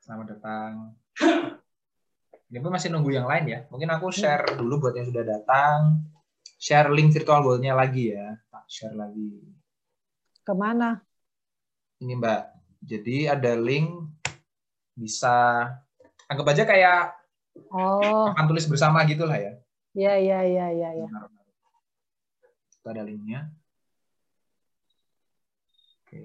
Selamat datang. Ini pun masih nunggu yang lain ya. Mungkin aku share dulu buat yang sudah datang. Share link virtual world-nya lagi ya. Tak share lagi. Kemana? Ini Mbak. Jadi ada link, bisa anggap aja kayak papan tulis bersama gitu lah ya. Iya. Itu ada linknya. Oke.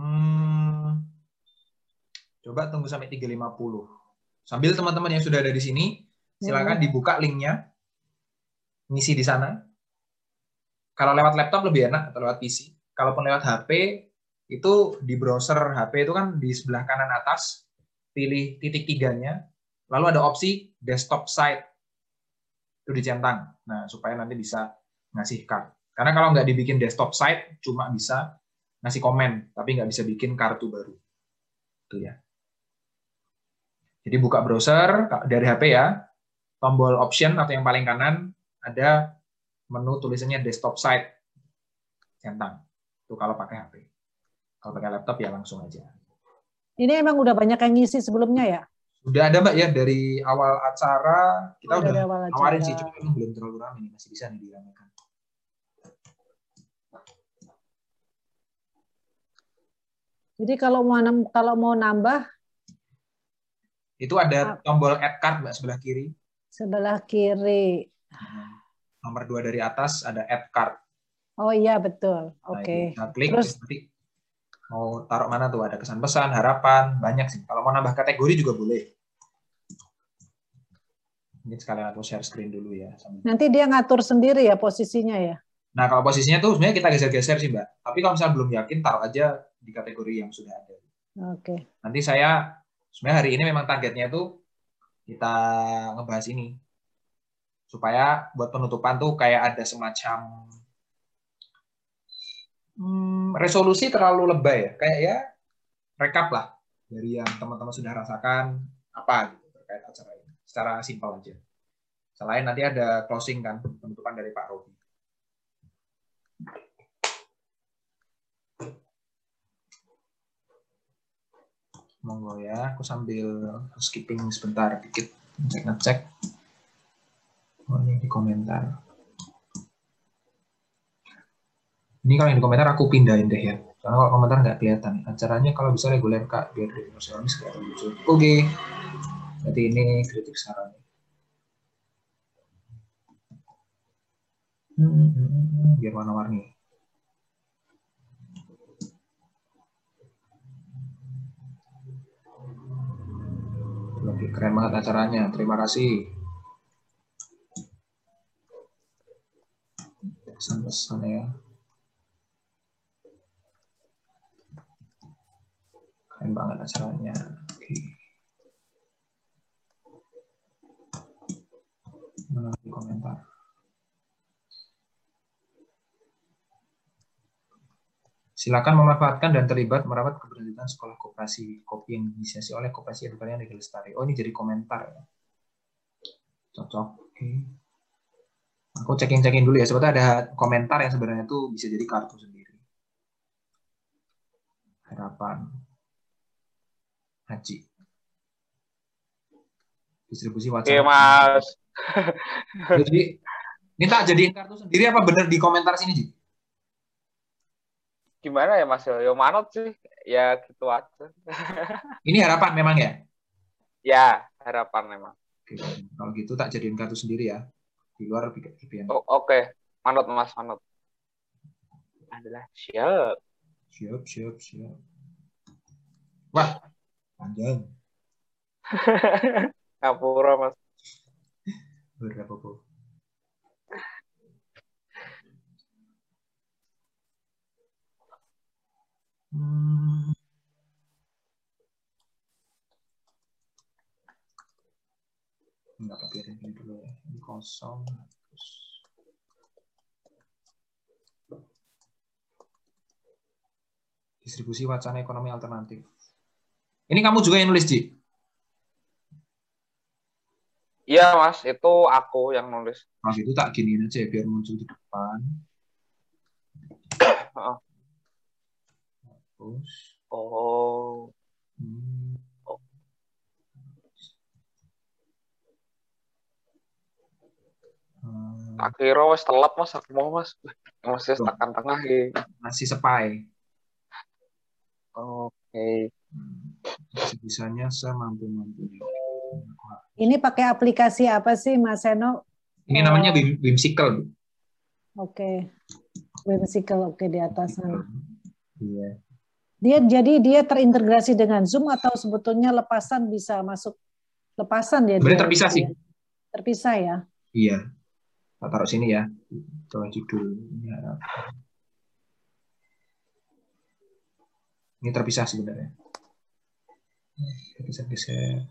Coba tunggu sampai 3.50. Sambil teman-teman yang sudah ada di sini, silakan dibuka linknya. Ngisi di sana. Kalau lewat laptop lebih enak atau lewat PC. Kalaupun lewat HP, itu di browser HP itu kan di sebelah kanan atas, pilih titik tiganya, lalu ada opsi desktop site. Itu dicentang. Nah, supaya nanti bisa ngasih card. Karena kalau nggak dibikin desktop site, cuma bisa ngasih komen, tapi nggak bisa bikin kartu baru. Itu ya. Jadi buka browser dari HP ya, tombol option atau yang paling kanan, ada menu tulisannya desktop site. Centang. Itu kalau pakai HP. Kalau pakai laptop ya langsung aja. Ini emang udah banyak yang ngisi sebelumnya ya? Udah ada Mbak ya, dari awal acara kita udah nawarin sih, cuma memang belum terlalu ramai, masih bisa nih diramaikan. Jadi kalau mau nambah, itu ada tombol add card Mbak sebelah kiri. Sebelah kiri. Nomor 2 dari atas ada add card. Oh iya betul. Oke. Nah, klik terus nanti mau taruh mana tuh, ada kesan pesan, harapan, banyak sih. Kalau mau nambah kategori juga boleh. Ini sekalian aku share screen dulu ya. Nanti dia ngatur sendiri ya posisinya ya? Nah, kalau posisinya tuh sebenarnya kita geser-geser sih Mbak. Tapi kalau misalnya belum yakin, taruh aja di kategori yang sudah ada. Oke. Nanti saya, sebenarnya hari ini memang targetnya itu kita ngebahas ini. Supaya buat penutupan tuh kayak ada semacam resolusi terlalu lebay ya. Kayak ya rekap lah dari yang teman-teman sudah rasakan apa gitu terkait acara ini. Secara simpel aja. Selain nanti ada closing kan, penutupan dari Pak Robi. Monggo ya, aku sambil skipping sebentar dikit ngecek. Oh, ini di komentar. Ini kalau yang di komentar aku pindahin deh ya. Karena kalau komentar nggak kelihatan. Acaranya kalau bisa reguler Kak, biar dari emosionis kelihatan lucu. Oke. Berarti ini kritik saran. Biar warna-warni. Lebih keren banget acaranya. Terima kasih. Pesan-pesan ya. Keren banget acaranya. Oke. Mana di komentar. Silakan memanfaatkan dan terlibat merawat keberlanjutan sekolah koperasi kopi yang diinisiasi oleh Koperasi Edukasi Negeri Lestari. Oh, ini jadi komentar ya. Cocok. Oke. Aku cekin dulu ya. Sebetulnya ada komentar yang sebenarnya itu bisa jadi kartu sendiri. Harapan. Haji. Distribusi wacana. Oke, Mas. Jadi, ini tak jadiin kartu sendiri apa bener di komentar sini, Ji? Gimana ya, Mas? Yo manut sih. Ya gitu aja. Ini harapan memang ya? Ya, harapan memang. Oke, kalau gitu tak jadiin kartu sendiri ya. Di luar lebih enak. Oke. Manut, Mas. Manut. Adalah siap. Siap. Wah, panjang. Ngapura, Mas. Berapa kok? Enggak pakai ini dulu ya. Ini kosong. Terus. Distribusi wacana ekonomi alternatif. Ini kamu juga yang nulis, Ji? Iya, Mas. Itu aku yang nulis. Nah, itu tak giniin aja ya, biar muncul di depan. Terus. Oh. Tak kira wis telat Mas, aku mau Mas. Masih tekan tengah iki. Masih sepai. Oke. Sebisanya semampu-mampunya. Ini pakai aplikasi apa sih, Mas Seno? Ini namanya Whimsical. Oke. Whimsical, oke, di atas sana. Iya. Dia terintegrasi dengan Zoom atau sebetulnya lepasan bisa masuk? Lepasan ya? Sebenarnya dia terpisah itu sih. ya? Terpisah ya? Iya. Kita taruh sini ya. Coba judul. Ini terpisah sebenarnya. Geser.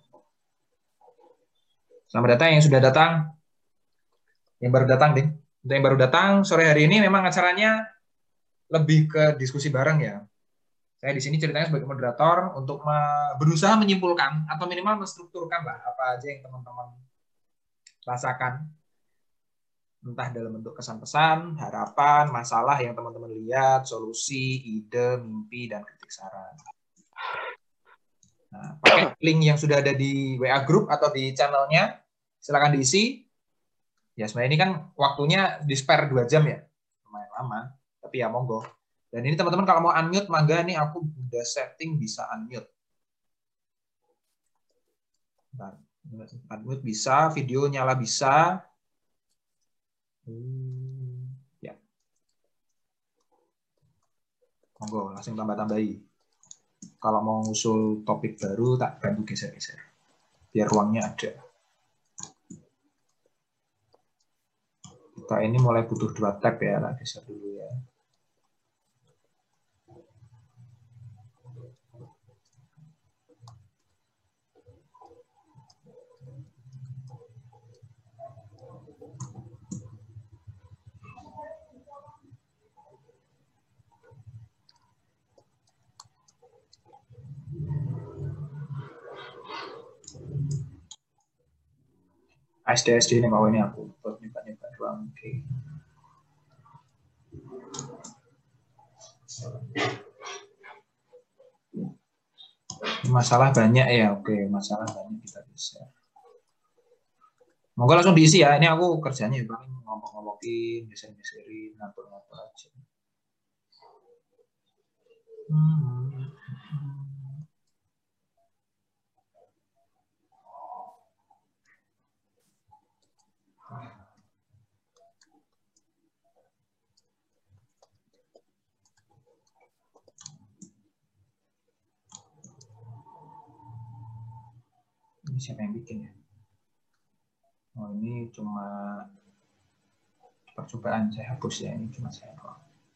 Selamat datang yang sudah datang. Yang baru datang, Ding. Untuk yang baru datang, sore hari ini memang acaranya lebih ke diskusi bareng ya. Saya di sini ceritanya sebagai moderator untuk berusaha menyimpulkan atau minimal menstrukturkan lah apa aja yang teman-teman rasakan. Entah dalam bentuk kesan-pesan, harapan, masalah yang teman-teman lihat, solusi, ide, mimpi, dan kritik saran. Nah, pakai link yang sudah ada di WA Group atau di channelnya, silakan diisi. Ya sebenarnya ini kan waktunya di spare 2 jam ya, lumayan lama, tapi ya monggo. Dan ini teman-teman kalau mau unmute, mangga nih aku udah setting bisa unmute. Bentar. Unmute bisa, video nyala bisa. Ya. Monggo, langsung tambah-tambahi. Kalau mau ngusul topik baru, tak bantu geser-geser. Biar ruangnya ada. Kita ini mulai butuh 2 tab ya, tak geser dulu ya. SD ini mau ini aku buat nyoba-nyoba doang. Oke. Masalah banyak ya, oke. Masalah banyak kita bisa. Monggo langsung diisi ya. Ini aku kerjanya paling ngomong-ngomongin, geser-geserin, ngatur-ngatur aja. Ini siapa yang bikin ya? Oh ini cuma percobaan, saya hapus ya. Ini cuma saya doang.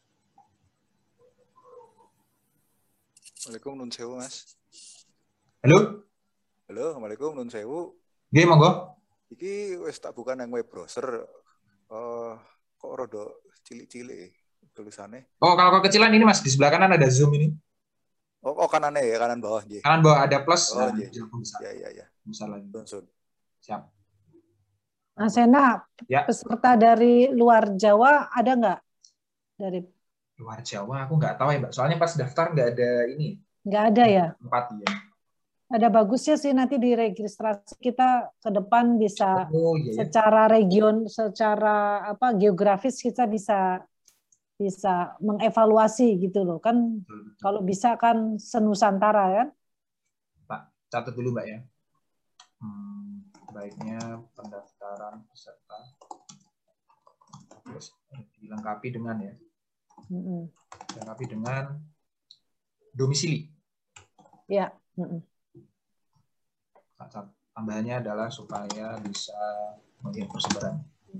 Assalamualaikum nun sewu Mas. Halo? Halo, assalamualaikum nun sewu. Oke, monggo. Iki wis tak bukan yang web browser. Kok rada cilik-cilik tulisannya. Oh, kalau kekecilan ini Mas, di sebelah kanan ada Zoom ini. Oh kanannya ya, kanan bawah nggih. Kanan bawah ada plus. Oh nah, nggih. besar. Ya. Besar lagi. Sun. Siap. Mas Sena, Ya. peserta dari luar Jawa ada nggak? Dari Luar Jawa aku nggak tahu ya Mbak. Soalnya pas daftar nggak ada ini. nggak ada ya? Tempat ya. Ada bagusnya sih nanti di registrasi kita ke depan bisa Iya. secara region, secara geografis kita bisa mengevaluasi gitu loh kan. Kalau bisa kan senusantara kan. Pak, catat dulu Mbak ya. Baiknya pendaftaran peserta terus dilengkapi dengan ya. Dilengkapi dengan domisili. Ya. Tambahannya adalah supaya bisa melihat persebaran.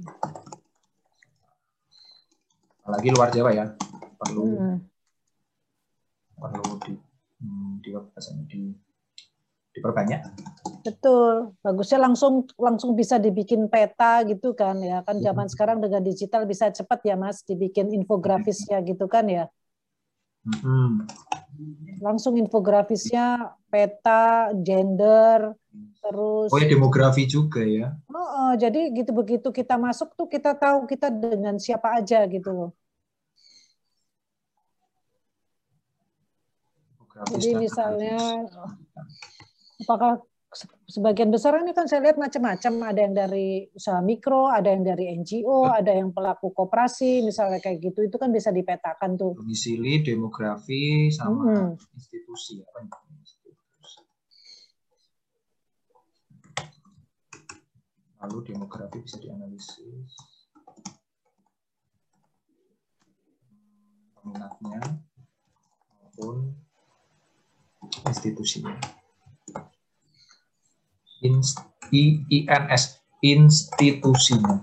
Apalagi luar Jawa ya, perlu diperbanyak. Betul, bagusnya langsung bisa dibikin peta gitu kan ya kan zaman sekarang dengan digital bisa cepat ya Mas dibikin infografisnya gitu kan ya. Langsung infografisnya peta gender terus. Oh ya demografi juga ya. Jadi gitu begitu kita masuk tuh kita tahu kita dengan siapa aja gitu loh. Jadi misalnya apakah sebagian besar ini kan saya lihat macam-macam, ada yang dari usaha mikro, ada yang dari NGO, ada yang pelaku koperasi, misalnya kayak gitu, itu kan bisa dipetakan tuh. Domisili, demografi, sama institusi. Lalu demografi bisa dianalisis. Peminatnya maupun institusinya. INS, institusinya.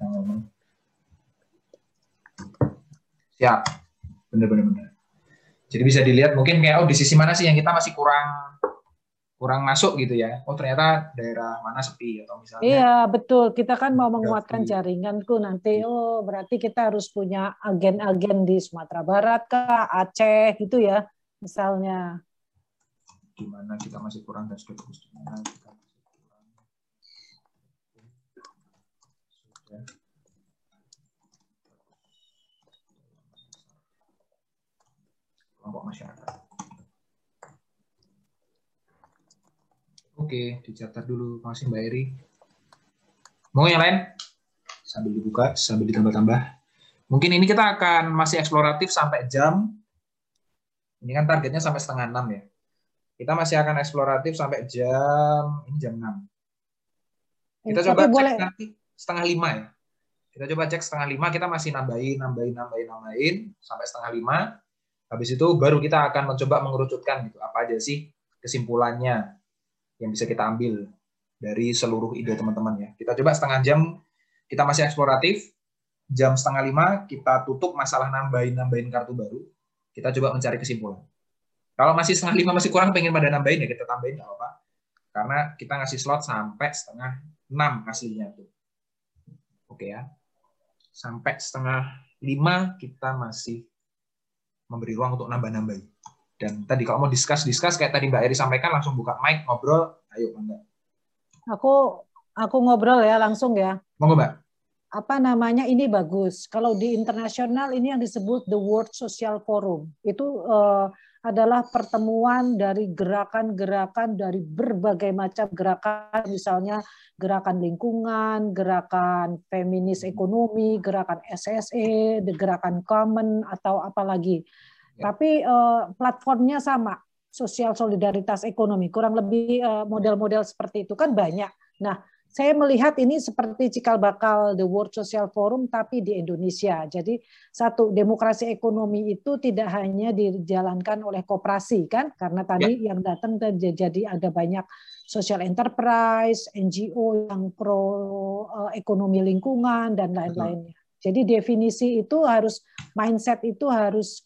Siap, benar-benar. Jadi bisa dilihat mungkin kayak di sisi mana sih yang kita masih kurang masuk gitu ya. Oh ternyata daerah mana sepi atau misalnya. Iya betul, kita kan mau menguatkan jaringanku nanti. Oh berarti kita harus punya agen-agen di Sumatera Barat kah, Aceh gitu ya, misalnya. Di mana kita masih kurang dan sudah bagus di mana kita masih kurang. Sudah. Kelompok masyarakat. Oke, dicatat dulu. Makasih Mbak Eri. Mau yang lain? Sambil dibuka, sambil ditambah-tambah. Mungkin ini kita akan masih eksploratif sampai jam. Ini kan targetnya sampai 5:30 ya. Kita masih akan eksploratif sampai ini jam 6. Kita coba cek nanti 4:30 ya. Kita coba cek 4:30, kita masih nambahin sampai 4:30. Habis itu baru kita akan mencoba mengerucutkan gitu. Apa aja sih kesimpulannya yang bisa kita ambil dari seluruh ide teman-teman ya. Kita coba setengah jam, kita masih eksploratif. Jam 4:30 kita tutup masalah nambahin kartu baru. Kita coba mencari kesimpulan. Kalau masih 4:30 masih kurang, pengen pada nambahin ya kita tambahin nggak apa-apa. Karena kita ngasih slot sampai 5:30 hasilnya tuh. Oke ya. Sampai 4:30 kita masih memberi ruang untuk nambah-nambahin. Dan tadi kalau mau discuss kayak tadi Mbak Eri sampaikan, langsung buka mic, ngobrol, ayo Mbak. Aku ngobrol ya langsung ya. Monggo Mbak. Apa namanya, ini bagus. Kalau di internasional ini yang disebut the World Social Forum. Itu adalah pertemuan dari gerakan-gerakan dari berbagai macam gerakan, misalnya gerakan lingkungan, gerakan feminis ekonomi, gerakan SSE, gerakan common atau apalagi. Tapi platformnya sama, sosial solidaritas ekonomi, kurang lebih model-model seperti itu kan banyak. Nah, saya melihat ini seperti cikal bakal the World Social Forum tapi di Indonesia. Jadi satu, demokrasi ekonomi itu tidak hanya dijalankan oleh koperasi kan, karena tadi yang datang jadi ada banyak social enterprise, NGO yang pro ekonomi lingkungan dan lain-lainnya. Jadi definisi itu harus, mindset itu harus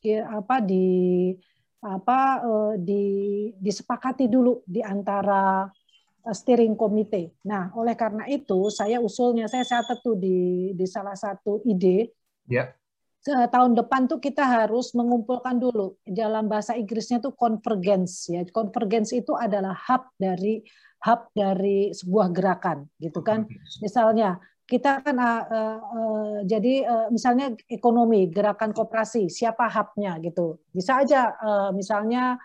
disepakati dulu di antara steering committee. Nah, oleh karena itu saya usulnya, saya catat tuh di salah satu ide. Tahun depan tuh kita harus mengumpulkan dulu, dalam bahasa Inggrisnya tuh convergence ya. Convergence itu adalah hub dari sebuah gerakan gitu kan. Misalnya kita kan misalnya ekonomi, gerakan koperasi, siapa hubnya gitu. Bisa aja misalnya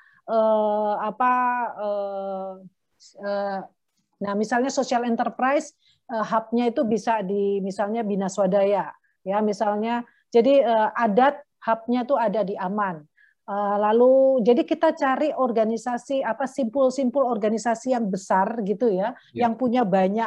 nah misalnya social enterprise hubnya itu bisa di misalnya Bina Swadaya ya misalnya, jadi adat hubnya tuh ada di Aman. Lalu jadi kita cari organisasi simpul organisasi yang besar gitu ya, yang punya banyak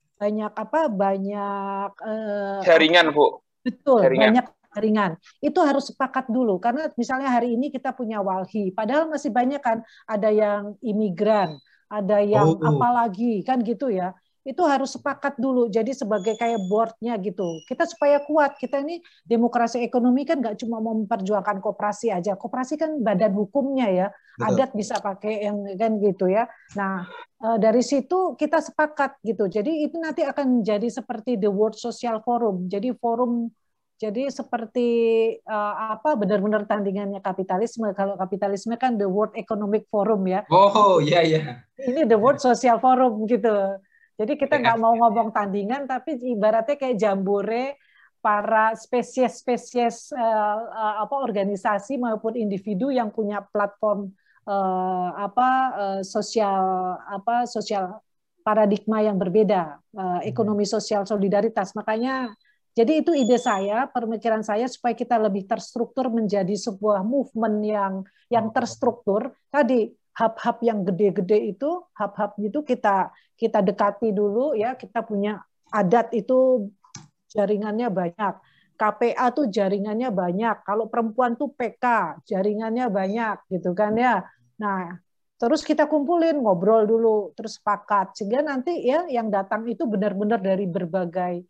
jaringan Bu. Betul, banyak jaringan. Itu harus sepakat dulu karena misalnya hari ini kita punya Walhi, padahal masih banyak kan, ada yang imigran, ada yang apalagi kan gitu ya. Itu harus sepakat dulu. Jadi sebagai kayak boardnya gitu. Kita supaya kuat. Kita ini demokrasi ekonomi kan nggak cuma mau memperjuangkan koperasi aja. Koperasi kan badan hukumnya ya. Betul. Adat bisa pakai yang kan gitu ya. Nah dari situ kita sepakat gitu. Jadi itu nanti akan jadi seperti the World Social Forum. Jadi forum. Jadi seperti benar-benar tandingannya kapitalisme. Kalau kapitalisme kan the World Economic Forum ya. Oh iya iya. Ini the World Social Forum gitu. Jadi kita nggak mau ngomong tandingan, tapi ibaratnya kayak jambore para spesies organisasi maupun individu yang punya platform sosial paradigma yang berbeda, ekonomi sosial solidaritas. Makanya jadi itu ide saya, pemikiran saya supaya kita lebih terstruktur menjadi sebuah movement yang terstruktur. Tadi hub-hub yang gede-gede itu, hub-hub itu kita dekati dulu ya, kita punya adat itu jaringannya banyak. KPA tuh jaringannya banyak. Kalau perempuan tuh PK, jaringannya banyak gitu kan ya. Nah, terus kita kumpulin, ngobrol dulu, terus sepakat. Sehingga nanti ya yang datang itu benar-benar dari berbagai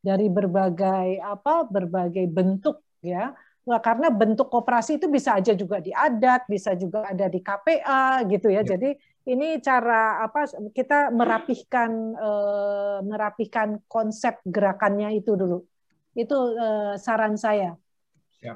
bentuk ya. Nah, karena bentuk koperasi itu bisa aja juga di adat, bisa juga ada di KPA gitu ya. Jadi ini cara kita merapihkan konsep gerakannya itu dulu. Itu saran saya. Siap.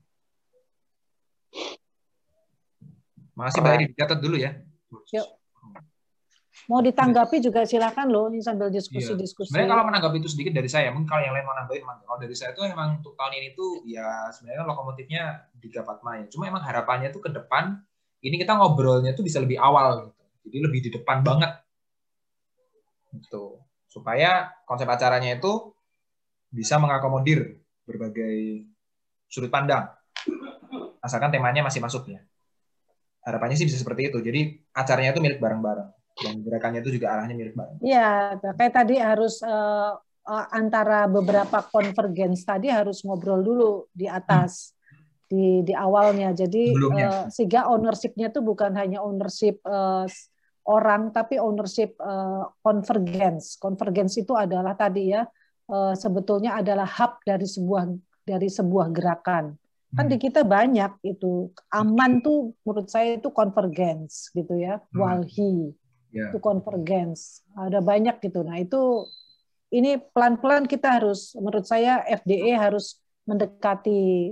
Makasih Mbak Eri, dicatat dulu ya. Yuk. Mau ditanggapi juga silakan loh, ini sambil diskusi-diskusi. Sebenarnya kalau menanggapi itu sedikit dari saya, mungkin kalau yang lain mau nambahin, kalau dari saya itu memang untuk tahun ini tuh ya sebenarnya lokomotifnya di Gapatma ya. Cuma emang harapannya tuh ke depan, ini kita ngobrolnya tuh bisa lebih awal gitu. Jadi lebih di depan banget. Gitu. Supaya konsep acaranya itu bisa mengakomodir berbagai sudut pandang. Asalkan temanya masih masuk ya. Harapannya sih bisa seperti itu. Jadi acaranya itu milik bareng-bareng. Dan gerakannya itu juga arahnya mirip banget. Iya, kayak tadi harus antara beberapa konvergens tadi harus ngobrol dulu di atas, di awalnya. Jadi sehingga ownership-nya itu bukan hanya ownership orang, tapi ownership konvergens. Konvergens itu adalah tadi ya sebetulnya adalah hub dari sebuah gerakan. Kan di kita banyak itu aman tuh menurut saya itu konvergens gitu ya, walhi. Itu konvergens, ada banyak gitu. Nah ini pelan-pelan kita harus, menurut saya FDE harus mendekati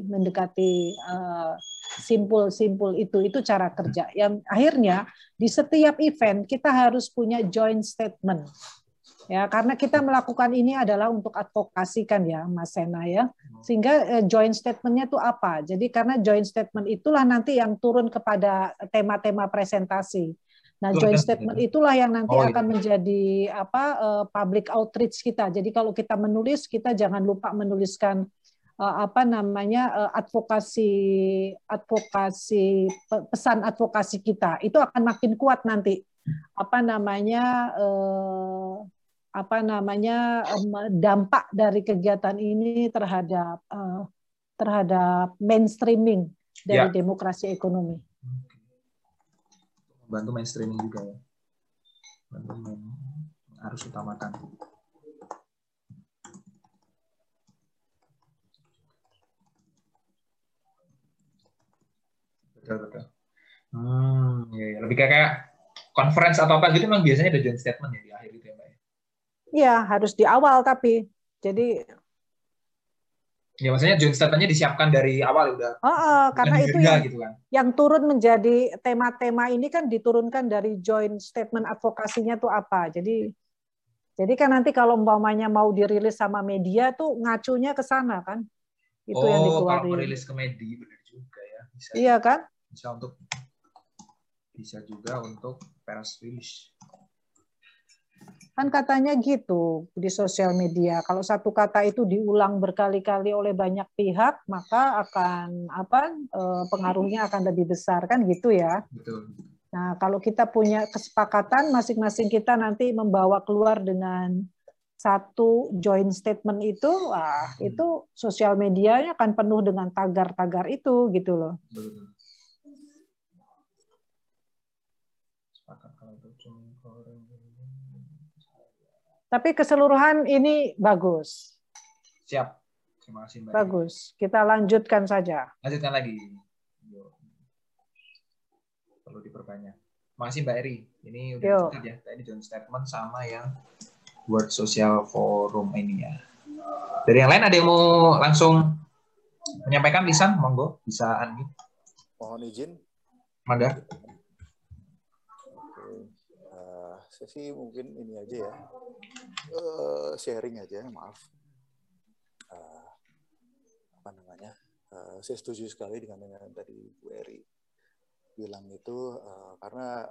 simpul-simpul itu cara kerja. Yang akhirnya di setiap event kita harus punya joint statement. Ya, karena kita melakukan ini adalah untuk advokasi kan ya, Mas Sena ya. Sehingga joint statement-nya itu apa? Jadi karena joint statement itulah nanti yang turun kepada tema-tema presentasi. Nah, joint statement itulah yang nanti akan menjadi public outreach kita. Jadi kalau kita menulis, kita jangan lupa menuliskan pesan advokasi kita. Itu akan makin kuat nanti. Dampak dari kegiatan ini terhadap mainstreaming dari demokrasi ekonomi. Bantu mainstreaming juga ya. Harus utamakan. Betul. Ya. Lebih kayak conference atau apa gitu memang biasanya ada joint statement ya di akhir itu ya Mbak. Iya, harus di awal tapi. Jadi ya maksudnya joint statement-nya disiapkan dari awal udah. Karena itu gitu kan. Yang turun menjadi tema-tema ini kan diturunkan dari joint statement advokasinya tuh apa. Jadi kan nanti kalau umpamanya mau dirilis sama media tuh ngacunya ke sana kan. Itu yang dikeluarin. Kalau merilis ke media benar juga ya. Iya kan? Bisa juga untuk press release. Kan katanya gitu di sosial media. Kalau satu kata itu diulang berkali-kali oleh banyak pihak, maka akan pengaruhnya akan lebih besar kan gitu ya. Betul. Nah, kalau kita punya kesepakatan masing-masing kita nanti membawa keluar dengan satu joint statement itu, itu sosial medianya akan penuh dengan tagar-tagar itu gitu loh. Betul. Tapi keseluruhan ini bagus. Siap. Terima kasih Mbak. Bagus. Kita lanjutkan saja. Lanjutkan lagi. Perlu diperbanyak. Makasih Mbak Eri. Ini udah cukup ya. Tadi joint statement sama yang World Social Forum ini ya. Dari yang lain ada yang mau langsung menyampaikan lisan? Monggo, bisa unmute. Mohon izin. Mangga. Saya sih mungkin ini aja ya, sharing aja, maaf. Saya setuju sekali dengan tadi Bu Eri. bilang itu karena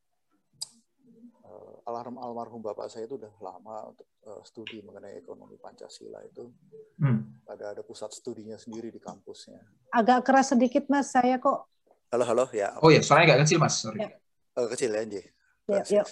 almarhum bapak saya itu udah lama untuk studi mengenai ekonomi Pancasila itu. Ada pusat studinya sendiri di kampusnya. Agak keras sedikit Mas, saya kok. Halo ya. Oh ya, suaranya agak kecil Mas, sorry. Ya. Kecil ya, Anji. Yuk.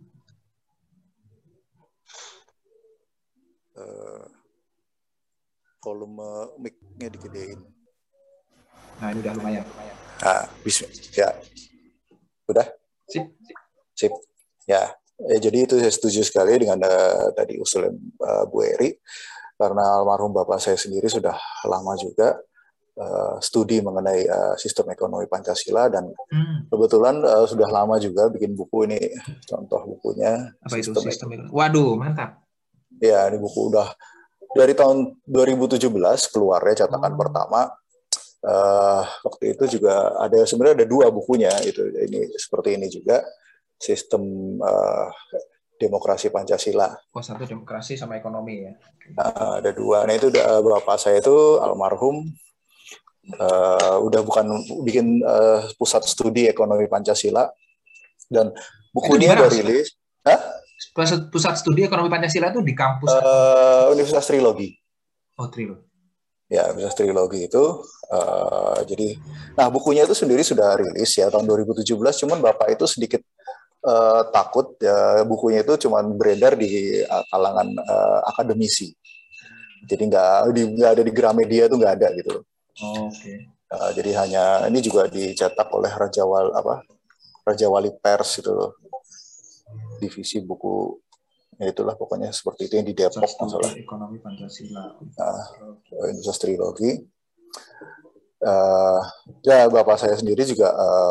Volume mic-nya digedein. Nah, ini udah lumayan. Bisa. Ya. Udah? Sip. Ya, jadi itu saya setuju sekali dengan tadi usulan Bu Eri, karena almarhum bapak saya sendiri sudah lama juga studi mengenai sistem ekonomi Pancasila, dan kebetulan sudah lama juga bikin buku ini, contoh bukunya. Apa itu sistem ekonomi? Waduh, mantap. Ya, ini buku udah dari tahun 2017 keluarnya cetakan pertama. Waktu itu juga sebenarnya ada 2 bukunya, itu ini seperti ini juga. Sistem demokrasi Pancasila. Satu demokrasi sama ekonomi ya. Ada 2. Nah itu bapak saya itu almarhum udah bukan bikin pusat studi ekonomi Pancasila, dan bukunya udah rilis. Pusat studi ekonomi Pancasila itu di kampus Universitas Trilogi. Oh, Trilogi. Ya, Universitas Trilogi itu. Jadi, nah bukunya itu sendiri sudah rilis ya tahun 2017. Cuman bapak itu sedikit takut ya, bukunya itu cuma beredar di kalangan akademisi, jadi nggak ada di Gramedia, tuh nggak ada gitu. Oke. Jadi hanya ini juga dicetak oleh Raja Wali Pers itu loh, divisi buku, ya itulah pokoknya seperti itu, yang di Depok masalah. Ekonomi Pancasila. Universitas Trilogi. Ya bapak saya sendiri juga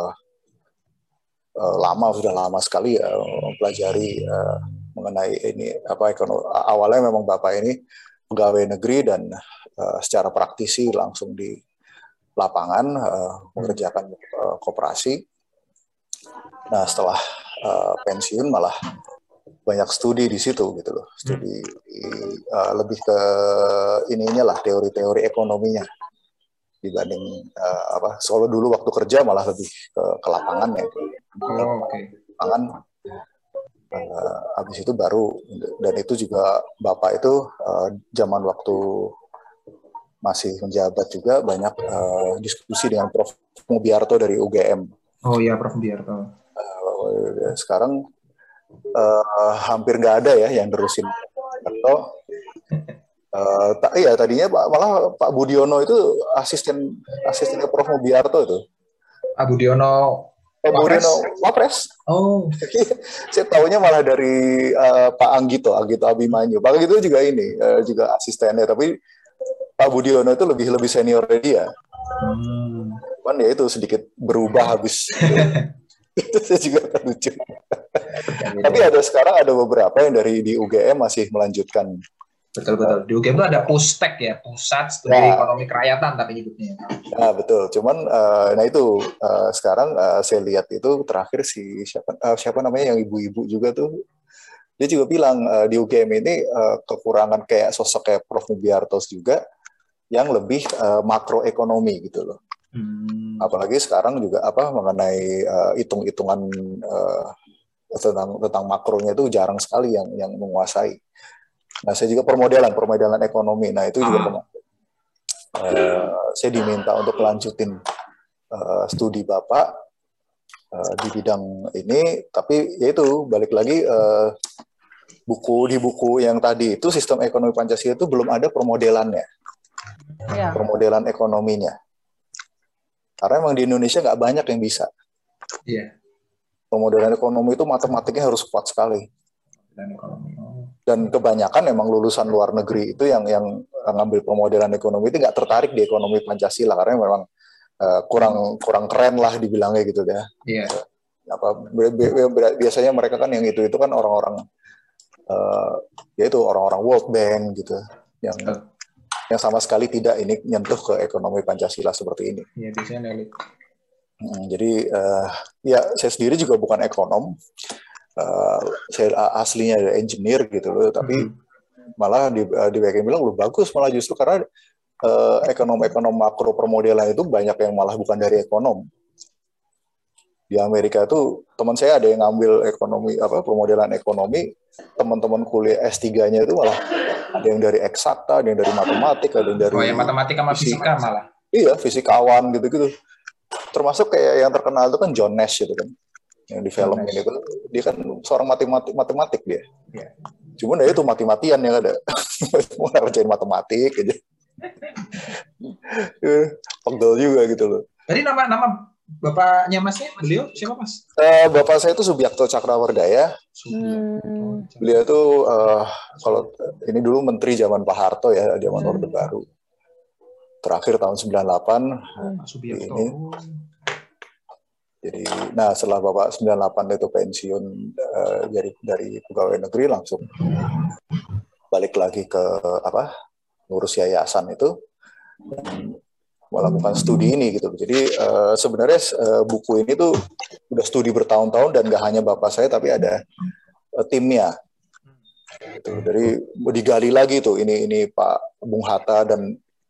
sudah lama sekali ya mempelajari mengenai ini ekonomi. Awalnya memang bapak ini pegawai negeri, dan secara praktisi langsung di lapangan mengerjakan koperasi. Nah setelah pensiun malah banyak studi di situ gitu loh, studi lebih ke ininya lah, teori-teori ekonominya, dibanding soalnya dulu waktu kerja malah lebih ke lapangan ya. Lapangan. Habis itu baru, dan itu juga bapak itu zaman waktu masih menjabat juga banyak diskusi dengan Prof. Mubiarto dari UGM. Oh iya, Prof. Mubiarto. Sekarang hampir nggak ada ya yang nerusin. Iya, tadinya malah Pak Budiono itu asistennya Prof. Mubiarto itu. Pak Budiono Wapres. Oh. Saya tahunya malah dari Pak Anggito Abimanyu. Pak Anggito juga juga asistennya, tapi Pak Budiono itu lebih senior dari dia. Cuman ya itu sedikit berubah habis. Itu saya juga lucu. Tapi sekarang ada beberapa yang di UGM masih melanjutkan. Betul. Di UGM itu ada Pustek ya, Pusat Studi Ekonomi Kerakyatan tapi nyebutnya. Nah, betul. Cuman itu sekarang saya lihat itu terakhir siapa namanya yang ibu-ibu juga tuh, dia juga bilang di UGM ini kekurangan kayak sosok kayak Prof. Mubiarto juga yang lebih makroekonomi gitu loh. Apalagi sekarang juga mengenai hitung-hitungan tentang makronya itu jarang sekali yang menguasai. Nah, saya juga permodalan ekonomi. Nah, itu juga saya diminta untuk melanjutin studi Bapak di bidang ini, tapi yaitu balik lagi di buku yang tadi itu sistem ekonomi Pancasila itu belum ada permodelannya. Ya. Permodelan ekonominya. Karena memang di Indonesia nggak banyak yang bisa. Iya. Pemodelan ekonomi itu matematiknya harus kuat sekali. Dan kebanyakan memang lulusan luar negeri itu yang ngambil pemodelan ekonomi itu nggak tertarik di ekonomi Pancasila, karena memang kurang keren lah dibilangnya gitu ya. Iya. Biasanya mereka kan yang itu kan orang-orang yaitu orang-orang World Bank gitu, yang sama sekali tidak nyentuh ke ekonomi Pancasila seperti ini. Iya, biasanya elit. Jadi ya saya sendiri juga bukan ekonom. Saya aslinya ada engineer gitu loh, tapi malah di BKM bilang lu bagus, malah justru karena ekonom makro permodelan itu banyak yang malah bukan dari ekonom. Di Amerika itu teman saya ada yang ngambil ekonomi pemodelan ekonomi, teman-teman kuliah S3-nya itu malah ada yang dari eksakta, ada yang dari matematik, ada yang dari yang matematik sama fisika malah. Iya, fisikawan gitu-gitu. Termasuk kayak yang terkenal itu kan John Nash gitu kan. Yang di film ini kan dia kan seorang matematik dia. Yeah. Cuman ya itu mati-matian yang ada. Mau ngerjain matematik aja. Pegel juga gitu loh. Tadi nama bapaknya Masnya, beliau siapa Mas? Bapak saya itu Subiakto Cakrawardaya. Beliau itu kalau ini dulu menteri zaman Pak Harto ya, zaman Orde Baru. Terakhir tahun 98 Subiakto. Ini. Jadi, nah setelah Bapak 98 itu pensiun dari pegawai negeri, langsung balik lagi ke ngurus yayasan itu dan melakukan studi ini gitu. Jadi sebenarnya buku ini tuh udah studi bertahun-tahun dan nggak hanya Bapak saya tapi ada timnya. Gitu. Dari digali lagi tuh ini Pak Bung Hatta dan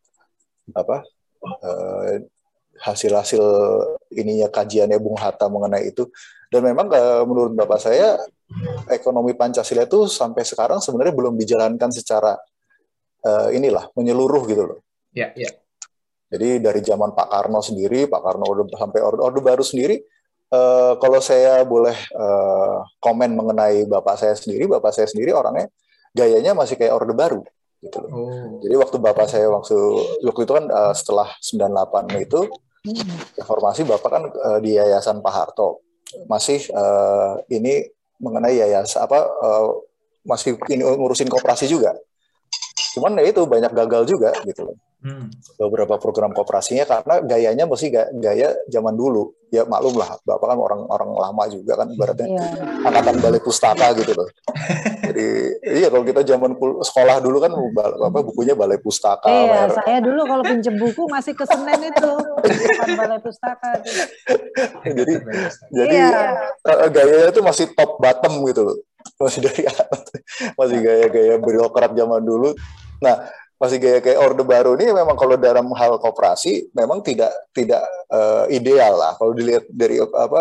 hasil-hasil ininya kajiannya Bung Hatta mengenai itu. Dan memang menurut Bapak saya ekonomi Pancasila itu sampai sekarang sebenarnya belum dijalankan secara menyeluruh gitu loh. Ya. Jadi dari zaman Pak Karno sendiri, Pak Karno sampai Orde Baru sendiri, kalau saya boleh komen mengenai Bapak saya sendiri orangnya gayanya masih kayak Orde Baru. Gitu loh. Jadi waktu Bapak saya waktu itu kan setelah 98 itu reformasi, Bapak kan di Yayasan Pak Harto masih ini mengenai yayasan masih ini ngurusin koperasi juga. Cuman ya itu banyak gagal juga gitu loh. Beberapa program koperasinya karena gayanya masih gaya zaman dulu. Ya maklum lah, Bapak kan orang lama juga kan, ibaratnya angkatan balai pustaka gitu loh. Jadi iya kalau kita zaman sekolah dulu kan bukunya balai pustaka. Iya, saya dulu kalau pinjem buku masih ke Senen itu, bukan balai pustaka. Jadi gayanya itu masih top bottom gitu loh. Masih gaya-gaya birokrat zaman dulu. Nah, masih gaya kayak Orde Baru ini memang kalau dalam hal koperasi memang tidak ideal lah. Kalau dilihat dari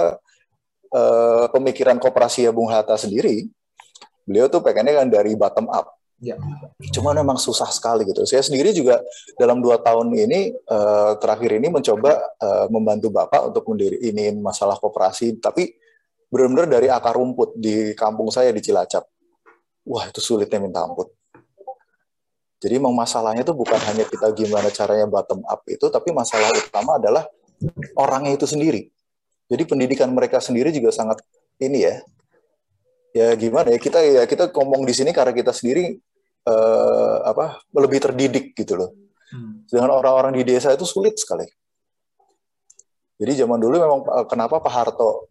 pemikiran koperasi ya Bung Hatta sendiri, beliau tuh pengennya kan dari bottom up. Ya. Cuma memang susah sekali gitu. Saya sendiri juga dalam 2 tahun ini terakhir ini mencoba membantu Bapak untuk mendiriin masalah koperasi, tapi benar-benar dari akar rumput di kampung saya di Cilacap. Wah, itu sulitnya minta ampun. Jadi memang masalahnya itu bukan hanya kita gimana caranya bottom up itu, tapi masalah utama adalah orangnya itu sendiri. Jadi pendidikan mereka sendiri juga sangat ini ya. Ya gimana ya, kita ngomong di sini karena kita sendiri lebih terdidik gitu loh. Sedangkan orang-orang di desa itu sulit sekali. Jadi zaman dulu memang kenapa Pak Harto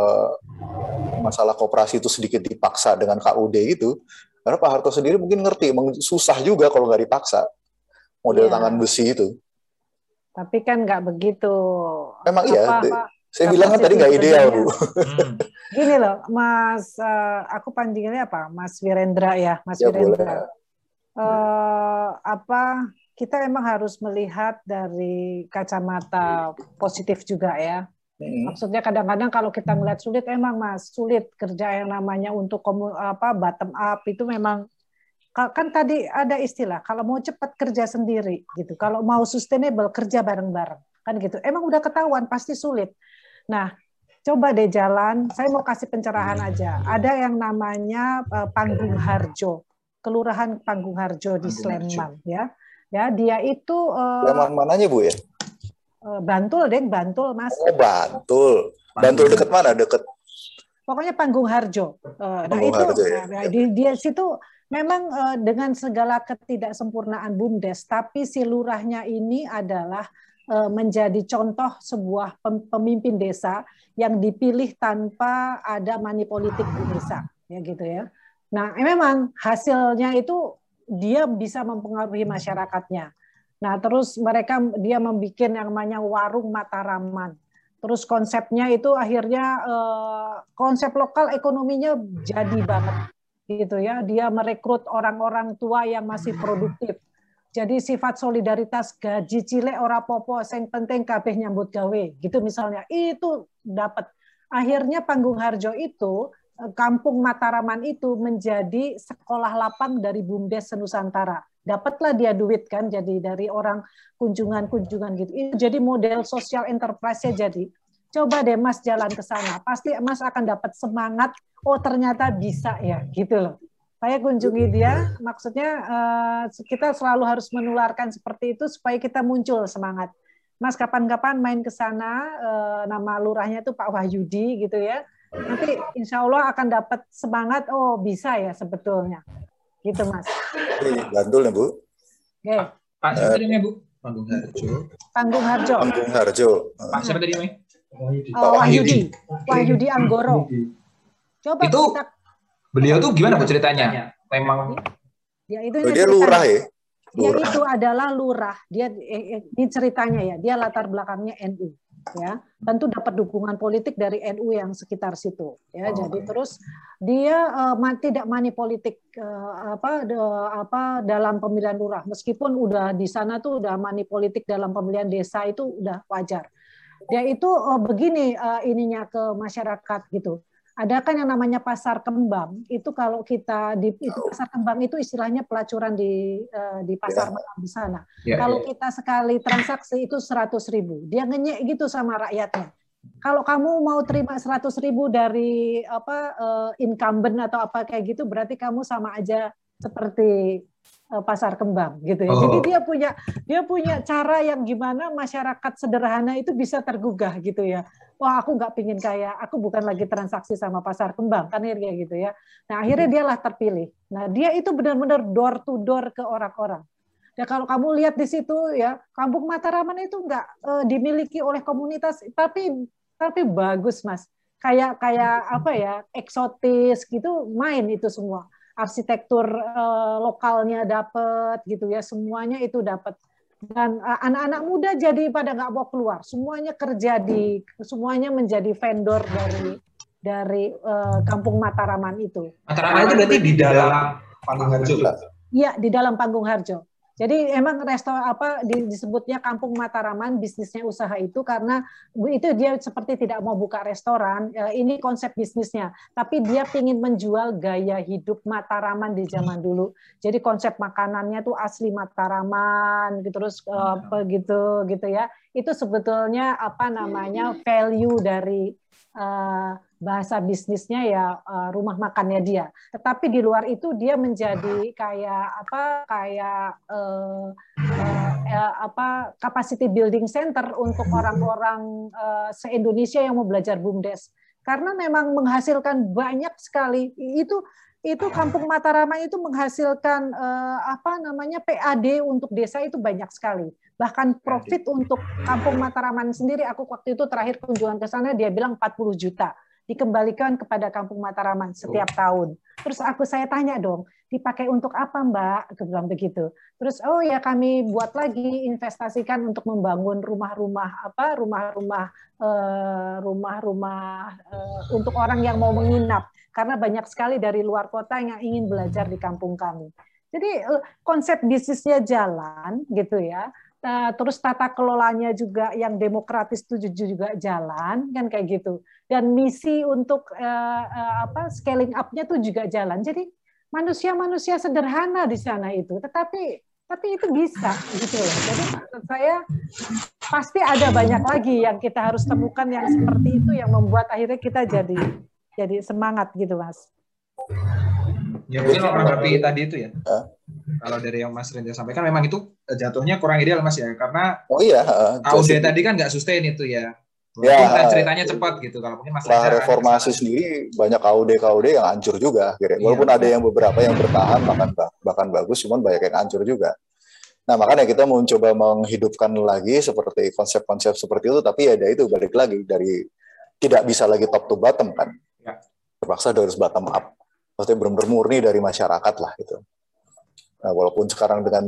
masalah koperasi itu sedikit dipaksa dengan KUD gitu, karena Pak Harto sendiri mungkin ngerti, emang susah juga kalau nggak dipaksa model tangan besi itu. Tapi kan nggak begitu. Memang saya bilang kan tadi nggak ideal, Bu. Gini loh, Mas, aku panggilnya apa? Mas Wirendra ya, Mas Wirendra. Kita memang harus melihat dari kacamata positif juga ya. Maksudnya kadang-kadang kalau kita ngeliat sulit, emang Mas, sulit kerja yang namanya untuk bottom up itu memang, kan tadi ada istilah, kalau mau cepat kerja sendiri gitu, kalau mau sustainable kerja bareng-bareng, kan gitu. Emang udah ketahuan pasti sulit. Nah, coba deh jalan, saya mau kasih pencerahan aja. Ada yang namanya Panggung Harjo, Kelurahan Panggung Harjo di Sleman ya. Ya, dia itu Sleman mananya, Bu ya? Bantul, Bantul, Mas. Oh, Bantul. Bantul dekat mana? Dekat. Pokoknya Panggung Harjo. Panggung Harjo, ya. Di situ memang dengan segala ketidaksempurnaan BUMDes, tapi si lurahnya ini adalah menjadi contoh sebuah pemimpin desa yang dipilih tanpa ada money politik di desa, ya gitu ya. Nah, memang hasilnya itu dia bisa mempengaruhi masyarakatnya. Nah, terus dia membuat yang namanya warung Mataraman. Terus konsepnya itu akhirnya konsep lokal ekonominya jadi banget gitu ya. Dia merekrut orang-orang tua yang masih produktif. Jadi sifat solidaritas gaji cilik ora popo, sing penting kabeh nyambut gawe gitu misalnya. Itu dapat. akhirnya Panggung Harjo itu, Kampung Mataraman itu menjadi sekolah lapang dari BUMDes Senusantara. Dapatlah dia duit kan, jadi dari orang kunjungan-kunjungan gitu. Itu jadi model social enterprise-nya jadi. Coba deh Mas jalan ke sana, pasti Mas akan dapat semangat, oh ternyata bisa ya, gitu loh. Saya kunjungi dia, maksudnya kita selalu harus menularkan seperti itu supaya kita muncul semangat. Mas kapan-kapan main ke sana, nama lurahnya itu Pak Wahyudi gitu ya. Nanti insya Allah akan dapat semangat, oh bisa ya sebetulnya. Gitu Mas. Bantul ya Bu. Oke. Pak siapa tadi Bu? Panggung Harjo. Panggung Harjo. Panggung Harjo. Pak siapa tadi namanya? Wahyudi. Wahyudi Anggoro. Coba itu kita, beliau tuh gimana Bu ceritanya? Memang ya itu dia lurah ya. Dia itu adalah lurah. Dia ini ceritanya ya. Dia latar belakangnya NU. Ya, tentu dapat dukungan politik dari NU yang sekitar situ. Ya, jadi terus dia tidak money politik dalam pemilihan lurah. Meskipun udah di sana tuh udah money politik dalam pemilihan desa itu udah wajar. Dia itu begini ininya ke masyarakat gitu. Ada kan yang namanya pasar kembang. Itu kalau kita itu pasar kembang itu istilahnya pelacuran di pasar malam di sana. Kalau kita sekali transaksi itu 100.000. Dia ngenyek gitu sama rakyatnya. Kalau kamu mau terima 100.000 dari incumbent atau apa kayak gitu, berarti kamu sama aja seperti pasar kembang gitu ya. Jadi dia punya cara yang gimana masyarakat sederhana itu bisa tergugah gitu ya. Wah, aku nggak pingin kaya, aku bukan lagi transaksi sama pasar kembang, kan kayak gitu ya. Nah, akhirnya dialah terpilih. Nah, dia itu benar-benar door to door ke orang-orang. Ya kalau kamu lihat di situ ya, Kampung Mataraman itu nggak dimiliki oleh komunitas, tapi bagus Mas. Kayak apa ya, eksotis gitu, main itu semua. Arsitektur lokalnya dapat gitu ya, semuanya itu dapat. Dan anak-anak muda jadi pada nggak mau keluar, semuanya semuanya menjadi vendor dari Kampung Mataraman itu. Mataraman itu berarti di dalam Panggung Harjo. Iya, di dalam Panggung Harjo. Jadi emang disebutnya Kampung Mataraman, bisnisnya usaha itu karena itu dia seperti tidak mau buka restoran, ini konsep bisnisnya, tapi dia ingin menjual gaya hidup Mataraman di zaman dulu. Jadi konsep makanannya tuh asli Mataraman, terus begitu gitu ya. Itu sebetulnya value dari bahasa bisnisnya ya rumah makannya dia. Tetapi di luar itu dia menjadi capacity building center untuk orang-orang se-Indonesia yang mau belajar BUMDes. Karena memang menghasilkan banyak sekali. Itu Kampung Mataraman itu menghasilkan PAD untuk desa itu banyak sekali. Bahkan profit untuk Kampung Mataraman sendiri, aku waktu itu terakhir kunjungan ke sana, dia bilang 40 juta. Dikembalikan kepada Kampung Mataraman setiap tahun. Terus saya tanya dong, dipakai untuk apa Mbak? Aku bilang begitu. Terus kami buat lagi, investasikan untuk membangun rumah-rumah untuk orang yang mau menginap. Karena banyak sekali dari luar kota yang ingin belajar di kampung kami. Jadi konsep bisnisnya jalan gitu ya. Terus tata kelolanya juga yang demokratis itu juga jalan kan kayak gitu, dan misi untuk scaling up-nya tuh juga jalan. Jadi manusia sederhana di sana itu, tapi itu bisa gitu loh. Jadi menurut saya pasti ada banyak lagi yang kita harus temukan yang seperti itu yang membuat akhirnya kita jadi semangat gitu Mas. Ya mungkin menanggapi tadi itu ya. Kalau dari yang Mas Renda sampaikan memang itu jatuhnya kurang ideal Mas ya, karena KUD tadi kan nggak sustain itu ya. Mungkin ceritanya cepat gitu. Kalau mungkin Mas Renda reformasi sendiri banyak KUD yang hancur juga. Walaupun ada yang beberapa yang bertahan bahkan bagus, cuman banyak yang hancur juga. Nah makanya kita mau coba menghidupkan lagi seperti konsep-konsep seperti itu, tapi ada itu balik lagi dari tidak bisa lagi top to bottom kan. Terpaksa harus bottom up. Maksudnya benar-benar murni dari masyarakat lah gitu. Nah, walaupun sekarang dengan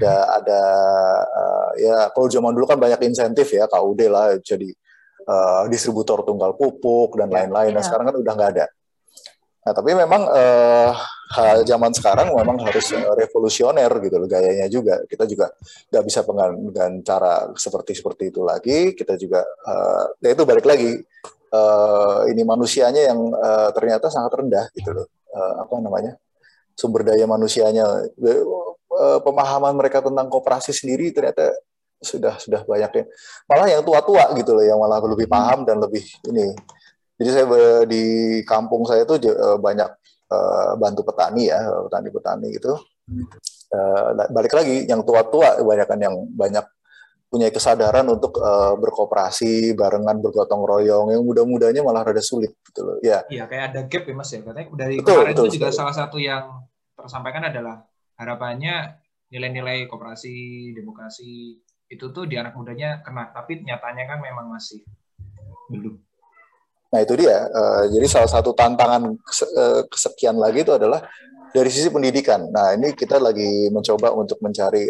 kalau zaman dulu kan banyak insentif ya, KUD lah jadi distributor tunggal pupuk dan lain-lain. Nah sekarang kan udah nggak ada. Nah tapi memang zaman sekarang memang harus revolusioner gitu loh gayanya juga. Kita juga nggak bisa dengan cara seperti itu lagi. Kita juga itu balik lagi ini manusianya yang ternyata sangat rendah gitu loh. Apa namanya, sumber daya manusianya, pemahaman mereka tentang koperasi sendiri ternyata sudah banyak ya. Malah yang tua-tua gitu loh yang malah lebih paham dan lebih ini. Jadi saya di kampung saya tuh banyak bantu petani ya, petani-petani gitu. Balik lagi yang tua-tua kebanyakan yang banyak punya kesadaran untuk berkooperasi, barengan, bergotong royong. Yang muda-mudanya malah rada sulit gitu loh. Ya. Iya, kayak ada gap ya Mas ya. Katanya dari Betul, kemarin betul, itu juga betul. salah satu yang tersampaikan adalah harapannya nilai-nilai koperasi, demokrasi itu tuh di anak mudanya kena, tapi nyatanya kan memang masih belum. Nah itu dia. Jadi salah satu tantangan kesekian lagi itu adalah dari sisi pendidikan. Nah ini kita lagi mencoba untuk mencari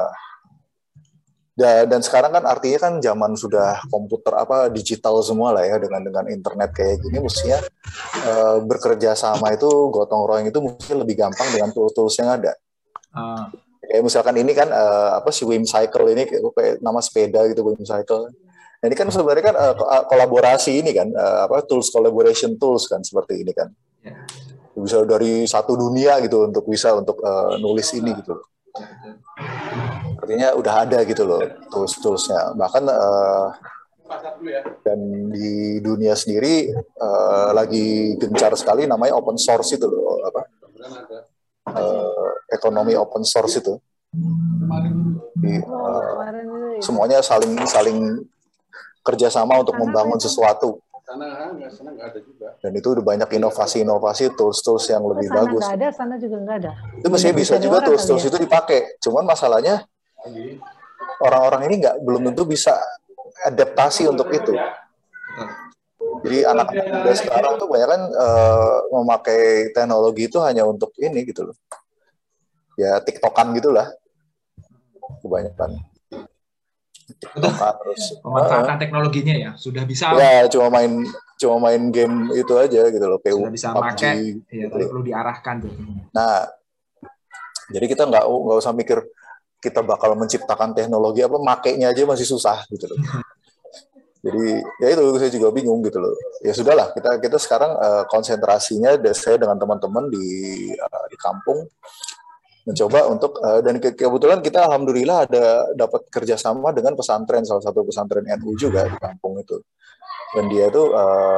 dan sekarang kan artinya kan zaman sudah komputer digital semua lah ya, dengan internet kayak gini, mestinya bekerja sama itu, gotong royong itu mesti lebih gampang dengan tools-tools yang ada. Kayak misalkan ini kan si Whimsicle ini kayak nama sepeda gitu, Whimsicle. Nah, ini kan sebenarnya kan kolaborasi ini kan tools, collaboration tools kan seperti ini kan. Bisa dari satu dunia gitu untuk nulis ini gitu. Artinya udah ada gitu loh tools-toolsnya. Bahkan dan di dunia sendiri lagi gencar sekali namanya open source itu loh, ekonomi open source itu. Jadi, semuanya saling kerjasama untuk membangun sesuatu. Dan itu udah banyak inovasi-inovasi, tools-tools yang lebih bagus. Nggak ada, sana juga nggak ada. Itu mestinya bisa juga tools-tools itu dipakai. Cuman masalahnya orang-orang ini belum tentu bisa adaptasi untuk itu. Jadi anak-anak muda sekarang tuh banyak kan memakai teknologi itu hanya untuk ini gitu loh. Ya TikTokan gitulah. Kebanyakan. Terus pemanfaatan teknologinya ya sudah bisa. Ya cuma main game itu aja gitu loh. Sudah bisa pakai, ya, gitu. tapi perlu diarahkan tuh. Nah, jadi kita nggak usah mikir kita bakal menciptakan teknologi makainya aja masih susah gitu loh. Jadi ya itu saya juga bingung gitu loh. Ya sudahlah, kita sekarang konsentrasinya saya dengan teman-teman di kampung mencoba untuk dan kebetulan kita alhamdulillah ada dapat kerjasama dengan pesantren, salah satu pesantren NU juga di kampung itu. Dan dia tuh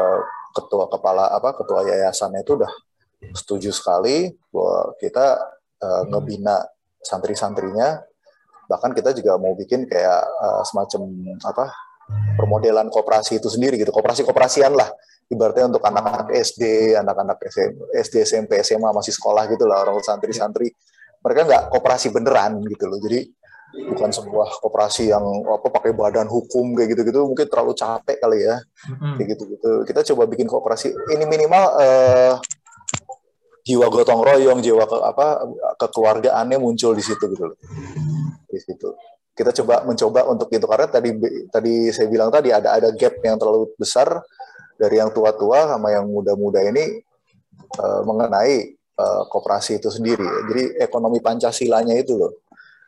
ketua yayasannya itu udah setuju sekali bahwa kita ngebina santri-santrinya. Bahkan kita juga mau bikin kayak semacam permodelan koperasi itu sendiri gitu, koperasi-koperasian lah ibaratnya untuk anak-anak SD, anak-anak SD, SMP, SMA masih sekolah gitu lah, orang santri-santri. Mereka nggak koperasi beneran gitu loh. Jadi bukan sebuah koperasi yang pakai badan hukum kayak gitu-gitu, mungkin terlalu capek kali ya. Kayak gitu-gitu. Kita coba bikin koperasi ini minimal jiwa gotong royong, jiwa kekeluargaannya muncul di situ gitu loh. Di situ. Kita mencoba untuk itu karena tadi saya bilang tadi ada gap yang terlalu besar dari yang tua-tua sama yang muda-muda ini mengenai koperasi itu sendiri. Jadi ekonomi Pancasilanya itu loh,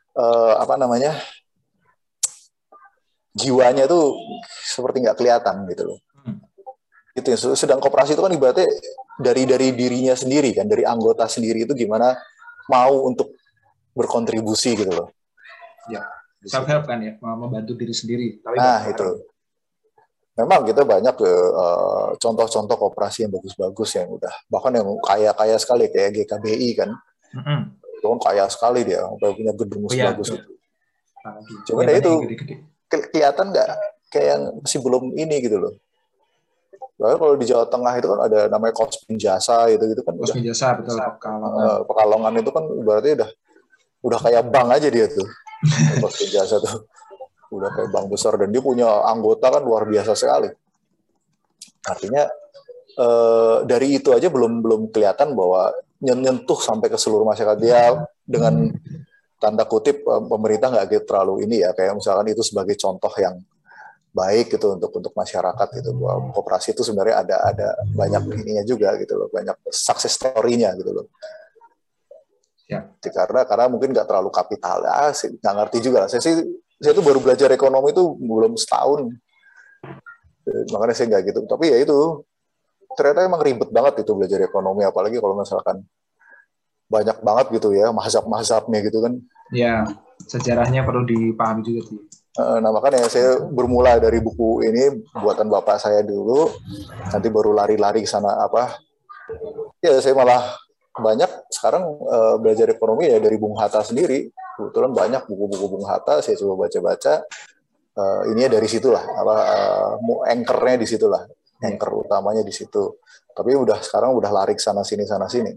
jiwanya tuh seperti nggak kelihatan gitu loh. Itu sedang koperasi itu kan ibaratnya dari dirinya sendiri kan, dari anggota sendiri itu gimana mau untuk berkontribusi gitu loh. Ya, self help kan ya, membantu diri sendiri. Tapi itu. Memang kita banyak contoh-contoh koperasi yang bagus-bagus yang udah bahkan yang kaya-kaya sekali kayak GKBI kan. Itu kan kaya sekali dia, punya gedung bagus itu. Cuman ya itu kelihatan nggak kayak yang masih belum ini gitu loh. Soalnya kalau di Jawa Tengah itu kan ada namanya Kosmin Jasa gitu kan. Kosmin Jasa betul. Pekalongan itu kan berarti udah kayak bank aja dia tuh. Kosmin Jasa tuh udah kayak bank besar dan dia punya anggota kan luar biasa sekali. Artinya dari itu aja belum kelihatan bahwa nyentuh sampai ke seluruh masyarakat. Dia dengan tanda kutip pemerintah nggak gitu terlalu ini ya, kayak misalkan itu sebagai contoh yang baik gitu untuk masyarakat gitu, bahwa koperasi itu sebenarnya ada banyak ininya juga gitu loh, banyak success story-nya gitu loh. Ya. Karena mungkin nggak terlalu kapital ya, nggak ngerti juga. Saya tuh baru belajar ekonomi itu belum setahun. Makanya saya nggak gitu. Tapi ya itu, ternyata emang ribet banget itu belajar ekonomi, apalagi kalau misalkan banyak banget gitu ya, mazhab-mazhabnya gitu kan. Ya, sejarahnya perlu dipahami juga sih. Nah makanya saya bermula dari buku ini, buatan bapak saya dulu, nanti baru lari-lari ke sana apa. Ya saya malah banyak sekarang belajar ekonomi ya dari Bung Hatta sendiri. Kebetulan banyak buku-buku Bung Hatta, saya coba baca-baca. Ini dari situlah, anchor-nya di situlah, anchor utamanya di situ. Tapi sekarang udah lari ke sana sini.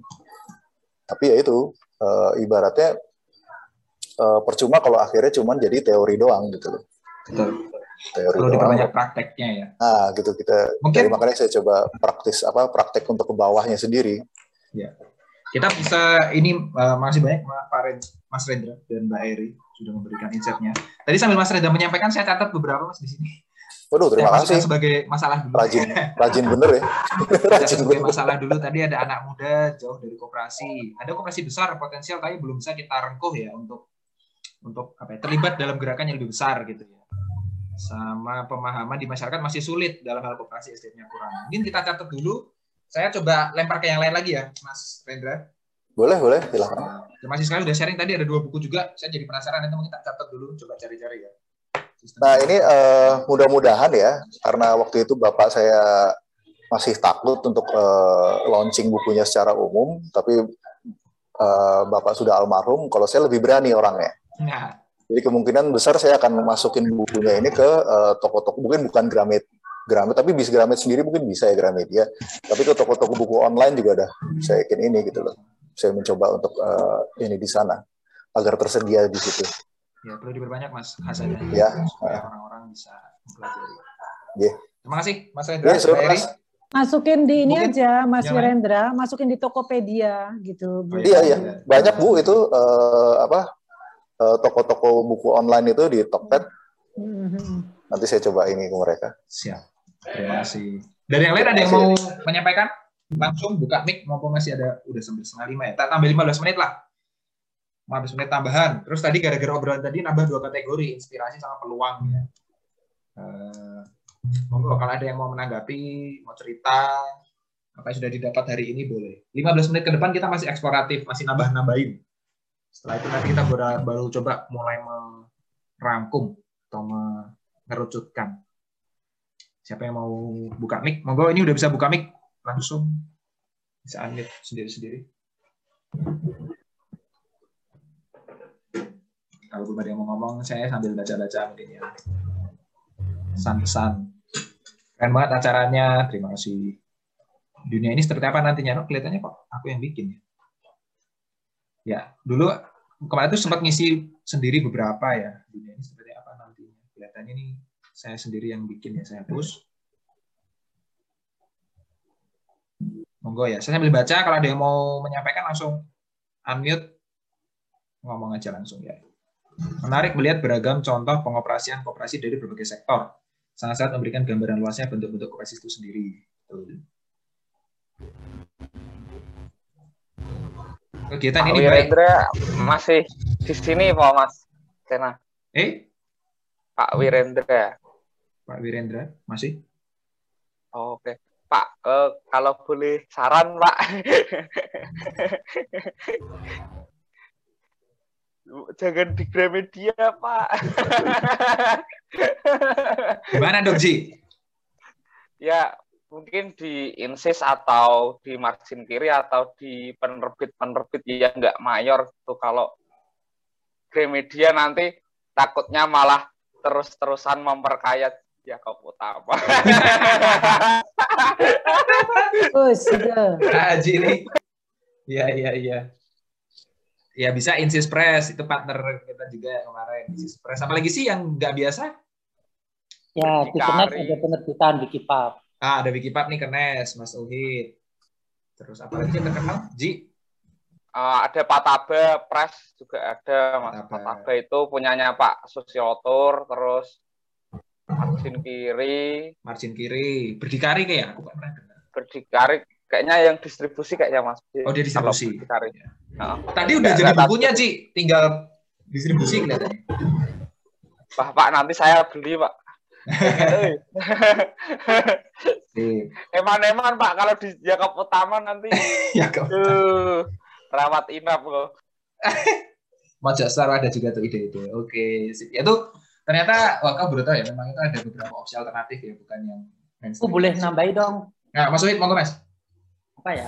Tapi ya itu ibaratnya percuma kalau akhirnya cuman jadi teori doang gitu loh. Betul. Teori perlu doang. diperbanyak prakteknya ya. Nah gitu kita. Mungkin makanya saya coba praktek untuk ke bawahnya sendiri. Ya. Kita bisa ini makasih banyak Mas Rendra dan Mbak Eri sudah memberikan insight-nya. Tadi sambil Mas Rendra menyampaikan, saya catat beberapa Mas di sini. Waduh, terima kasih. Sebagai masalah dulu. Rajin bener ya. Sebagai masalah dulu, tadi ada anak muda jauh dari koperasi. Ada koperasi besar potensial tapi belum bisa kita rengkuh ya untuk terlibat dalam gerakan yang lebih besar gitu ya. Sama pemahaman di masyarakat masih sulit dalam hal koperasi, SDM-nya kurang. Mungkin kita catat dulu. Saya coba lempar ke yang lain lagi ya, Mas Rendra. Boleh, silakan. Terima kasih sekali udah sharing, tadi ada 2 buku juga. Saya jadi penasaran, nanti mungkin kita catat dulu, coba cari-cari ya. Nah ini mudah-mudahan ya, karena waktu itu bapak saya masih takut untuk launching bukunya secara umum, tapi bapak sudah almarhum, kalau saya lebih berani orangnya. Nah. Jadi kemungkinan besar saya akan masukin bukunya ini ke toko-toko, mungkin bukan Gramet, tapi bis Gramet sendiri mungkin bisa ya Gramedia, tapi ke toko-toko buku online juga ada, saya yakin ini gitu loh. Saya mencoba untuk ini di sana, agar tersedia di situ. Ya, perlu diperbanyak Mas hasilnya. Ya. Supaya orang-orang bisa mempelajari. Yeah. Terima kasih Mas Rendra, Mbak Eri. Masukin di ini mungkin aja Mas Wirendra, masukin di Tokopedia gitu. Iya. Banyak Bu itu toko-toko buku online itu di Tokped. Nanti saya coba ini ke mereka. Siap. Terima kasih. Dari yang lain ada yang mau menyampaikan? Langsung buka mic maupun masih ada udah sampai 4:30 ya. Tak tambah 15 menit lah. 15 menit tambahan. Terus tadi gara-gara obrolan tadi nambah 2 kategori, inspirasi sama peluang ya. Monggo kalau ada yang mau menanggapi, mau cerita apa yang sudah didapat hari ini boleh. 15 menit ke depan kita masih eksploratif, masih nambah-nambahin. Setelah itu nanti kita baru coba mulai merangkum atau mengerucutkan. Siapa yang mau buka mic? Monggo, ini udah bisa buka mic langsung. Bisa unmute sendiri-sendiri. Kalau belum ada yang mau ngomong, saya sambil baca-baca mungkin ya. Pesan-pesan. Keren banget acaranya, terima kasih. Dunia ini seperti apa nantinya? Kelihatannya kok aku yang bikin ya. Ya, dulu kemarin itu sempat ngisi sendiri beberapa ya. Dunia ini seperti apa nantinya. Kelihatannya ini saya sendiri yang bikin ya, saya push. Monggo ya, saya sambil baca, kalau ada yang mau menyampaikan langsung unmute, ngomong aja langsung ya. Menarik melihat beragam contoh pengoperasian koperasi dari berbagai sektor. Sangat-sangat memberikan gambaran luasnya bentuk-bentuk koperasi itu sendiri. Kegiatan ini baik. Wirendra masih di sini Pak Mas Sena. Pak Wirendra. Pak Wirendra masih? Oh, oke. Pak, kalau boleh saran Pak. Jangan di Gramedia Pak. Gimana dong Ji? Ya mungkin di Insys atau di margin kiri atau di penerbit-penerbit yang nggak mayor tuh. Kalau Gramedia nanti takutnya malah terus-terusan memperkaya Jakob Utama. Haji ini. Iya. Ya bisa Insys Press, itu partner kita juga kemarin. Insys Press. Apalagi sih yang nggak biasa? Ya, di Kenes ada penerbitan Wikipap. Ada Wikipap nih Kenes, Mas Uhid. Terus apalagi yang terkenal? Ji? Ada Pataba Press juga ada, Mas. Pataba itu punyanya Pak Susiotur, terus Margin Kiri. Berdikari kayak aku kan pernah dengar. Berdikari kayaknya yang distribusi kayaknya Mas. Oh, dia distribusi. Nah, tadi udah jadi bukunya, Ci. Tinggal distribusi kelihatannya. Pak, nanti saya beli, Pak. Eman-eman Pak, kalau di Jakarta Utama nanti rawat inap loh. Mojok selalu ada juga tuh ide-ide. Oke, sip. Ya tuh ternyata kau baru tahu ya, memang itu ada beberapa opsi alternatif ya, bukan yang Aku boleh nambahin dong. Nah, Mas Wahid, monggo Mas. Apa ya?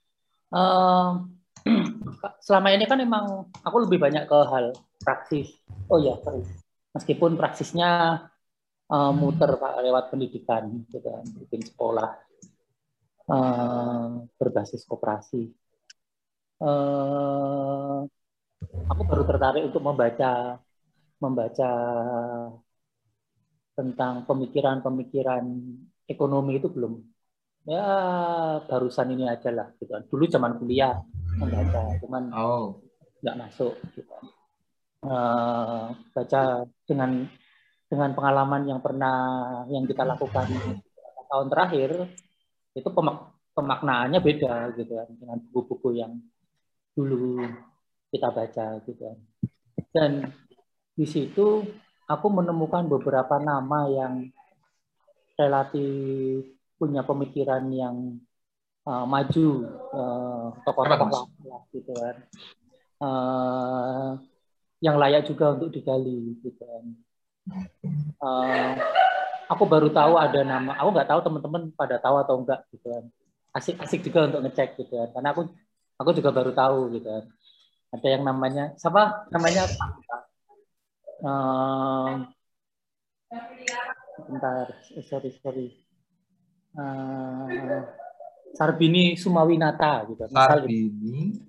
Selama ini kan emang aku lebih banyak ke hal praksis. Oh ya, sorry. Meskipun praksisnya muter Pak lewat pendidikan, gitu kan, bikin sekolah berbasis koperasi. Aku baru tertarik untuk membaca tentang pemikiran ekonomi itu belum. Ya barusan ini aja lah, gitu kan. Dulu zaman kuliah membaca, cuman nggak masuk. Gitu. Baca dengan pengalaman yang kita lakukan tahun terakhir, itu pemaknaannya beda gitu kan, dengan buku-buku yang dulu kita baca gitu kan. Dan di situ aku menemukan beberapa nama yang relatif punya pemikiran yang maju, tokoh-tokoh lah gitu kan, yang layak juga untuk digali gitu kan. Aku baru tahu ada nama, aku nggak tahu teman-teman pada tahu atau enggak gitu kan. Asik juga untuk ngecek gitu kan, karena aku juga baru tahu gitu kan. Ada yang namanya siapa namanya? Bentar, sorry. Sarbini Sumawinata gitu. Sarbini.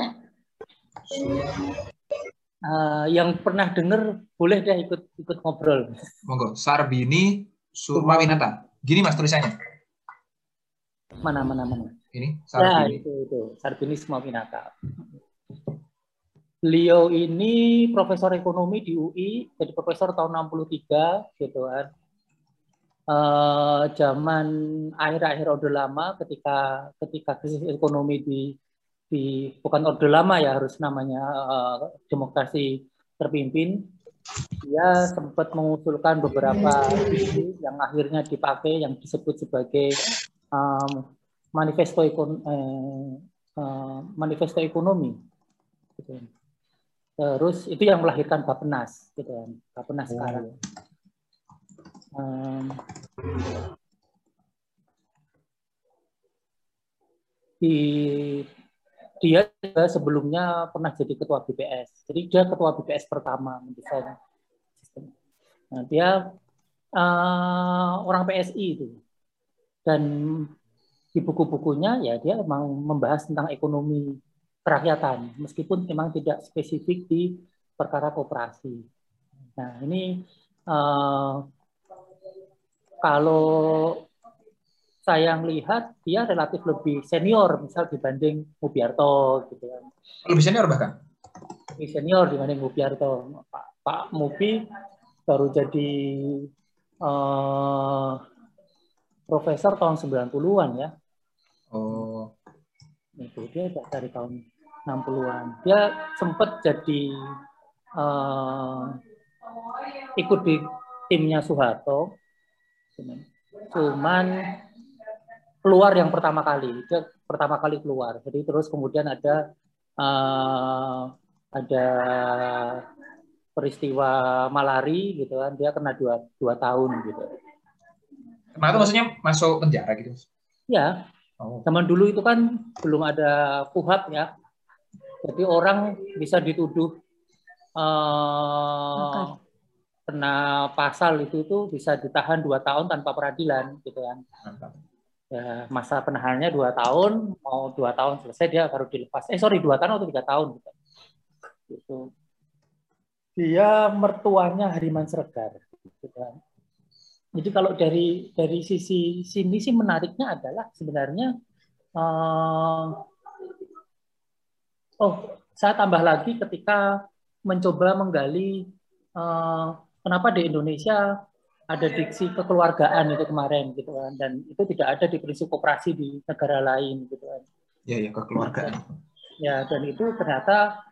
Yang pernah dengar boleh deh ikut ngobrol. Monggo. Sarbini Sumawinata. Gini Mas tulisannya. Mana. Ini Sarbini. Ya, itu Sarbini Sumawinata. Beliau ini profesor ekonomi di UI, jadi profesor tahun 63 gitu kan. Zaman akhir-akhir Orde Lama, ketika krisis ekonomi di bukan Orde Lama ya, harus namanya demokrasi terpimpin, dia sempat mengusulkan beberapa isu yang akhirnya dipakai, yang disebut sebagai manifesto ekonomi gitu. Terus itu yang melahirkan Bappenas gitu kan, Bappenas sekarang. Dia juga sebelumnya pernah jadi ketua BPS. Jadi dia ketua BPS pertama mendesain sistem. Nah, dia orang PSI itu. Dan di buku-bukunya ya dia memang membahas tentang ekonomi kerakyatan, meskipun memang tidak spesifik di perkara koperasi. Nah, ini kalau saya melihat dia relatif lebih senior, misal dibanding Mubiarto, gitu kan. Lebih senior bahkan? Lebih senior dibanding Mubiarto. Pak Mubi baru jadi profesor tahun 90-an ya. Oh. Itu dia dari tahun 60-an. Dia sempat jadi ikut di timnya Soeharto. Cuman keluar yang pertama kali. Dia pertama kali keluar. Jadi terus kemudian ada peristiwa malari gitu kan. Dia kena 2 tahun gitu. Kenapa itu maksudnya masuk penjara gitu? Ya. Zaman dulu itu kan belum ada KUHP ya. Jadi orang bisa dituduh kena pasal itu bisa ditahan 2 tahun tanpa peradilan gitu kan. Ya, masa penahanannya 2 tahun, mau 2 tahun selesai dia baru dilepas. 2 tahun atau 3 tahun gitu. Dia mertuanya Hariman Sregar gitu kan. Jadi kalau dari sisi sini sih menariknya adalah sebenarnya saya tambah lagi ketika mencoba menggali kenapa di Indonesia ada diksi kekeluargaan itu kemarin gitu kan, dan itu tidak ada di prinsip koperasi di negara lain gitu kan. Ya kekeluargaan. Ya, dan itu ternyata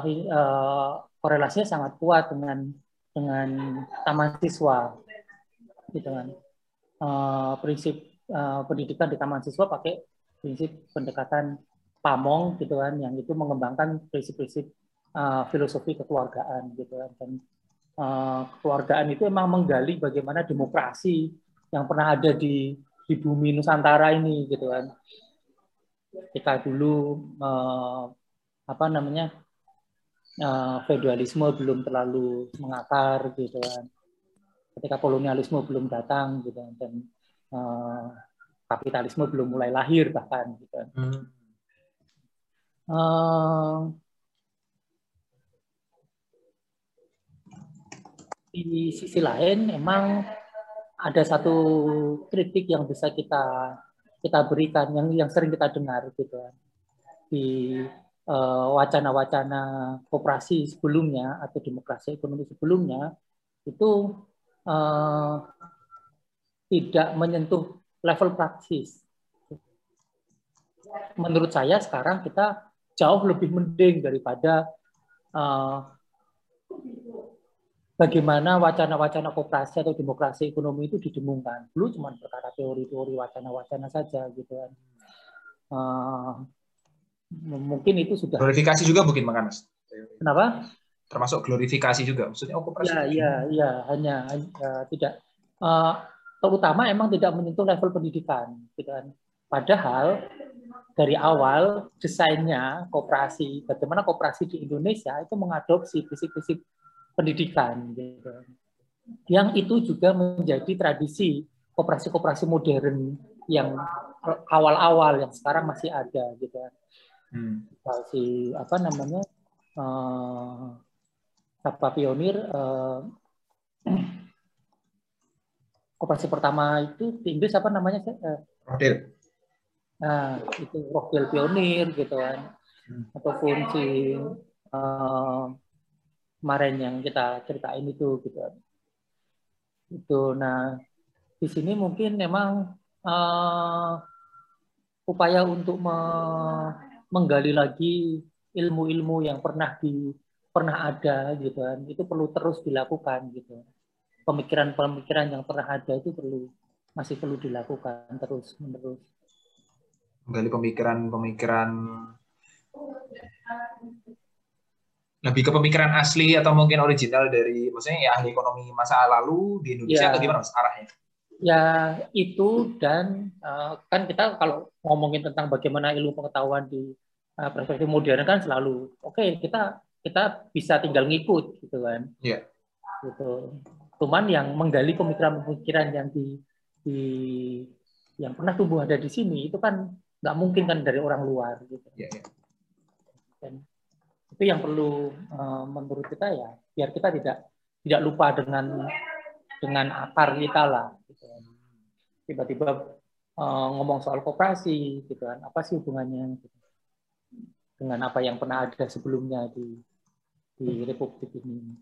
korelasinya sangat kuat dengan taman siswa. gitu kan. Prinsip pendidikan di taman siswa pakai prinsip pendekatan Pamong gitu kan, yang itu mengembangkan prinsip-prinsip filosofi kekeluargaan gitu kan. Dan kekeluargaan itu emang menggali bagaimana demokrasi yang pernah ada di bumi Nusantara ini gitu kan. Kita dulu apa namanya feudalisme belum terlalu mengakar gitu kan. Ketika kolonialisme belum datang gitu kan. Dan kapitalisme belum mulai lahir bahkan gitu kan. Di sisi lain memang ada satu kritik yang bisa kita berikan yang sering kita dengar gitu kan. Di wacana-wacana koperasi sebelumnya atau demokrasi ekonomi sebelumnya itu tidak menyentuh level praksis. Menurut saya sekarang kita jauh lebih mending daripada bagaimana wacana-wacana koperasi atau demokrasi ekonomi itu didengungkan. Dulu cuma perkara teori-teori wacana-wacana saja gitu kan. Mungkin itu sudah glorifikasi juga mungkin Bang Anas. Kenapa? Termasuk glorifikasi juga. Maksudnya koperasi. Ya, hanya tidak terutama emang tidak menyentuh level pendidikan gitu kan. Padahal dari awal desainnya koperasi, bagaimana koperasi di Indonesia itu mengadopsi prinsip-prinsip pendidikan gitu. Yang itu juga menjadi tradisi koperasi-koperasi modern yang awal-awal yang sekarang masih ada gitu. Si apa namanya Pionir koperasi pertama itu di Inggris apa namanya? Rodel. Nah, itu Rochdale Pionir gitu kan. Ataupun si kemarin yang kita ceritain itu gitu. Itu. Nah, di sini mungkin memang upaya untuk menggali lagi ilmu-ilmu yang pernah ada gitu kan. Itu perlu terus dilakukan gitu. Pemikiran-pemikiran yang pernah ada itu masih perlu dilakukan terus-menerus. Menggali pemikiran lebih ke pemikiran asli atau mungkin original dari maksudnya ya ahli ekonomi masa lalu di Indonesia atau gimana Mas arahnya? Ya itu dan kan kita kalau ngomongin tentang bagaimana ilmu pengetahuan di perspektif modern kan selalu kita bisa tinggal ngikut gitu kan. Iya. Gitu. Cuman yang menggali pemikiran-pemikiran yang yang pernah tumbuh ada di sini itu kan nggak mungkin kan dari orang luar gitu. Iya. Dan itu yang perlu menurut kita ya biar kita tidak lupa dengan akar kita lah gitu. Tiba-tiba ngomong soal koperasi gitu kan, apa sih hubungannya gitu, dengan apa yang pernah ada sebelumnya di Republik ini.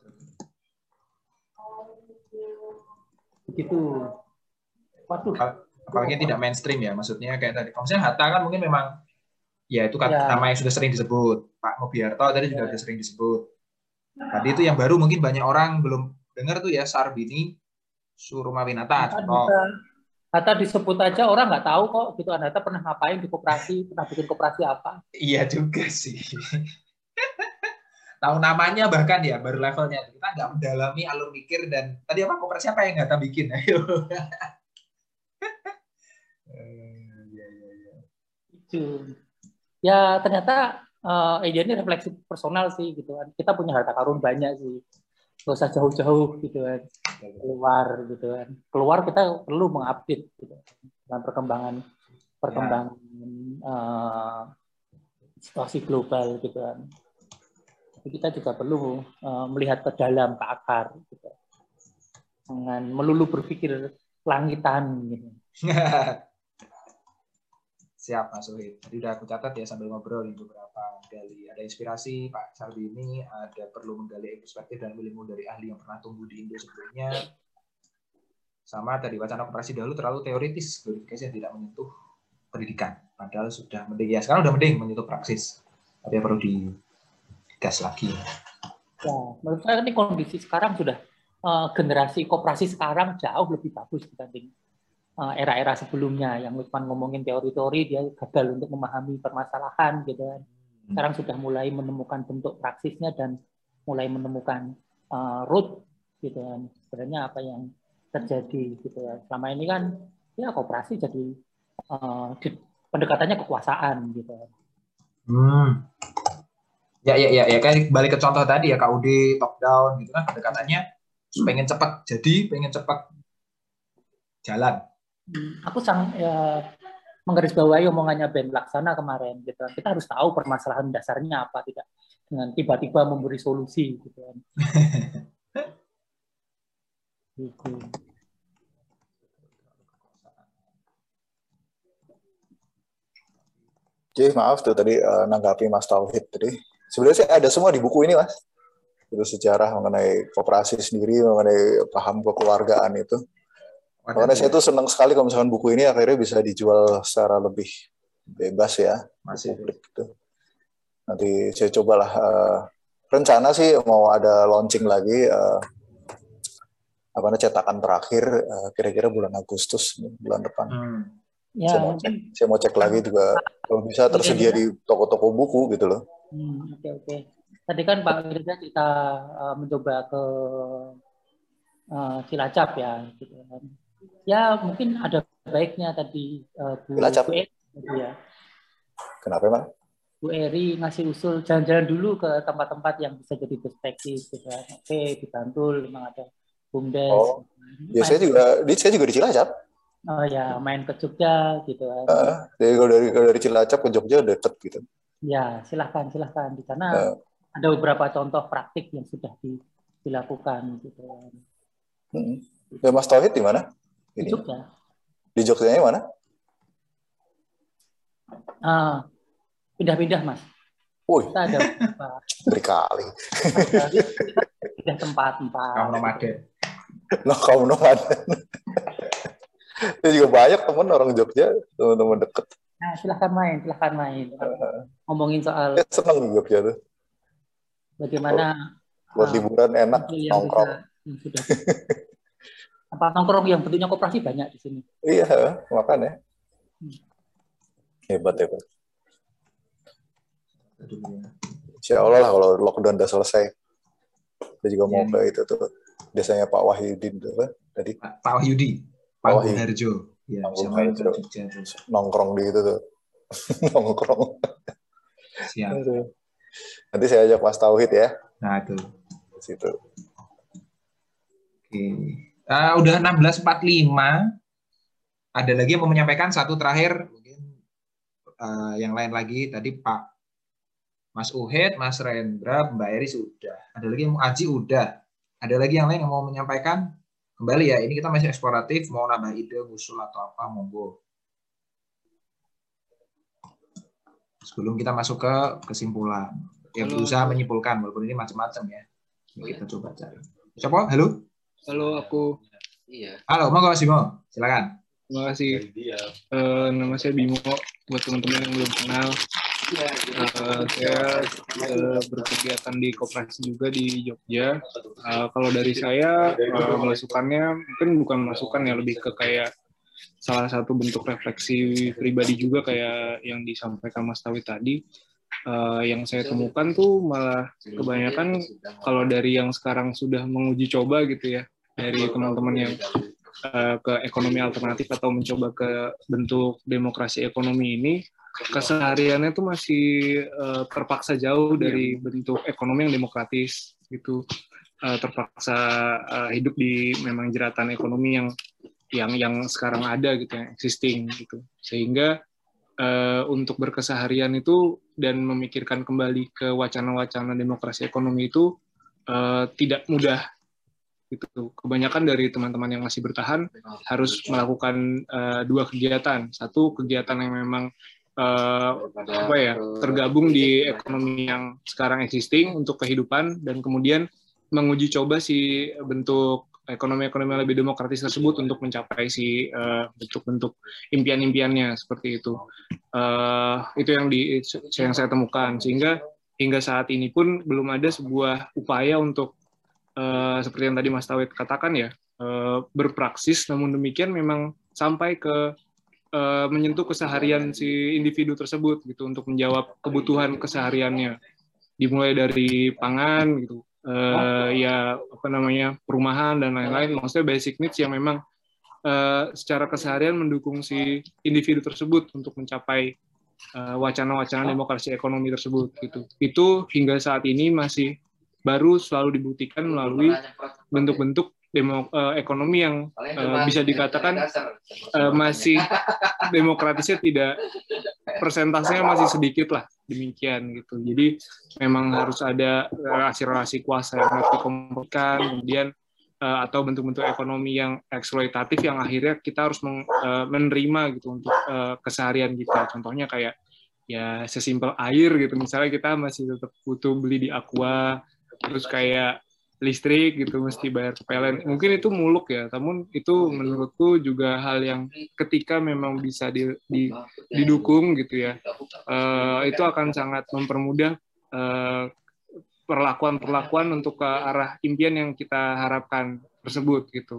Begitu. Waduh. Apalagi tidak mainstream ya, maksudnya kayak tadi. Maksudnya Hatta kan mungkin memang ya itu kan nama yang sudah sering disebut. Pak Mobiarto tadi juga sudah sering disebut. Tadi itu yang baru mungkin banyak orang belum dengar tuh ya, Sarbini Surmawinata. Hatta disebut aja orang nggak tahu kok gitu. Hatta pernah ngapain di koperasi, pernah bikin koperasi apa? Iya juga sih. Tahu namanya bahkan ya baru levelnya. Kita nggak mendalami alur pikir dan tadi apa koperasi apa yang Hatta bikin? Ayo. Ya ternyata ini refleksi personal sih gitu kan. Kita punya harta karun banyak sih. Gak usah jauh-jauh gitu kan. Keluar gitu kan. Keluar kita perlu mengupdate gitu dengan perkembangan situasi global gitu kan. Tapi kita juga perlu melihat ke dalam, ke akar gitu. Jangan melulu berpikir langitan gitu. Siap Mas Uhid. Tadi udah aku catat ya sambil ngobrol beberapa gali. Ada inspirasi Pak Sarbini, ada perlu menggali perspektif dan ilmu dari ahli yang pernah tumbuh di Indo sebelumnya. Sama tadi wacana koperasi dahulu terlalu teoritis, glorifikasi yang tidak menyentuh pendidikan. Padahal sudah mending ya, sekarang udah mending menyentuh praksis. Tapi perlu digas lagi. Ya, menurut saya ini kondisi sekarang sudah generasi koperasi sekarang jauh lebih bagus dibanding era-era sebelumnya. Yang Lukman ngomongin teori-teori, dia gagal untuk memahami permasalahan gitu kan. Sekarang sudah mulai menemukan bentuk praksisnya dan mulai menemukan root gitu kan. Sebenarnya apa yang terjadi gitu ya. Selama ini kan ya koperasi jadi pendekatannya kekuasaan gitu. Ya kayak balik ke contoh tadi ya KUD top down gitu kan, pendekatannya pengen cepat jadi, pengen cepat jalan. Aku menggarisbawahi omongannya Ben Laksana kemarin gitu. Kita harus tahu permasalahan dasarnya apa, tidak dengan tiba-tiba memberi solusi gitu kan. Gitu. Jadi maaf tuh tadi nanggapi Mas Tauhid tadi. Sebenarnya sih ada semua di buku ini, Mas. Itu sejarah mengenai koperasi sendiri, mengenai paham kekeluargaan itu. Makanya saya tuh senang sekali kalau misalkan buku ini akhirnya bisa dijual secara lebih bebas ya, masih publik gitu. Nanti saya cobalah. Rencana sih mau ada launching lagi, cetakan terakhir kira-kira bulan Agustus bulan depan. Ya, saya mau cek lagi juga kalau bisa tersedia di toko-toko buku gitu loh. Oke. Tadi kan Pak Mirza kita mencoba ke Cilacap ya, gitu kan. Ya mungkin ada baiknya tadi Bu Eri ya. Kenapa, Mas? Bu Eri ngasih usul jalan-jalan dulu ke tempat-tempat yang bisa jadi perspektif, gitu kan. Oke, di Bantul memang ada BUMDes. Oh, ya saya juga di Cilacap. Oh ya, main ke Jogja gitu kan. Jadi kalau dari Cilacap ke Jogja deket gitu. Ya, silahkan di sana ada beberapa contoh praktik yang sudah dilakukan gitu kan. Ya, Mas Tauhid di mana? Di Jogja. Di Jogjanya mana? Pindah-pindah, Mas. Wih, kita ada berkali. Pindah tempat. Kaum nomaden. Saya juga banyak teman orang Jogja, teman-teman deket. Nah, silahkan main. Ngomongin soal. Senang di Jogja tuh. Bagaimana buat liburan enak, nongkrong. Nongkrong yang bentuknya koperasi banyak di sini. Iya, makanya. Hebat. Insya Allah lah kalau lockdown udah selesai. Saya juga mau ke itu tuh. Desanya Pak Wahyudin tuh tadi. Pak Wahyudi. Pak Harjo. Ya, nongkrong di itu tuh. Nongkrong. Siap. Nanti saya ajak Mas Tauhid ya. Nah, itu. Situ. Oke. Udah 16.45. Ada lagi yang mau menyampaikan satu terakhir. Mungkin yang lain lagi. Tadi Pak Mas Uhid, Mas Rendra, Mbak Eri sudah. Ada lagi yang mau Aji udah. Ada lagi yang lain yang mau menyampaikan? Kembali ya, ini kita masih eksploratif. Mau nambah ide, usul atau apa, monggo. Sebelum kita masuk ke kesimpulan. Ya berusaha menyimpulkan, walaupun ini macam-macam ya. Kita coba cari. Siapa? Halo? Halo, aku. Iya. Halo, monggo Mas Bimo. Silakan. Terima kasih. Nama saya Bimo. Buat teman-teman yang belum kenal, saya berkegiatan di koperasi juga di Jogja. Kalau dari saya, masukannya mungkin bukan masukan ya, lebih ke kayak salah satu bentuk refleksi pribadi juga kayak yang disampaikan Mas Tauhid tadi. Yang saya temukan tuh malah kebanyakan kalau dari yang sekarang sudah menguji coba gitu ya, dari teman-teman yang ke ekonomi alternatif atau mencoba ke bentuk demokrasi ekonomi ini, kesehariannya tuh masih terpaksa jauh dari bentuk ekonomi yang demokratis gitu, terpaksa hidup di memang jeratan ekonomi yang sekarang ada gitu, yang existing gitu, sehingga untuk berkeseharian itu dan memikirkan kembali ke wacana-wacana demokrasi ekonomi itu tidak mudah gitu. Kebanyakan dari teman-teman yang masih bertahan harus melakukan dua kegiatan. Satu kegiatan yang memang tergabung di ekonomi yang sekarang existing untuk kehidupan, dan kemudian menguji coba si bentuk ekonomi-ekonomi yang lebih demokratis tersebut untuk mencapai si bentuk-bentuk impian-impiannya seperti itu. Itu yang saya temukan, sehingga hingga saat ini pun belum ada sebuah upaya untuk seperti yang tadi Mas Tauhid katakan ya, berpraksis, namun demikian memang sampai ke menyentuh keseharian si individu tersebut gitu untuk menjawab kebutuhan kesehariannya, dimulai dari pangan gitu, ya apa namanya, perumahan dan lain-lain, maksudnya basic needs yang memang secara keseharian mendukung si individu tersebut untuk mencapai wacana-wacana demokrasi ekonomi tersebut gitu. Itu hingga saat ini masih baru selalu dibuktikan melalui bentuk-bentuk ekonomi yang bisa dikatakan masih demokratisnya tidak, persentasenya masih sedikit lah, demikian gitu. Jadi memang harus ada relasi-relasi kuasa yang harus dikomunikasikan, kemudian atau bentuk-bentuk ekonomi yang eksploitatif yang akhirnya kita harus menerima gitu untuk keseharian kita. Contohnya kayak ya sesimpel air gitu, misalnya kita masih tetap butuh beli di Aqua, terus kayak listrik gitu mesti bayar ke PLN. Mungkin itu muluk ya, namun itu menurutku juga hal yang ketika memang bisa didukung gitu ya, itu akan sangat mempermudah perlakuan-perlakuan untuk ke arah impian yang kita harapkan tersebut gitu.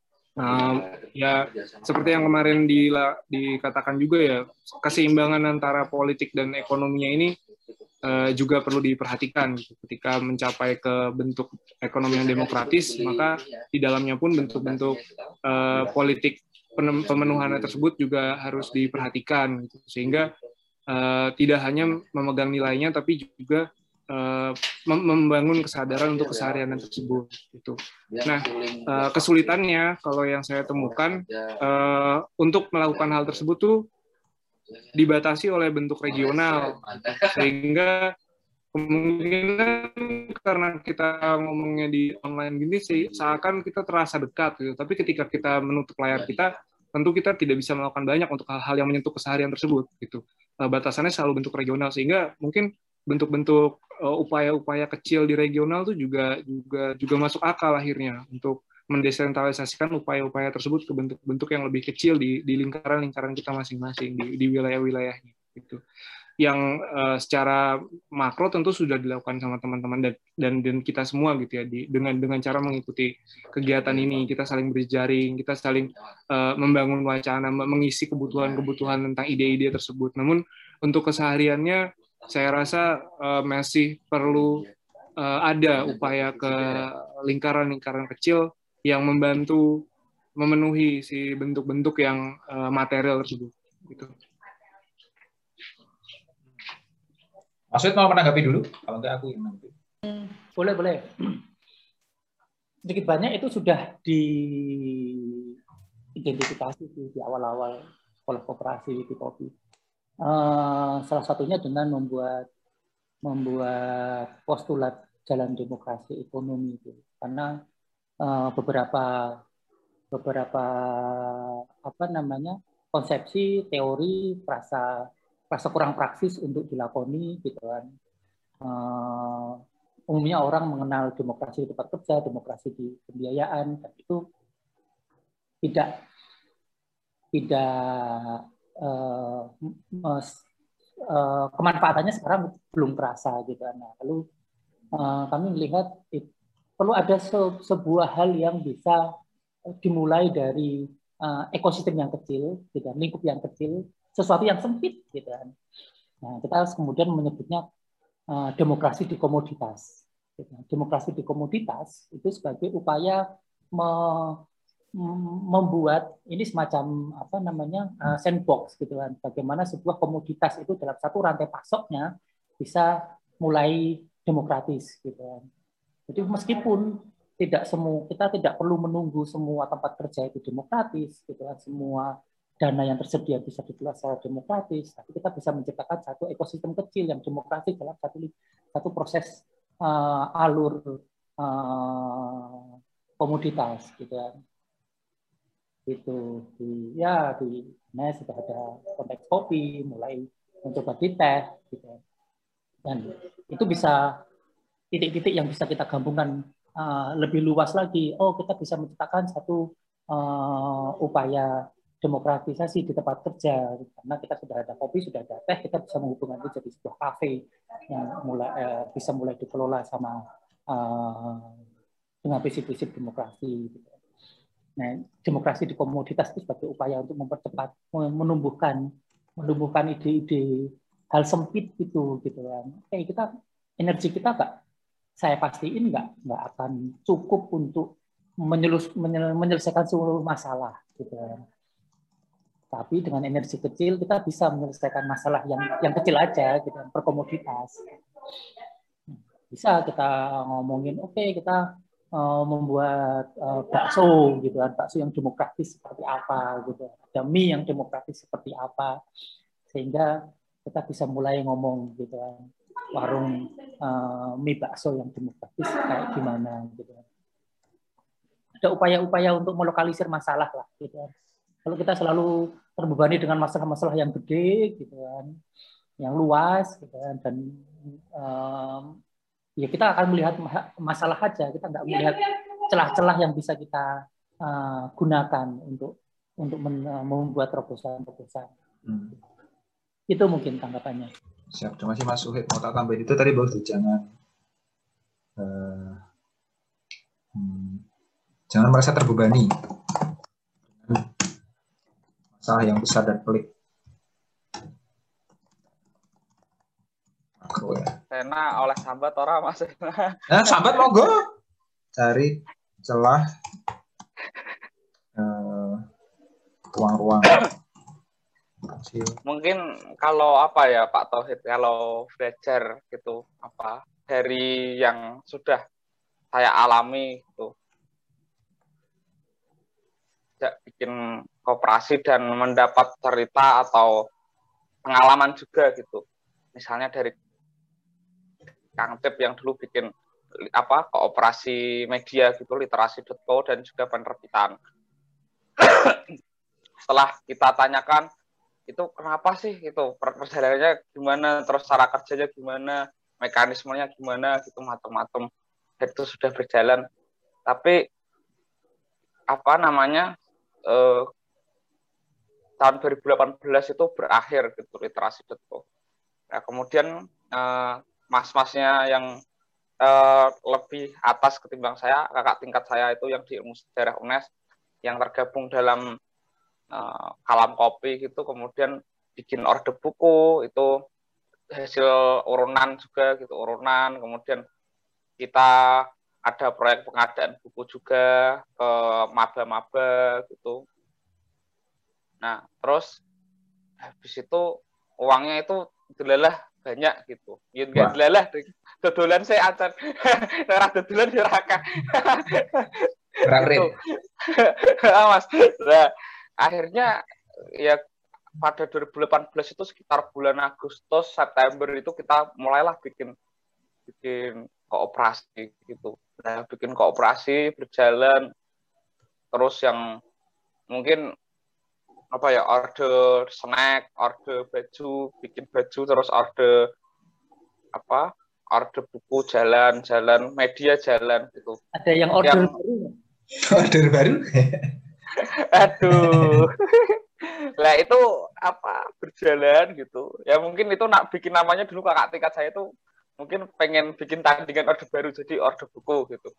Ya seperti yang kemarin dikatakan juga ya, keseimbangan antara politik dan ekonominya ini juga perlu diperhatikan gitu. Ketika mencapai ke bentuk ekonomi yang demokratis, maka di dalamnya pun bentuk-bentuk politik pemenuhannya tersebut juga harus diperhatikan gitu. Sehingga tidak hanya memegang nilainya tapi juga membangun kesadaran untuk keseharian tersebut gitu. Nah, kesulitannya kalau yang saya temukan untuk melakukan hal tersebut tuh dibatasi oleh bentuk regional, sehingga kemungkinan karena kita ngomongnya di online gini sih seakan kita terasa dekat gitu, tapi ketika kita menutup layar kita, tentu kita tidak bisa melakukan banyak untuk hal-hal yang menyentuh keseharian tersebut gitu. Batasannya selalu bentuk regional, sehingga mungkin bentuk-bentuk upaya-upaya kecil di regional tuh juga masuk akal akhirnya untuk mendesentralisasikan upaya-upaya tersebut ke bentuk-bentuk yang lebih kecil di lingkaran-lingkaran kita masing-masing di wilayah-wilayahnya gitu. Yang secara makro tentu sudah dilakukan sama teman-teman dan kita semua gitu ya, dengan cara mengikuti kegiatan ini, kita saling berjejaring, kita saling membangun wacana, mengisi kebutuhan-kebutuhan tentang ide-ide tersebut. Namun untuk kesehariannya saya rasa masih perlu ada upaya ke lingkaran-lingkaran kecil yang membantu memenuhi si bentuk-bentuk yang material tersebut. Gitu. Mas Wid mau menanggapi dulu? Kalau enggak aku yang menanggapi. Boleh. Sedikit banyak itu sudah diidentifikasi di awal-awal sekolah koperasi Wikipedia. Salah satunya dengan membuat postulat jalan demokrasi ekonomi itu, karena beberapa konsepsi teori rasa kurang praksis untuk dilakoni gitu kan. Umumnya orang mengenal demokrasi di tempat kerja, demokrasi di pembiayaan, tapi itu tidak kemanfaatannya sekarang belum terasa gitu. Nah, lalu kami melihat perlu ada sebuah hal yang bisa dimulai dari ekosistem yang kecil, gitu, lingkup yang kecil, sesuatu yang sempit, gitu. Nah, kita harus kemudian menyebutnya demokrasi di komoditas. Gitu. Demokrasi di komoditas itu sebagai upaya membuat ini semacam sandbox, gitu kan. Bagaimana sebuah komoditas itu dalam satu rantai pasoknya bisa mulai demokratis, gitu kan. Jadi meskipun kita tidak perlu menunggu semua tempat kerja itu demokratis, gitu kan, semua dana yang tersedia bisa dikelola secara demokratis, tapi kita bisa menciptakan satu ekosistem kecil yang demokratis dalam satu proses alur komoditas, gitu kan. Itu di sudah ada konteks kopi, mulai mencoba di teh, gitu. Dan itu bisa titik-titik yang bisa kita gabungkan lebih luas lagi. Oh, kita bisa menciptakan satu upaya demokratisasi di tempat kerja, karena kita sudah ada kopi, sudah ada teh, kita bisa menghubungkan itu jadi sebuah kafe yang bisa mulai dikelola sama dengan prinsip-prinsip demokrasi. Gitu. Nah, demokrasi di komoditas itu sebagai upaya untuk mempercepat, menumbuhkan ide-ide hal sempit gitu kan. Kita energi kita saya pastiin nggak akan cukup untuk menyelesaikan seluruh masalah gitu kan. Tapi dengan energi kecil kita bisa menyelesaikan masalah yang kecil aja gitu kan, per komoditas. Bisa kita ngomongin kita membuat bakso gitu kan, bakso yang demokratis seperti apa gitu. Ada mie yang demokratis seperti apa. Sehingga kita bisa mulai ngomong gitu kan, warung mie bakso yang demokratis kayak gimana gitu. Ada upaya-upaya untuk melokalisir masalah lah gitu kan. Kalau kita selalu terbebani dengan masalah-masalah yang gede gitu kan, yang luas gitu kan, dan ya kita akan melihat masalah aja, kita nggak melihat celah-celah yang bisa kita gunakan untuk membuat terobosan-terobosan. Itu mungkin tanggapannya. Siap, terima kasih Mas Uhid. Mau tak tambahin itu tadi bagus, jangan merasa terbebani masalah yang besar dan pelik. Makro ya. Sena oleh sambat ora Mas. Nah, sambat monggo. Cari celah ruang-ruang. Mungkin kalau apa ya Pak Tauhid, kalau belajar gitu dari yang sudah saya alami gitu, bikin koperasi dan mendapat cerita atau pengalaman juga gitu. Misalnya dari Kang Tip yang dulu bikin kooperasi media gitu, literasi.co dan juga penerbitan. Setelah kita tanyakan itu kenapa sih itu perjalanannya gimana, terus cara kerjanya gimana, mekanismenya gimana gitu, macam-macam. Itu sudah berjalan. Tapi tahun 2018 itu berakhir gitu literasi.co. Nah, kemudian mas-masnya yang lebih atas ketimbang saya, kakak tingkat saya itu yang di ilmu sejarah UNES, yang tergabung dalam Kalam Kopi gitu, kemudian bikin orde buku, itu hasil urunan juga gitu, kemudian kita ada proyek pengadaan buku juga ke maba-maba gitu. Nah, terus habis itu uangnya itu delalah banyak gitu. Ya enggak delalah, dodolan saya acan. Ora dodolan diraka. Gitu. Mas. Nah, akhirnya ya pada 2018 itu sekitar bulan Agustus, September itu kita mulailah bikin kooperasi gitu. Nah, bikin kooperasi berjalan, terus yang mungkin order snack, order baju, bikin baju, terus order buku jalan, media jalan gitu. Ada yang order baru? Order baru? Aduh. Lah itu berjalan gitu. Ya mungkin itu bikin namanya dulu kakak tingkat saya itu mungkin pengen bikin tandingan order baru jadi order buku gitu.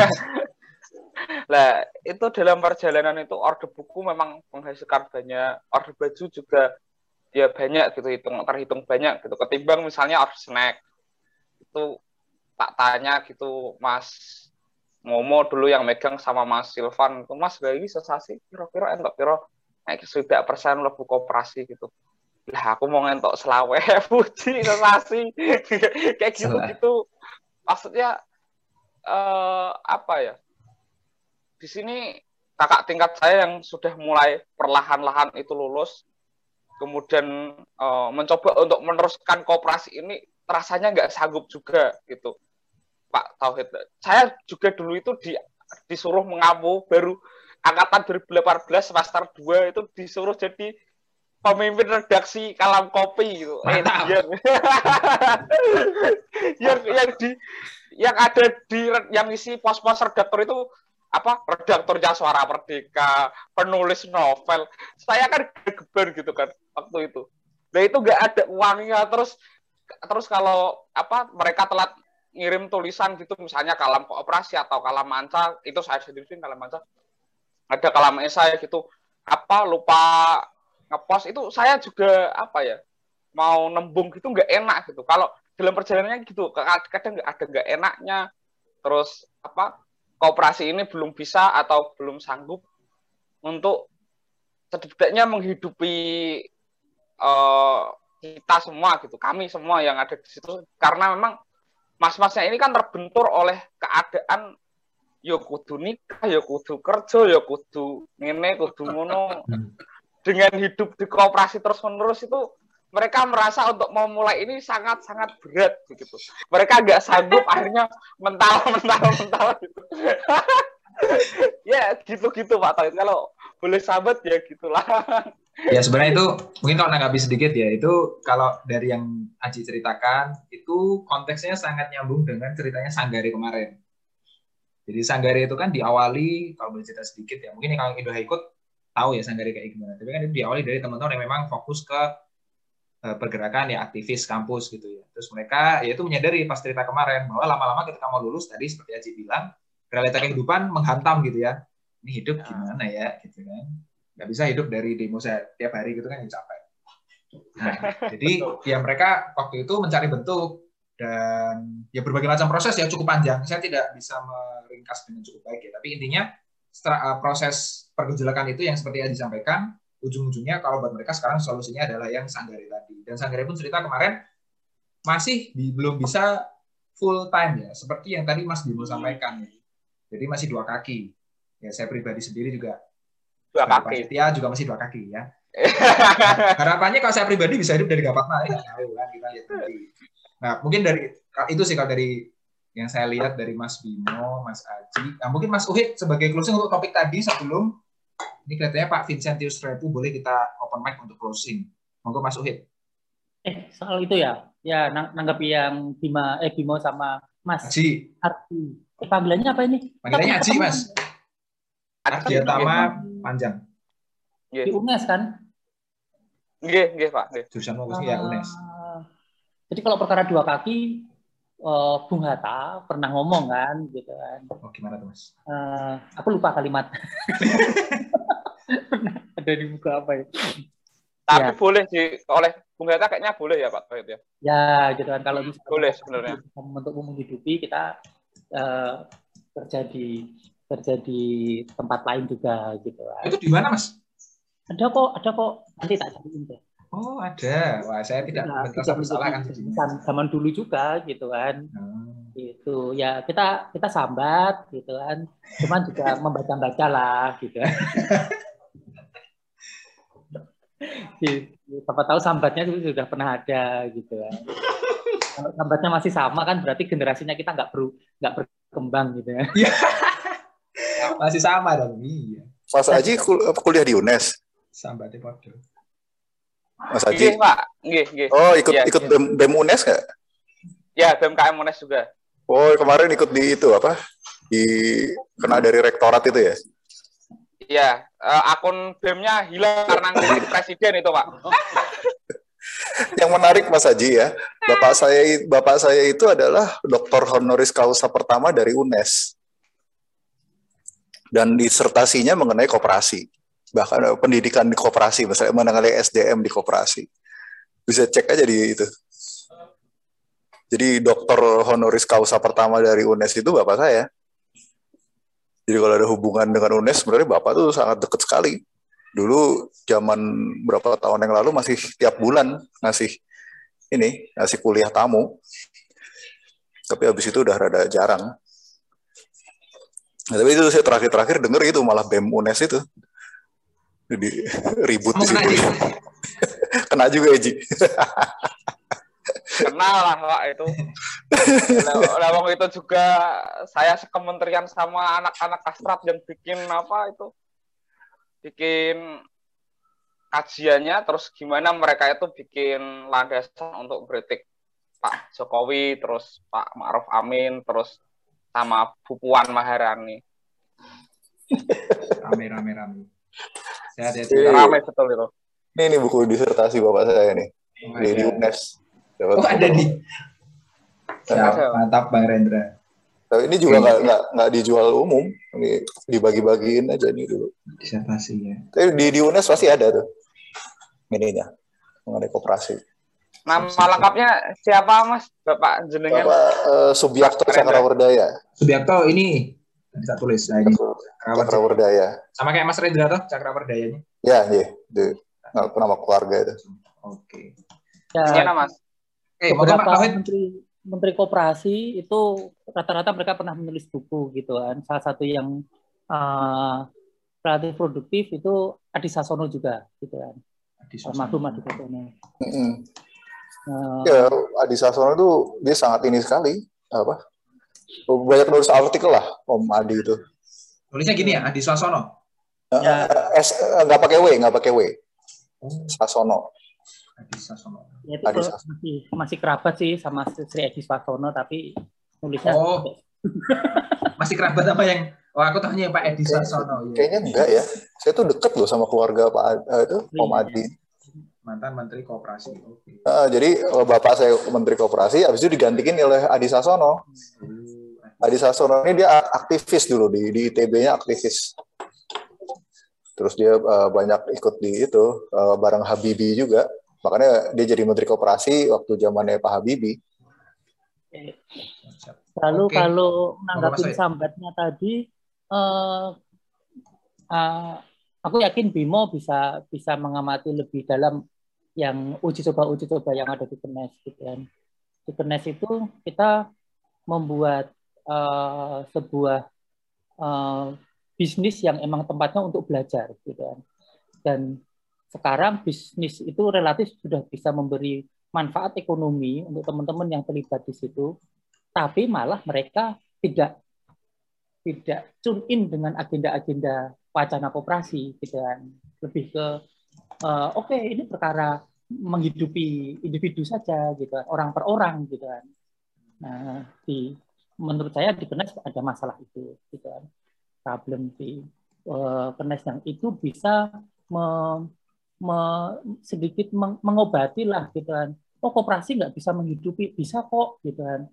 Lah itu dalam perjalanan itu order buku memang menghasilkan banyak, order baju juga ya banyak gitu, terhitung banyak gitu. Ketimbang misalnya order snack itu tak tanya gitu Mas Momo dulu yang megang sama Mas Silvan itu, Mas lagi sesasi kira-kira entuk piro nek 1% lebu koperasi gitu. Lah aku mau ngentok selawe puji sesasi kayak gitu. Maksudnya di sini kakak tingkat saya yang sudah mulai perlahan-lahan itu lulus, kemudian mencoba untuk meneruskan koperasi ini rasanya nggak sanggup juga gitu. Pak Tauhid, saya juga dulu itu disuruh mengamu baru angkatan 2018 semester 2 itu disuruh jadi pemimpin redaksi Kalam Kopi gitu. yang ada di yang isi pos-pos redaktor itu redaktornya Suara Merdeka, penulis novel. Saya kan geber gitu kan waktu itu. Nah itu nggak ada uangnya, terus kalau mereka telat ngirim tulisan gitu, misalnya kalam koperasi atau kalam manca, itu saya sendiri kalam manca, ada kalam esai gitu, lupa ngepost, itu saya juga mau nembung gitu nggak enak gitu. Kalau dalam perjalanannya gitu, kadang ada nggak enaknya, terus koperasi ini belum bisa atau belum sanggup untuk setidaknya menghidupi kita semua gitu, kami semua yang ada di situ, karena memang mas-masnya ini kan terbentur oleh keadaan yo kudu nikah, yo kudu kerja, yo kudu ngene, kudu ngono. Dengan hidup di koperasi terus-menerus itu mereka merasa untuk memulai ini sangat-sangat berat begitu. Mereka nggak sanggup, akhirnya mental gitu. Ya gitu-gitu Pak Tauhid. Kalau boleh sahabat ya gitulah. Ya sebenarnya itu mungkin kalau nanggapi sedikit ya, itu kalau dari yang Aji ceritakan itu konteksnya sangat nyambung dengan ceritanya Sanggare kemarin. Jadi Sanggare itu kan diawali, kalau boleh cerita sedikit ya, mungkin kalau Indo ikut tahu ya Sanggare kayak gimana. Tapi kan itu diawali dari teman-teman yang memang fokus ke pergerakan ya aktivis kampus gitu ya. Terus mereka ya itu menyadari pas cerita kemarin bahwa lama-lama ketika mau lulus tadi seperti Aji bilang, realita kehidupan menghantam gitu ya. Ini hidup gimana ya gitu kan. Nggak bisa hidup dari demo tiap hari gitu kan, yang capek. Nah, jadi ya mereka waktu itu mencari bentuk dan ya berbagai macam proses ya, cukup panjang. Saya tidak bisa meringkas dengan cukup baik ya, tapi intinya proses pergejolakan itu yang seperti yang disampaikan, ujung-ujungnya kalau buat mereka sekarang solusinya adalah yang Sanggare tadi. Dan Sanggare pun cerita kemarin masih belum bisa full time ya, seperti yang tadi Mas Bimo sampaikan. Jadi masih 2 kaki. Ya saya pribadi sendiri juga 2 kaki. Setia juga masih 2 kaki ya. Harapannya kalau saya pribadi bisa hidup dari Gapatma, nggak tahu kan, kita lihat nanti. Nah mungkin dari itu sih kalau dari yang saya lihat dari Mas Bimo, Mas Aji. Nah mungkin Mas Uhid sebagai closing untuk topik tadi sebelum ini kelihatannya Pak Vincentius Repu boleh kita open mic untuk closing. Monggo Mas Uhid. Soal itu ya nanggapi yang Bimo sama Mas Aji. Arti. Panggilannya apa ini? Panggilannya Aji Mas. Ardiatama Panjang. Di UNES kan? Nggih, Pak. Jurusan mau ya UNES. Jadi kalau perkara 2 kaki, Bung Hatta pernah ngomong kan, gitu kan. Oh, gimana tuh Mas? Aku lupa kalimat. Ada di buka apa ya? Tapi boleh oleh Bung Hatta kayaknya boleh ya Pak Tauhid ya? Ya, gitu kan. Kalau bisa boleh sebenarnya. Untuk menghidupi kita kerja di tempat lain juga gitu kan. Itu di mana Mas? Ada kok. Nanti tak cariin deh. Oh ada. Wah saya tidak merasa bersalah kan di sini. Zaman dulu juga gitu kan. Gitu ya kita sambat gitu kan. Cuman juga membaca lah gitu. Siapa tahu sambatnya itu sudah pernah ada gitu kan. Kalau sambatnya masih sama kan berarti generasinya kita nggak berkembang gitu ya. Masih sama dong. Iya. Mas Aji kuliah di UNES. Sambatnya podo. Mas Aji. Nggih, Pak. Nggih. Oh, ikut BEM UNES nggak? Ya, BMKM UNES juga. Oh, kemarin ikut di itu apa? Kena dari rektorat itu ya? Iya, akun BEM-nya hilang karena ngisi presiden itu, Pak. Yang menarik Mas Aji ya, bapak saya itu adalah doktor honoris causa pertama dari UNES. Dan disertasinya mengenai koperasi. Bahkan pendidikan di koperasi, misalnya mengenai SDM di koperasi. Bisa cek aja di itu. Jadi doktor honoris causa pertama dari UNES itu bapak saya. Jadi kalau ada hubungan dengan UNES, sebenarnya bapak tuh sangat dekat sekali. Dulu zaman berapa tahun yang lalu masih tiap bulan ngasih kuliah tamu. Tapi habis itu udah rada jarang. Nah, tapi itu saya terakhir denger itu malah BEM UNES itu. Jadi ribut di situ. Kena juga Eji. Kenal lah Pak itu. Lawang itu juga saya sekementerian sama anak-anak Kastrat yang bikin bikin kajiannya, terus gimana mereka itu bikin landasan untuk kritik Pak Jokowi, terus Pak Ma'ruf Amin, terus sama Bu Puan Maharani. Rame. Rame betul itu. Ini buku disertasi bapak saya nih. Di UNES. Oh ada di. Siap, mantap Bang Rendra. Tapi ini juga nggak dijual umum, ini dibagi-bagiin aja nih dulu. Disertasinya. Tapi di UNES pasti ada tuh ininya mengenai koperasi. Nama lengkapnya siapa Mas? Bapak jenengan? Bapak Subiakto Cakrawardaya. Subiakto ini bisa tulis nah ini. Cakrawardaya. Sama kayak Mas Rendra tuh Cakrawardayanya. Ya, itu nama keluarga itu. Oke. Gimana Mas? Beberapa menteri koperasi itu rata-rata mereka pernah menulis buku gitu kan. Salah satu yang relatif produktif itu Adi Sasono juga gitu kan. Almarhum Adi Sasono. Ya, Adi Sasono itu dia sangat ini sekali banyak nulis artikel lah Om Adi itu. Tulisnya gini ya, Adi Sasono. Nggak pakai W. Sasono. Adi Sasono. Ya, itu masih kerabat sih sama Sri Edi Sasono tapi nulisnya. Masih kerabat sama yang aku tanya Pak Edi Sasono. Kayaknya enggak ya. Saya tuh deket loh sama keluarga Pak Om Adi. Mantan Menteri Koperasi. Jadi bapak saya Menteri Koperasi, habis itu digantikin oleh Adi Sasono. Adi Sasono ini dia aktivis dulu di ITB-nya aktivis. Terus dia banyak ikut di itu bareng Habibie juga. Makanya dia jadi Menteri Koperasi waktu zamannya Pak Habibie. Lalu kalau menanggapi sambatnya tadi, aku yakin Bimo bisa mengamati lebih dalam yang uji coba yang ada di Kenes gitu kan. Di Kenes itu kita membuat sebuah bisnis yang emang tempatnya untuk belajar gitu kan. Dan sekarang bisnis itu relatif sudah bisa memberi manfaat ekonomi untuk teman-teman yang terlibat di situ, tapi malah mereka tidak tune in dengan agenda-agenda wacana koperasi gitu kan. Lebih ke oke, ini perkara menghidupi individu saja gitu kan, orang per orang gitu kan. Nah, menurut saya di Kenes ada masalah itu gitu kan. Problem di Kenes yang itu bisa sedikit mengobati lah gitu kan. Oh, koperasi nggak bisa menghidupi, bisa kok gitu kan.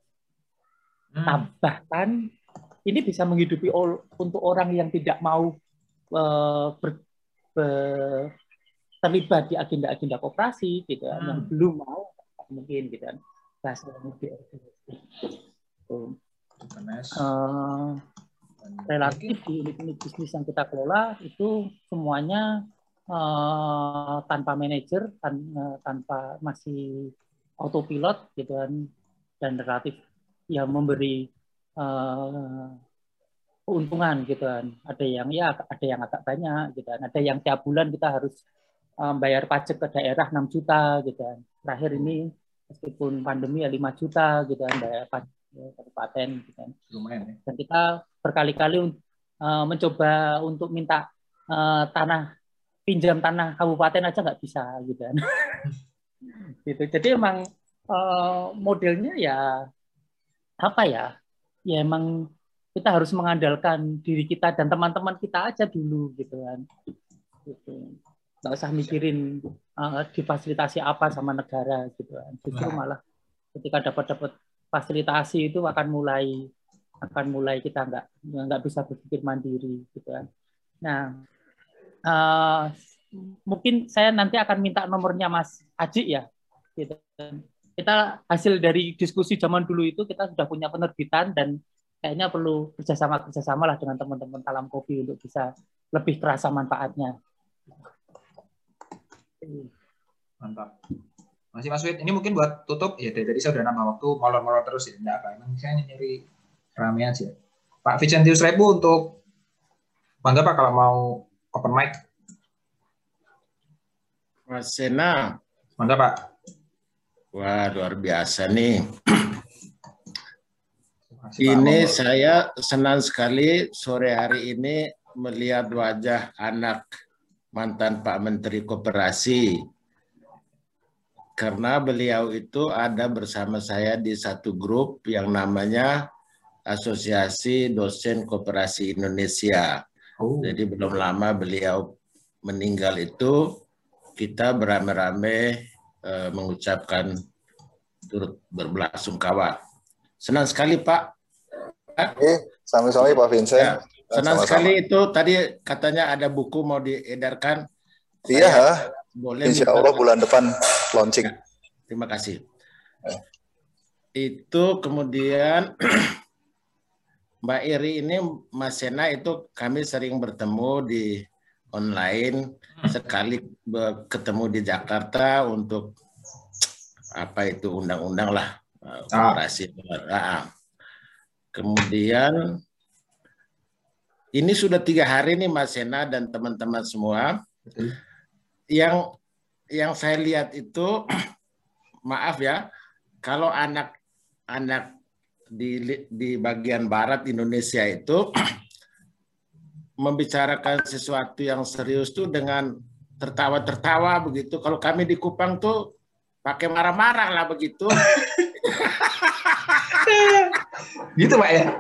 Bahkan ini bisa menghidupi untuk orang yang tidak mau terlibat di agenda-agenda koperasi gitu kan, yang belum mau mungkin gitu kan. Relatif di unit-unit bisnis yang kita kelola itu semuanya tanpa manajer, tanpa masih autopilot gitu kan, dan relatif ya memberi keuntungan gitu kan. Ada yang agak banyak gitu kan. Ada yang tiap bulan kita harus bayar pajak ke daerah 6 juta gitu kan. Terakhir ini meskipun pandemi ya 5 juta gitu kan bayar pajak kabupaten gitu kan. Lumayan ya. Dan kita berkali-kali mencoba untuk minta pinjam tanah kabupaten aja nggak bisa gitu kan. Gitu. Jadi emang modelnya ya apa ya? Ya emang kita harus mengandalkan diri kita dan teman-teman kita aja dulu gitu kan. Gitu. Nggak usah mikirin difasilitasi apa sama negara gitu kan. Justru malah ketika dapat fasilitasi itu akan mulai kita nggak bisa berpikir mandiri gitu kan. Nah, mungkin saya nanti akan minta nomornya Mas Aji ya. Gitu. Kita hasil dari diskusi zaman dulu itu kita sudah punya penerbitan dan kayaknya perlu kerjasama lah dengan teman-teman Talam Kopi untuk bisa lebih terasa manfaatnya. Mantap. Masih Mas Wid, ini mungkin buat tutup ya. Dari tadi saya udah nambah waktu, molor-molor terus ya. Enggak apa, emang saya nyari rame aja. Pak Vicentius Rebu untuk bangga Pak kalau mau open mic. Mas Sena. Mangga Pak. Wah, luar biasa nih. Ini saya senang sekali sore hari ini melihat wajah anak mantan Pak Menteri Koperasi. Karena beliau itu ada bersama saya di satu grup yang namanya Asosiasi Dosen Koperasi Indonesia. Jadi belum lama beliau meninggal itu, kita beramai-ramai mengucapkan turut berbelasungkawa. Senang sekali Pak. Sami-sami Pak Vincent. Ya, senang sama-sama. sekali itu tadi katanya ada buku mau diedarkan. Iya, boleh insya Allah bulan depan launching. Ya, terima kasih. Itu kemudian Mbak Iri ini, Mas Sena itu kami sering bertemu di online, sekali ketemu di Jakarta untuk apa itu undang-undang lah, koperasi. Kemudian ini sudah 3 hari nih Mas Sena dan teman-teman semua. Yang saya lihat itu, maaf ya, kalau anak-anak di bagian barat Indonesia itu membicarakan sesuatu yang serius tuh dengan tertawa-tertawa begitu. Kalau kami di Kupang tuh pakai marah-marah lah begitu. Gitu Pak ya?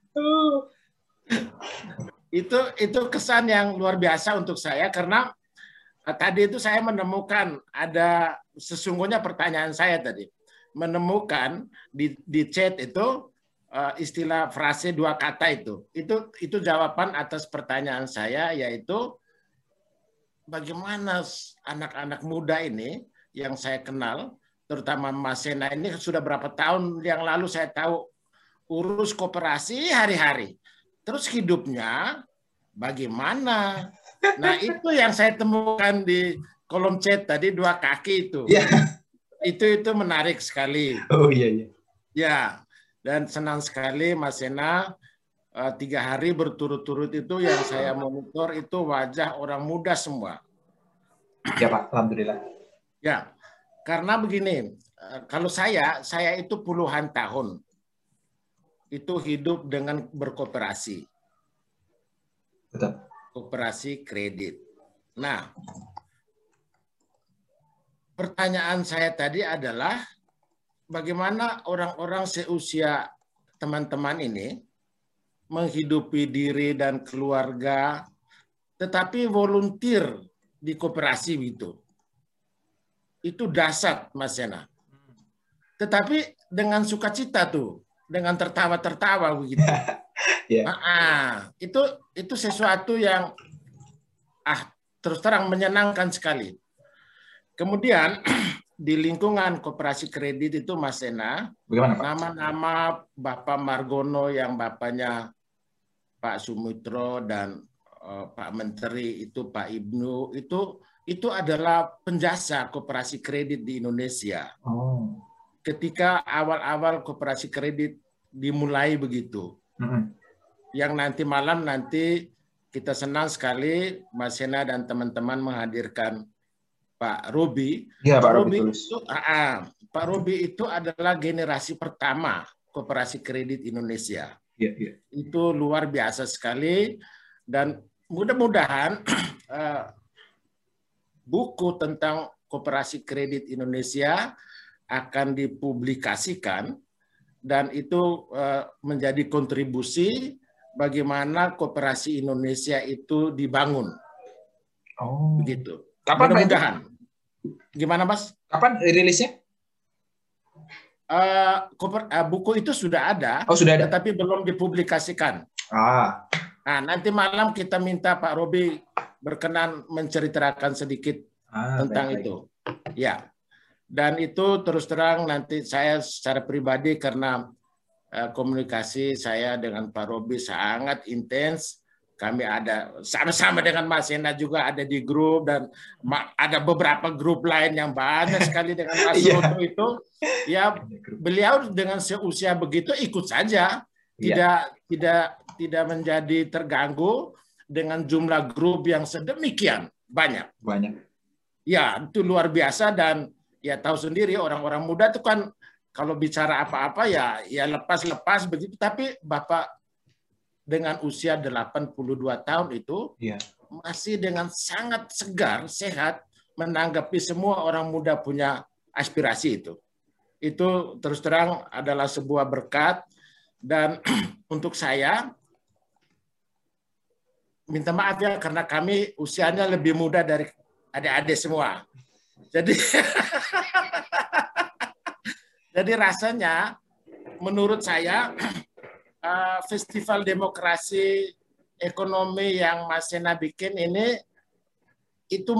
Itu kesan yang luar biasa untuk saya karena tadi itu saya menemukan ada sesungguhnya pertanyaan saya tadi. Menemukan di chat itu istilah frase 2 kata itu jawaban atas pertanyaan saya, yaitu bagaimana anak-anak muda ini yang saya kenal, terutama Mas Sena ini sudah berapa tahun yang lalu saya tahu urus koperasi hari-hari, terus hidupnya bagaimana? Nah itu yang saya temukan di kolom chat tadi 2 kaki itu. Yeah. Itu menarik sekali. Oh iya. Ya, dan senang sekali Mas Sena 3 hari berturut-turut itu yang saya monitor itu wajah orang muda semua. Ya Pak, alhamdulillah. Ya, karena begini, kalau saya itu puluhan tahun itu hidup dengan berkooperasi. Betul. Koperasi kredit. Nah, pertanyaan saya tadi adalah bagaimana orang-orang seusia teman-teman ini menghidupi diri dan keluarga, tetapi volunteer di koperasi itu. Itu dahsyat, Mas Sena. Tetapi dengan sukacita tuh, dengan tertawa-tertawa begitu. Itu sesuatu yang terus terang menyenangkan sekali. Kemudian di lingkungan koperasi kredit itu Mas Sena, nama-nama Bapak Margono yang bapaknya Pak Sumitro dan Pak Menteri itu Pak Ibnu itu adalah penjasa koperasi kredit di Indonesia. Oh. Ketika awal-awal koperasi kredit dimulai begitu. Yang nanti malam kita senang sekali Mas Sena dan teman-teman menghadirkan Pak Robi. Ya, Pak Robi Pak Robi itu adalah generasi pertama koperasi kredit Indonesia. Ya. Itu luar biasa sekali dan mudah-mudahan buku tentang koperasi kredit Indonesia akan dipublikasikan dan itu menjadi kontribusi bagaimana koperasi Indonesia itu dibangun. Oh. Begitu. Kapan mudah-mudahan. Gimana Mas? Kapan rilisnya? Buku itu sudah ada. Oh, sudah ada. Tetapi belum dipublikasikan. Nah, nanti malam kita minta Pak Robi berkenan menceritakan sedikit tentang itu. Ya. Dan itu terus terang nanti saya secara pribadi karena komunikasi saya dengan Pak Robi sangat intens. Kami ada sama-sama dengan Mas Sena juga ada di grup dan ada beberapa grup lain yang banyak sekali dengan Mas Roto itu. Ya, beliau dengan seusia begitu ikut saja, tidak menjadi terganggu dengan jumlah grup yang sedemikian banyak. Ya, itu luar biasa dan ya tahu sendiri orang-orang muda itu kan kalau bicara apa-apa ya lepas-lepas begitu, tapi Bapak dengan usia 82 tahun itu masih dengan sangat segar, sehat menanggapi semua orang muda punya aspirasi itu. Itu terus terang adalah sebuah berkat dan untuk saya minta maaf ya karena kami usianya lebih muda dari adik-adik semua. Jadi Jadi rasanya menurut saya festival demokrasi ekonomi yang Mas Sena bikin ini itu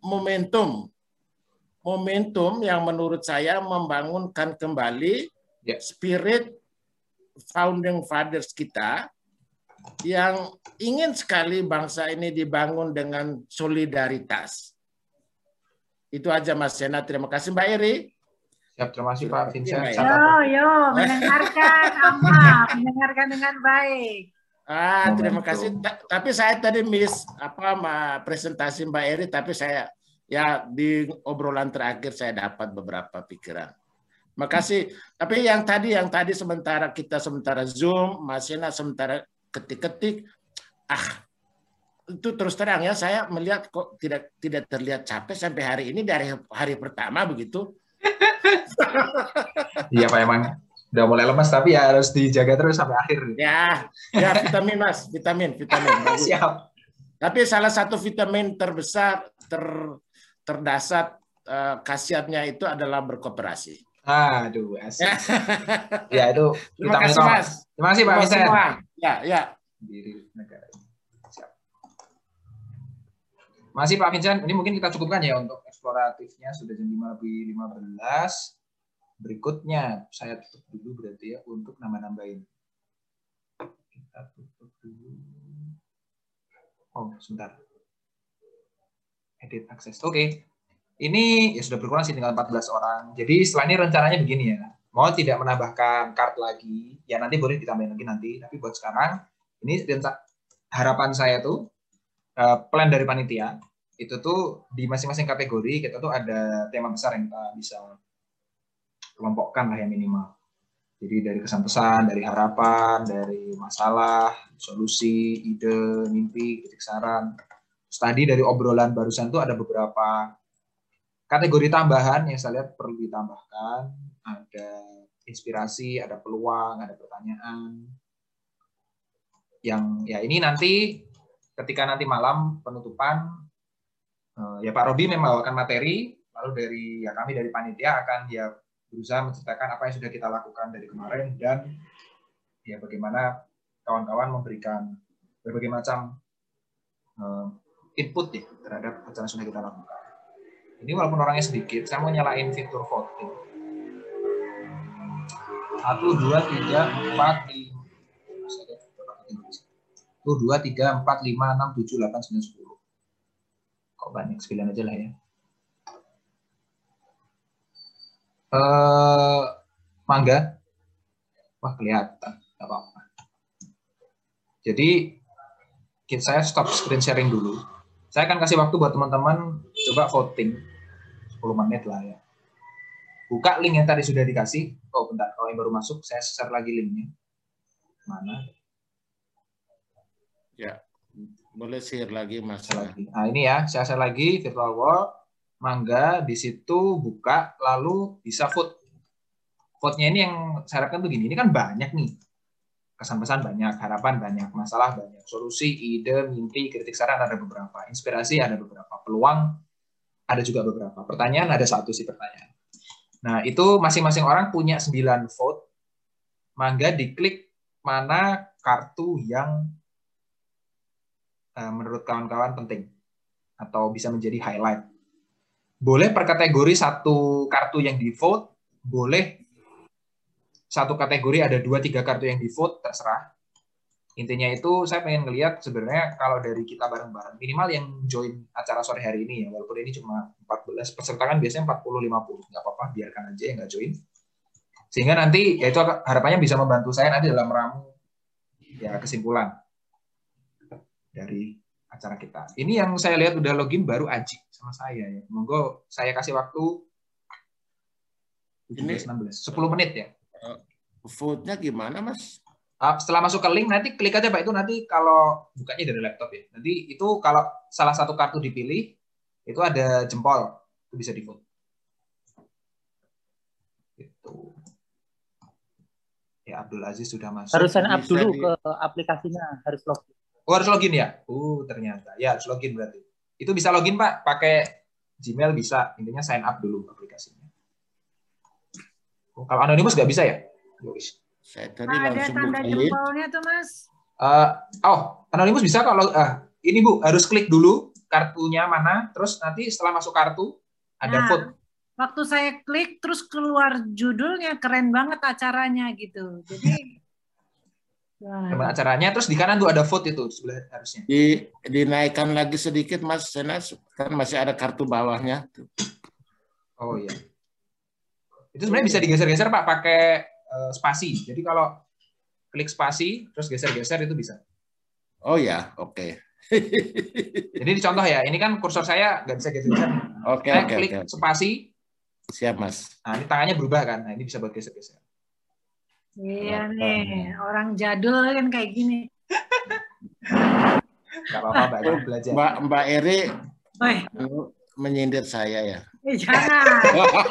momentum yang menurut saya membangunkan kembali spirit founding fathers kita yang ingin sekali bangsa ini dibangun dengan solidaritas. Itu aja Mas Sena. Terima kasih Mbak Eri. Siap, terima kasih Pak Vincent. Yo, mendengarkan, mendengarkan dengan baik. Terima kasih. Tapi saya tadi miss presentasi Mbak Eri, tapi saya ya di obrolan terakhir saya dapat beberapa pikiran. Makasih. Tapi yang tadi sementara Zoom, Mas Sena sementara ketik-ketik, itu terus terang ya saya melihat kok tidak terlihat capek sampai hari ini dari hari pertama begitu. Iya Pak, emang udah mulai lemas tapi ya harus dijaga terus sampai akhir. Ya vitamin Mas, vitamin. Siap. Tapi salah satu vitamin terbesar, terdasar khasiatnya itu adalah berkooperasi. Aduh, asik. Ya itu. Terima kasih Mas. Terima kasih Pak Vincent. Ya. Diri negara. Siap. Masih Pak Vincent, ini mungkin kita cukupkan ya untuk eksploratifnya, sudah jam 5:15. Berikutnya saya tutup dulu berarti ya untuk nambah-nambahin. Kita tutup dulu. Oh, sebentar. Edit akses. Oke. Ini ya sudah berkurang sih, tinggal 14 orang. Jadi setelah ini rencananya begini ya. Mau tidak menambahkan card lagi, ya nanti boleh ditambahin lagi nanti. Tapi buat sekarang, ini harapan saya tuh, plan dari panitia, itu tuh di masing-masing kategori, kita tuh ada tema besar yang kita bisa kelompokkan lah yang minimal. Jadi dari kesan-pesan, dari harapan, dari masalah, solusi, ide, mimpi, kritik saran. Terus tadi dari obrolan barusan tuh ada beberapa kategori tambahan yang saya lihat perlu ditambahkan. Ada inspirasi, ada peluang, ada pertanyaan. Yang ya ini nanti ketika nanti malam penutupan, ya Pak Robi membawakan materi, lalu dari ya kami dari panitia akan ya berusaha menceritakan apa yang sudah kita lakukan dari kemarin dan ya bagaimana kawan-kawan memberikan berbagai macam input ya terhadap acara yang sudah kita lakukan. Ini walaupun orangnya sedikit, saya mau nyalain fitur voting. 1, 2, 3, 4, 5. 1, 2, 3, 4, 5, 6, 7, 8, 9, 10. Kok banyak, 9 aja lah ya. Mangga. Wah, kelihatan. Nggak apa-apa. Jadi, saya stop screen sharing dulu. Saya akan kasih waktu buat teman-teman coba voting. 10 menit lah ya. Buka link yang tadi sudah dikasih. Oh, bentar. Kalau yang baru masuk, saya share lagi linknya. Mana? Ya, boleh share lagi Mas. Nah, ini ya, saya share lagi virtual wall. Mangga, di situ buka, lalu bisa vote. Vote-nya ini yang saya harapkan tuh gini. Ini kan banyak nih. Kesan-pesan banyak, harapan banyak, masalah banyak, solusi, ide, mimpi, kritik saran ada beberapa, inspirasi ada beberapa, peluang ada juga beberapa. Pertanyaan ada 1 sih pertanyaan. Nah, itu masing-masing orang punya 9 vote. Mangga diklik mana kartu yang menurut kawan-kawan penting atau bisa menjadi highlight. Boleh per kategori 1 kartu yang di vote, boleh 1 kategori ada 2-3 kartu yang di vote, terserah. Intinya itu saya pengen ngelihat sebenarnya kalau dari kita bareng-bareng, minimal yang join acara sore hari ini ya, walaupun ini cuma 14, peserta kan biasanya 40-50, nggak apa-apa, biarkan aja yang nggak join. Sehingga nanti, ya itu harapannya bisa membantu saya nanti dalam meramu ya kesimpulan dari acara kita. Ini yang saya lihat udah login baru Aji sama saya ya. Monggo saya kasih waktu 17-16, 10 menit ya. Vote-nya gimana Mas? Setelah masuk ke link, nanti klik aja Pak, itu nanti kalau bukanya dari laptop ya. Nanti itu kalau salah satu kartu dipilih, itu ada jempol, itu bisa di vote. Gitu. Ya Abdul Aziz sudah masuk. Harus sign up dulu ke aplikasinya, harus login. Oh harus login ya? Ternyata. Ya harus login berarti. Itu bisa login Pak, pakai Gmail bisa. Intinya sign up dulu aplikasinya. Kalau anonimus nggak bisa ya? Saya tadi Ada langsung tanda bukain. jempolnya tuh, Mas. Anonimus bisa kalau ini Bu harus klik dulu kartunya mana, terus nanti setelah masuk kartu ada vote. Waktu saya klik terus keluar judulnya, keren banget acaranya gitu. Jadi acaranya terus di kanan tuh ada vote itu sebelah harusnya. Dinaikkan lagi sedikit Mas Senas, kan masih ada kartu bawahnya. Oh iya. Itu sebenarnya bisa digeser-geser Pak pakai spasi. Jadi kalau klik spasi terus geser-geser itu bisa. Oh ya, oke. Jadi dicontoh ya, ini kan kursor saya nggak bisa geser-geser. Oke. Klik spasi. Siap Mas. Nah ini tangannya berubah kan, nah ini bisa buat geser-geser. iya nih, orang jadul kan kayak gini. Gak apa-apa Mbak, belajar. Mbak Eri menyindir saya ya. Jangan.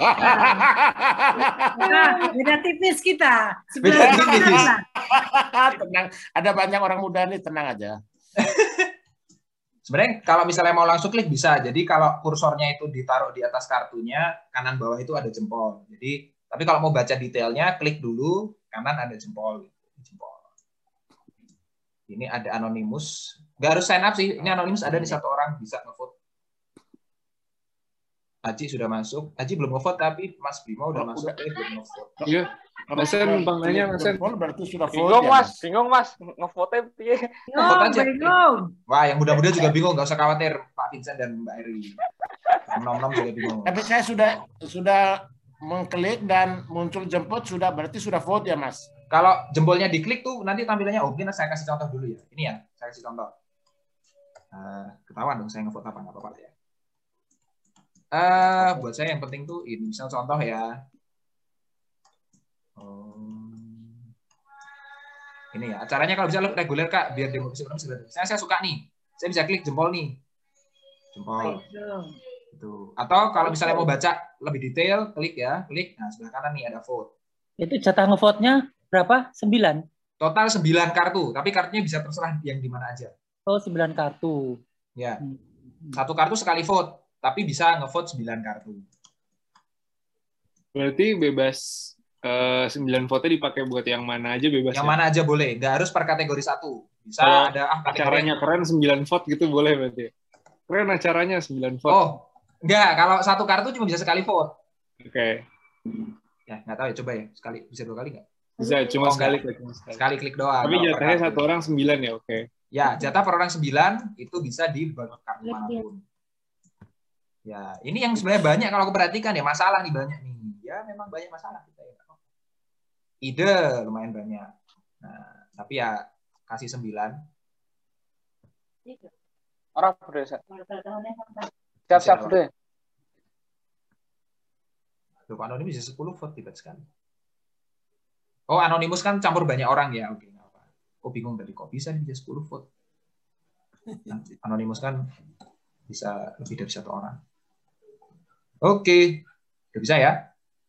Beda tipis kita. Beda tipis. Tenang, ada banyak orang muda nih, tenang aja. Sebenarnya kalau misalnya mau langsung klik bisa. Jadi kalau kursornya itu ditaruh di atas kartunya, kanan bawah itu ada jempol. Jadi tapi kalau mau baca detailnya, klik dulu, kanan ada jempol. Ini ada anonimus. Nggak harus sign up sih. Ini anonimus ada di 1 orang bisa ngevote. Aji sudah masuk. Aji belum ngevote tapi Mas Bimo udah masuk. Belum ngevote. Iya. Mas Sen numpang nanya, Mas Sen. Berarti sudah vote Bingung ya, Mas, bingung Mas. Ngevote piye? Bingung. Wah, yang muda-muda juga bingung, nggak usah khawatir Pak Vincent dan Mbak Eri. Nom-nom juga bingung. Tapi saya sudah mengklik dan muncul jemput berarti sudah vote ya Mas. Kalau jempolnya diklik tuh nanti tampilannya mungkin saya kasih contoh dulu ya. Ini ya, saya kasih contoh. Ketahuan dong saya ngevote apa nggak apa-apa lah ya. Buat saya yang penting tuh ini misal contoh ya. Ini ya acaranya kalau bisa reguler Kak biar demokrasi ekonomi. Saya suka nih. Saya bisa klik jempol nih. Jempol. Itu. Atau kalau misalnya mau baca lebih detail, klik ya, klik. Nah, sebelah kanan nih ada vote. Itu jatah ngevote-nya berapa? 9. Total 9 kartu, tapi kartunya bisa terserah yang di mana aja. Oh, 9 kartu. Ya. 1 kartu sekali vote, tapi bisa ngevote 9 kartu. Berarti bebas 9 vote dipakai buat yang mana aja bebas. Yang mana aja boleh, nggak harus per kategori 1. Bisa kalau ada acaranya keren 9 vote gitu boleh berarti. Keren acaranya 9 vote. Oh, enggak, kalau 1 kartu cuma bisa sekali vote. Oke. Ya, nggak tahu ya, coba ya. Sekali bisa 2 kali nggak? Bisa cuma sekali klik. Sekali klik doang. Tapi jatahnya 1 orang 9 ya, oke. Ya, jatah per orang 9 itu bisa di kartu manapun. Ya, ini yang sebenarnya banyak kalau aku perhatikan ya, masalah nih banyak nih. Ya, memang banyak masalah kita ya. Ide lumayan banyak. Nah, tapi ya kasih 9. Orang berdesa. Siap-siap deh. Loh, anonimus bisa 10 vote tiba sekali. Oh, anonimus kan campur banyak orang ya. Oke, nggak apa. Oh, bingung tadi kok bisa 10 vote. Anonimus kan bisa lebih dari 1 orang. Oke. Udah bisa ya?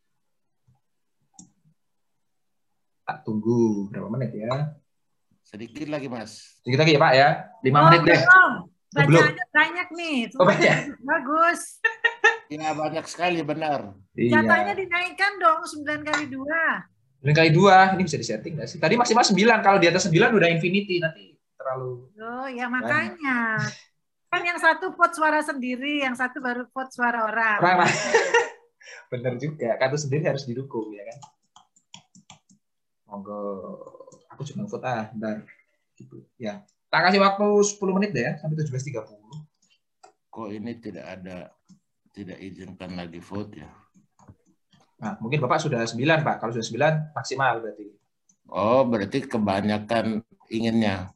Tak tunggu berapa menit ya? Sedikit lagi Mas. Sedikit lagi ya Pak ya. 5 menit deh. Bacaannya banyak nih. Oh, banyak. Bagus. Ya banyak sekali benar. Jatahnya dinaikkan dong 9 kali 2. 9 kali 2, ini bisa disetting nggak sih? Tadi maksimal 9, kalau di atas 9 udah infinity, nanti terlalu... Oh ya makanya. Kan yang satu vote suara sendiri, yang satu baru vote suara orang. Bener juga, kartu sendiri harus didukung ya kan. Monggo, aku cuma vote bentar. Gitu. Ya, tak kasih waktu 10 menit deh ya, sampai 17.30. Kok ini tidak izinkan lagi vote ya? Nah, mungkin Bapak sudah 9, Pak. Kalau sudah 9, maksimal berarti. Oh, berarti kebanyakan inginnya.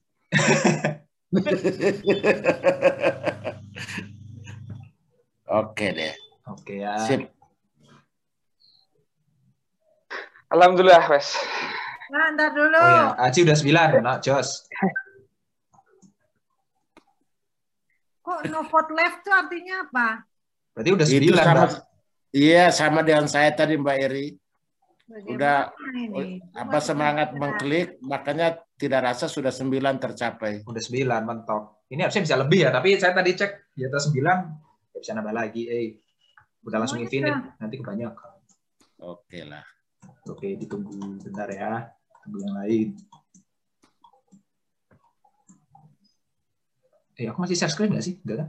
Oke deh. Oke ya. Sip. Alhamdulillah, wes. Nah, ntar dulu. Oh ya, Aji udah 9, nah, Jos. Kok no vote left itu artinya apa? Berarti udah 9, sama, Mbak. Iya, sama dengan saya tadi Mbak Eri. Bagaimana Udah apa semangat mengklik, makanya tidak rasa sudah 9 tercapai. Udah 9, mentok. Ini harusnya bisa lebih ya, tapi saya tadi cek di atas 9, nggak bisa nambah lagi. Udah langsung infinite, nanti kebanyakan. Oke lah. Oke, ditunggu bentar ya. Tunggu yang lain. Aku masih share screen nggak sih? Enggak kan?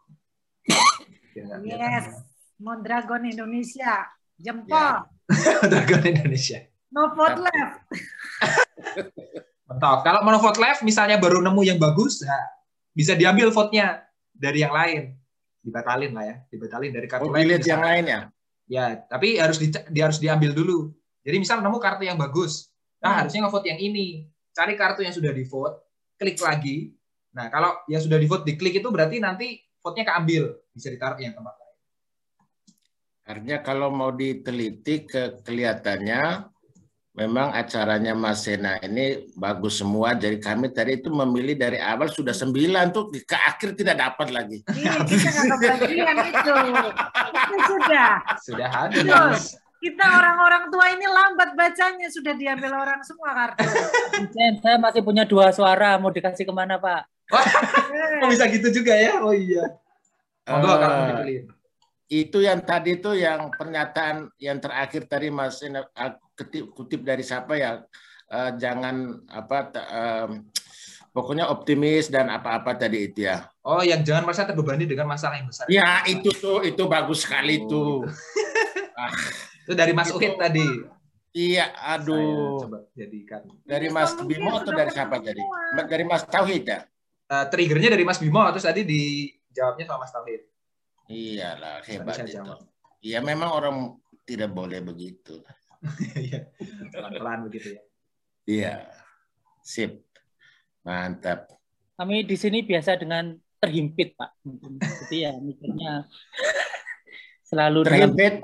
Yes, Mondragon Indonesia. Jempol. Mondragon Indonesia. No vote left. Mantap. Kalau mau vote left, misalnya baru nemu yang bagus, ya, bisa diambil vote-nya dari yang lain. Dibatalin lah ya. Dibatalin dari kartu lain. Pilih yang lainnya. Ya, tapi harus diambil dulu. Jadi misal nemu kartu yang bagus, harusnya ngevote yang ini. Cari kartu yang sudah di-vote, klik lagi. Nah, kalau yang sudah di-vote diklik itu berarti nanti vote-nya keambil, bisa ditaruh yang tempat lain. Artinya kalau mau diteliti kelihatannya memang acaranya Mas Sena ini bagus semua. Jadi kami tadi itu memilih dari awal sudah 9 tuh, ke akhir tidak dapat lagi. Iya, kita nggak kebagian itu. Itu sudah habis. Kita orang-orang tua ini lambat bacanya, sudah diambil orang semua kartu. Saya masih punya 2 suara, mau dikasih kemana Pak? Oh, bisa gitu juga ya? Oh iya. Monggo kalau mau dipilih. Itu yang tadi tuh yang pernyataan yang terakhir tadi Mas kutip dari siapa ya, jangan pokoknya optimis dan apa-apa tadi itu ya. Oh, yang jangan merasa terbebani dengan masalah yang besar. Ya itu bagus sekali tuh. Itu dari Mas Uhid tadi. Iya, aduh. Saya coba jadikan. Dari Mas Bimo atau dari siapa tadi? Dari Mas Tauhid ya? Triggernya dari Mas Bimo, terus tadi dijawabnya sama Mas Tauhid. Iyalah, hebat itu. Iya, memang orang tidak boleh begitu. Pelan-pelan begitu ya. Iya, sip. Mantap. Kami di sini biasa dengan terhimpit, Pak. Jadi ya mikirnya selalu terhimpit.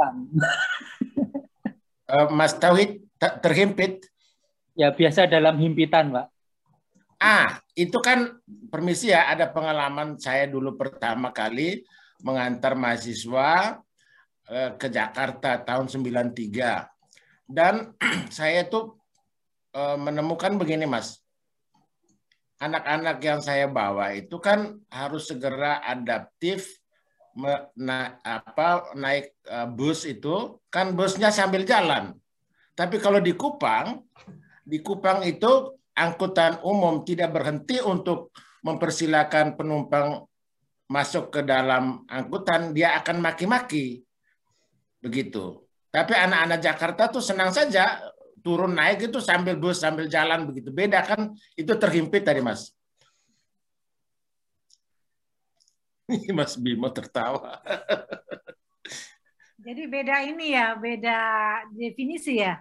Mas Tauhid terhimpit? Ya biasa dalam himpitan, Pak. Itu kan permisi ya, ada pengalaman saya dulu pertama kali mengantar mahasiswa ke Jakarta tahun 93. Dan saya tuh menemukan begini, Mas. Anak-anak yang saya bawa itu kan harus segera adaptif naik bus itu, kan busnya sambil jalan. Tapi kalau di Kupang itu angkutan umum tidak berhenti untuk mempersilakan penumpang masuk ke dalam angkutan, dia akan maki-maki. Begitu. Tapi anak-anak Jakarta tuh senang saja turun naik itu sambil bus sambil jalan begitu. Beda kan, itu terhimpit tadi, Mas. Mas Bimo tertawa. Jadi beda ini ya, beda definisi ya.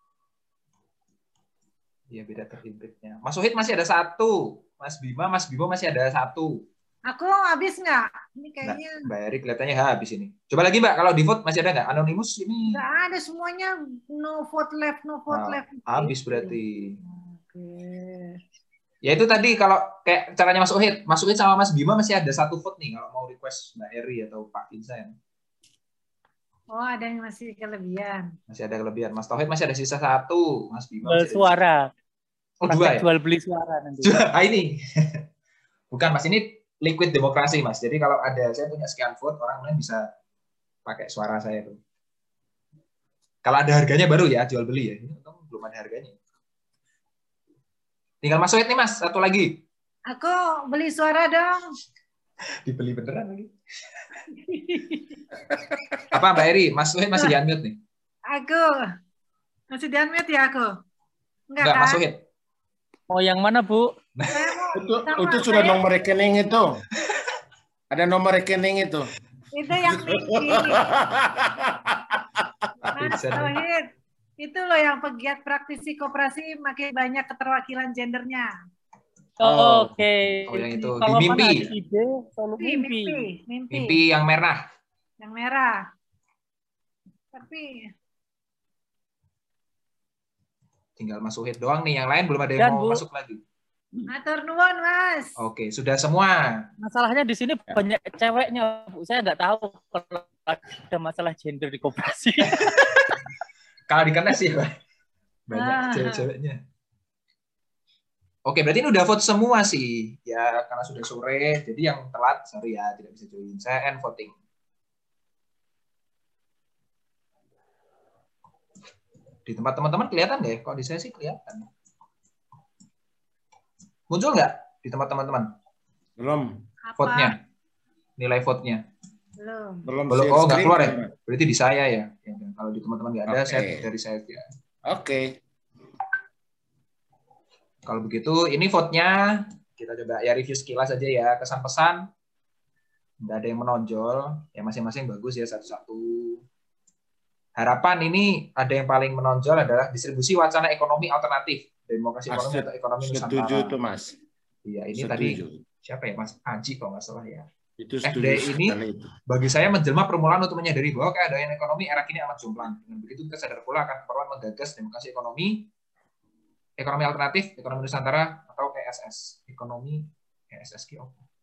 Iya, beda terhimpitnya. Mas Uhid masih ada 1. Mas Bimo masih ada 1. Aku habis nggak? Ini kayaknya. Mbak Eri kelihatannya habis ini. Coba lagi Mbak, kalau di vote masih ada nggak? Anonymous ini. Nggak ada, semuanya no vote left, no vote left. Habis berarti. Oke. Ya itu tadi kalau kayak caranya Mas Uhid sama Mas Bima masih ada 1 vote nih kalau mau request Mbak Eri atau Pak Vincent. Oh, ada yang masih kelebihan. Masih ada kelebihan. Mas Tauhid masih ada sisa 1. Mas Bima masih suara. Oh, 2 ya? Jual beli suara nanti. Ini. Bukan Mas, ini liquid demokrasi Mas. Jadi kalau ada saya punya sekian vote, orang lain bisa pakai suara saya tuh. Kalau ada harganya baru ya jual beli ya. Ini belum ada harganya. Tinggal Mas Uhid nih Mas, 1 lagi. Aku beli suara dong. Dibeli beneran lagi. Apa Mbak Eri? Mas Uhid masih di-unmute nih? Aku masih di-unmute ya aku? Enggak kan? Mas Uhid. Oh yang mana Bu? Itu sudah nomor rekening itu. Ada nomor rekening itu. Itu yang mimpi. Mas Tauhid, itu loh yang pegiat praktisi koperasi makin banyak keterwakilan gendernya. Oke. Oh yang itu kalau di mimpi. Ide, Mimpi yang merah. Yang merah. Tapi tinggal Mas Uhid doang nih, yang lain belum ada yang mau masuk lagi. Matur nuwun, Mas. Oke, sudah semua. Masalahnya di sini banyak ceweknya, Bu. Saya nggak tahu kalau ada masalah gender di koperasi. Kalau di Kenes ya, banyak cewek-ceweknya. Oke, berarti ini udah vote semua sih. Ya, karena sudah sore, jadi yang telat, sorry ya, tidak bisa join. Saya end voting. Di tempat teman-teman kelihatan nggak ya? Kalau di saya sih kelihatan. Muncul nggak di tempat teman-teman? Belum. Vote-nya. Nilai vote-nya. Belum. Oh, nggak keluar ya? Berarti di saya ya. Kalau di teman-teman nggak ada, saya dari saya ya. Oke. Kalau begitu, ini vote-nya. Kita coba ya review sekilas aja ya. Kesan-pesan. Nggak ada yang menonjol. Ya masing-masing bagus ya satu-satu. Harapan ini ada yang paling menonjol adalah distribusi wacana ekonomi alternatif. Demokrasi ekonomi atau ekonomi Nusantara. Setuju tuh, Mas. Iya, ini setuju. Tadi siapa ya, Mas Aji kalau nggak salah ya. Itu FD ini bagi saya menjelma permulaan untuk menyadari bahwa keadaan ekonomi era kini amat jomplang. Dengan begitu kita sadar pula akan keperluan menggagas demokrasi ekonomi alternatif, ekonomi Nusantara atau ESS, ekonomi ESSK.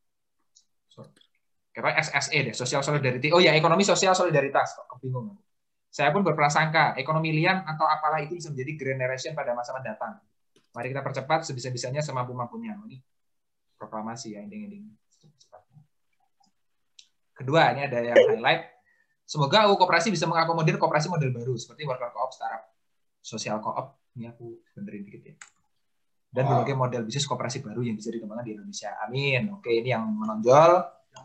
Kayak SSE deh, Social Solidarity. Oh ya, ekonomi sosial solidaritas. Kok kebingungan. Saya pun berprasangka ekonomi lian atau apalah itu bisa menjadi generation pada masa mendatang. Mari kita percepat sebisa-bisanya semampu-mampunya. Ini proklamasi ya, ending-ending. Kedua, ini ada yang highlight. Semoga UU Koperasi bisa mengakomodir koperasi model baru seperti worker co-op, startup, sosial co-op. Ini aku benerin dikit ya. Dan berbagai model bisnis koperasi baru yang bisa dikembangkan di Indonesia. Amin. Oke, ini yang menonjol.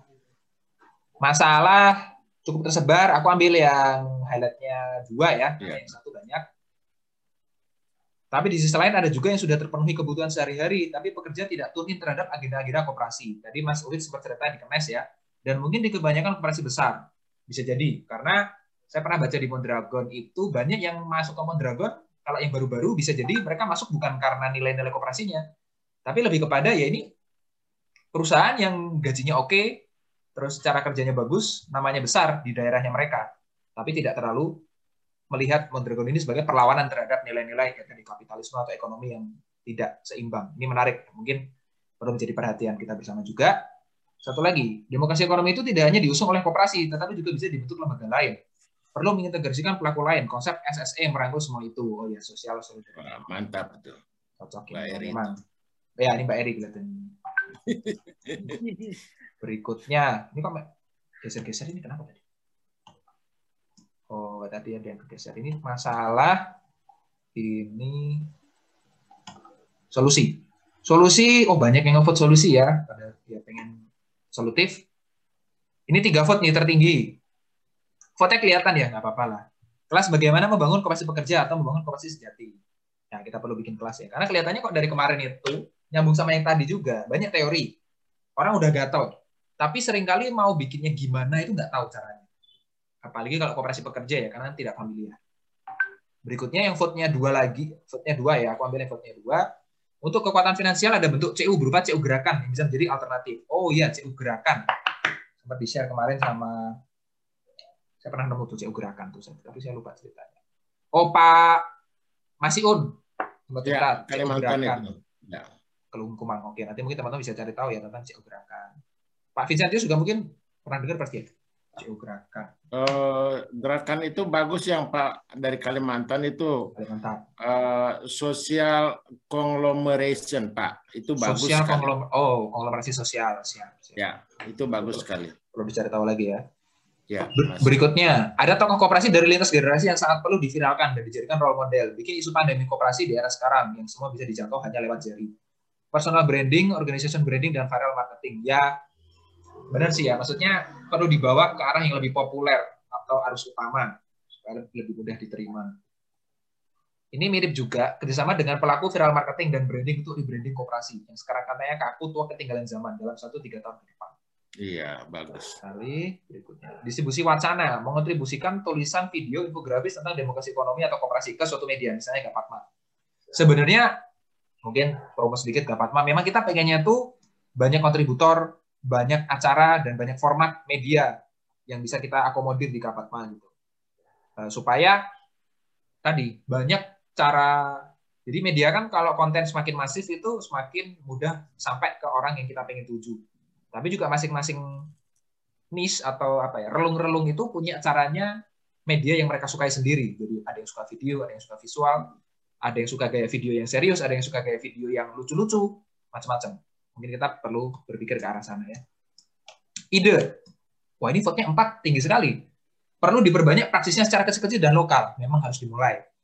Masalah cukup tersebar. Aku ambil yang highlight-nya 2 ya. Yang satu banyak. Tapi di sisi lain ada juga yang sudah terpenuhi kebutuhan sehari-hari, tapi pekerja tidak tune in terhadap agenda-agenda koperasi. Tadi Mas Uhid sempat cerita di Kemes ya. Dan mungkin di kebanyakan koperasi besar. Bisa jadi. Karena saya pernah baca di Mondragon itu banyak yang masuk ke Mondragon, kalau yang baru-baru bisa jadi mereka masuk bukan karena nilai-nilai koperasinya. Tapi lebih kepada ya ini perusahaan yang gajinya oke, terus cara kerjanya bagus, namanya besar di daerahnya mereka. Tapi tidak terlalu melihat Mondragon ini sebagai perlawanan terhadap nilai-nilai di kapitalisme atau ekonomi yang tidak seimbang. Ini menarik. Mungkin perlu menjadi perhatian kita bersama juga. Satu lagi, demokrasi ekonomi itu tidak hanya diusung oleh koperasi, tetapi juga bisa dibentuk lembaga lain. Perlu mengintegrasikan pelaku lain. Konsep SSE merangkul semua itu. Oh ya, sosial solidaritas. Mantap betul. Cocok ya, memang. Ya, ini Mbak Eri kelihatan. Berikutnya, ini kok geser-geser ini kenapa tadi? Oh, tadi ada yang bergeser. Ini masalah ini solusi. Solusi, oh banyak yang ngevote solusi ya. Pada dia pengen solutif. Ini 3 vote nih tertinggi. Vote-nya kelihatan ya, nggak apa-apa lah. Kelas bagaimana membangun koperasi pekerja atau membangun koperasi sejati. Nah, kita perlu bikin kelas ya. Karena kelihatannya kok dari kemarin itu, nyambung sama yang tadi juga, banyak teori. Orang udah gatel. Tapi seringkali mau bikinnya gimana itu nggak tahu caranya. Apalagi kalau koperasi pekerja ya, karena tidak familiar. Berikutnya yang vote-nya 2 lagi. Vote-nya 2 ya, aku ambil yang vote-nya 2. Untuk kekuatan finansial ada bentuk CU berupa CU gerakan yang bisa menjadi alternatif. Oh iya, CU gerakan. Sempat di-share kemarin sama, saya pernah nemu tuh CU gerakan tuh, tapi saya lupa ceritanya. Oh Pak Masiun, sempat cerita CU gerakan. Ya. Kelungkuman. Oke, nanti mungkin teman-teman bisa cari tahu ya tentang CU gerakan. Pak Vincentius juga mungkin pernah dengar pasti ya. CU gerakan. Gerakan itu bagus yang Pak dari Kalimantan itu. Kalimantan. Social conglomeration Pak, itu bagus. Social konglomerasi sosial. Siap. Ya, itu bagus sekali. Perlu dicari tahu lagi ya. Ya. Berikutnya, ada tokoh koperasi dari lintas generasi yang sangat perlu diviralkan dan dijadikan role model. Bikin isu pandemi koperasi di era sekarang yang semua bisa dijangkau hanya lewat jari. Personal branding, organization branding, dan viral marketing. Ya, benar sih ya. Maksudnya perlu dibawa ke arah yang lebih populer atau arus utama supaya lebih mudah diterima. Ini mirip juga kerjasama dengan pelaku viral marketing dan branding untuk rebranding koperasi yang sekarang katanya kaku tua ketinggalan zaman dalam 1-3 tahun ke depan. Iya, bagus. Sekali. Berikutnya, distribusi wacana mengontribusikan tulisan video infografis tentang demokrasi ekonomi atau koperasi ke suatu media, misalnya Gapatma. Sebenarnya mungkin promo sedikit Gapatma. Memang kita pengennya tuh banyak kontributor, banyak acara dan banyak format media yang bisa kita akomodir di Gapatma gitu. Supaya tadi banyak cara, jadi media kan kalau konten semakin masif itu semakin mudah sampai ke orang yang kita pengen tuju. Tapi juga masing-masing niche atau apa ya, relung-relung itu punya caranya media yang mereka sukai sendiri. Jadi ada yang suka video, ada yang suka visual, ada yang suka gaya video yang serius, ada yang suka gaya video yang lucu-lucu, macam-macam. Mungkin kita perlu berpikir ke arah sana ya. Ide. Wah, ini vote-nya 4, tinggi sekali. Perlu diperbanyak praksisnya secara kecil-kecil dan lokal. Memang harus dimulai.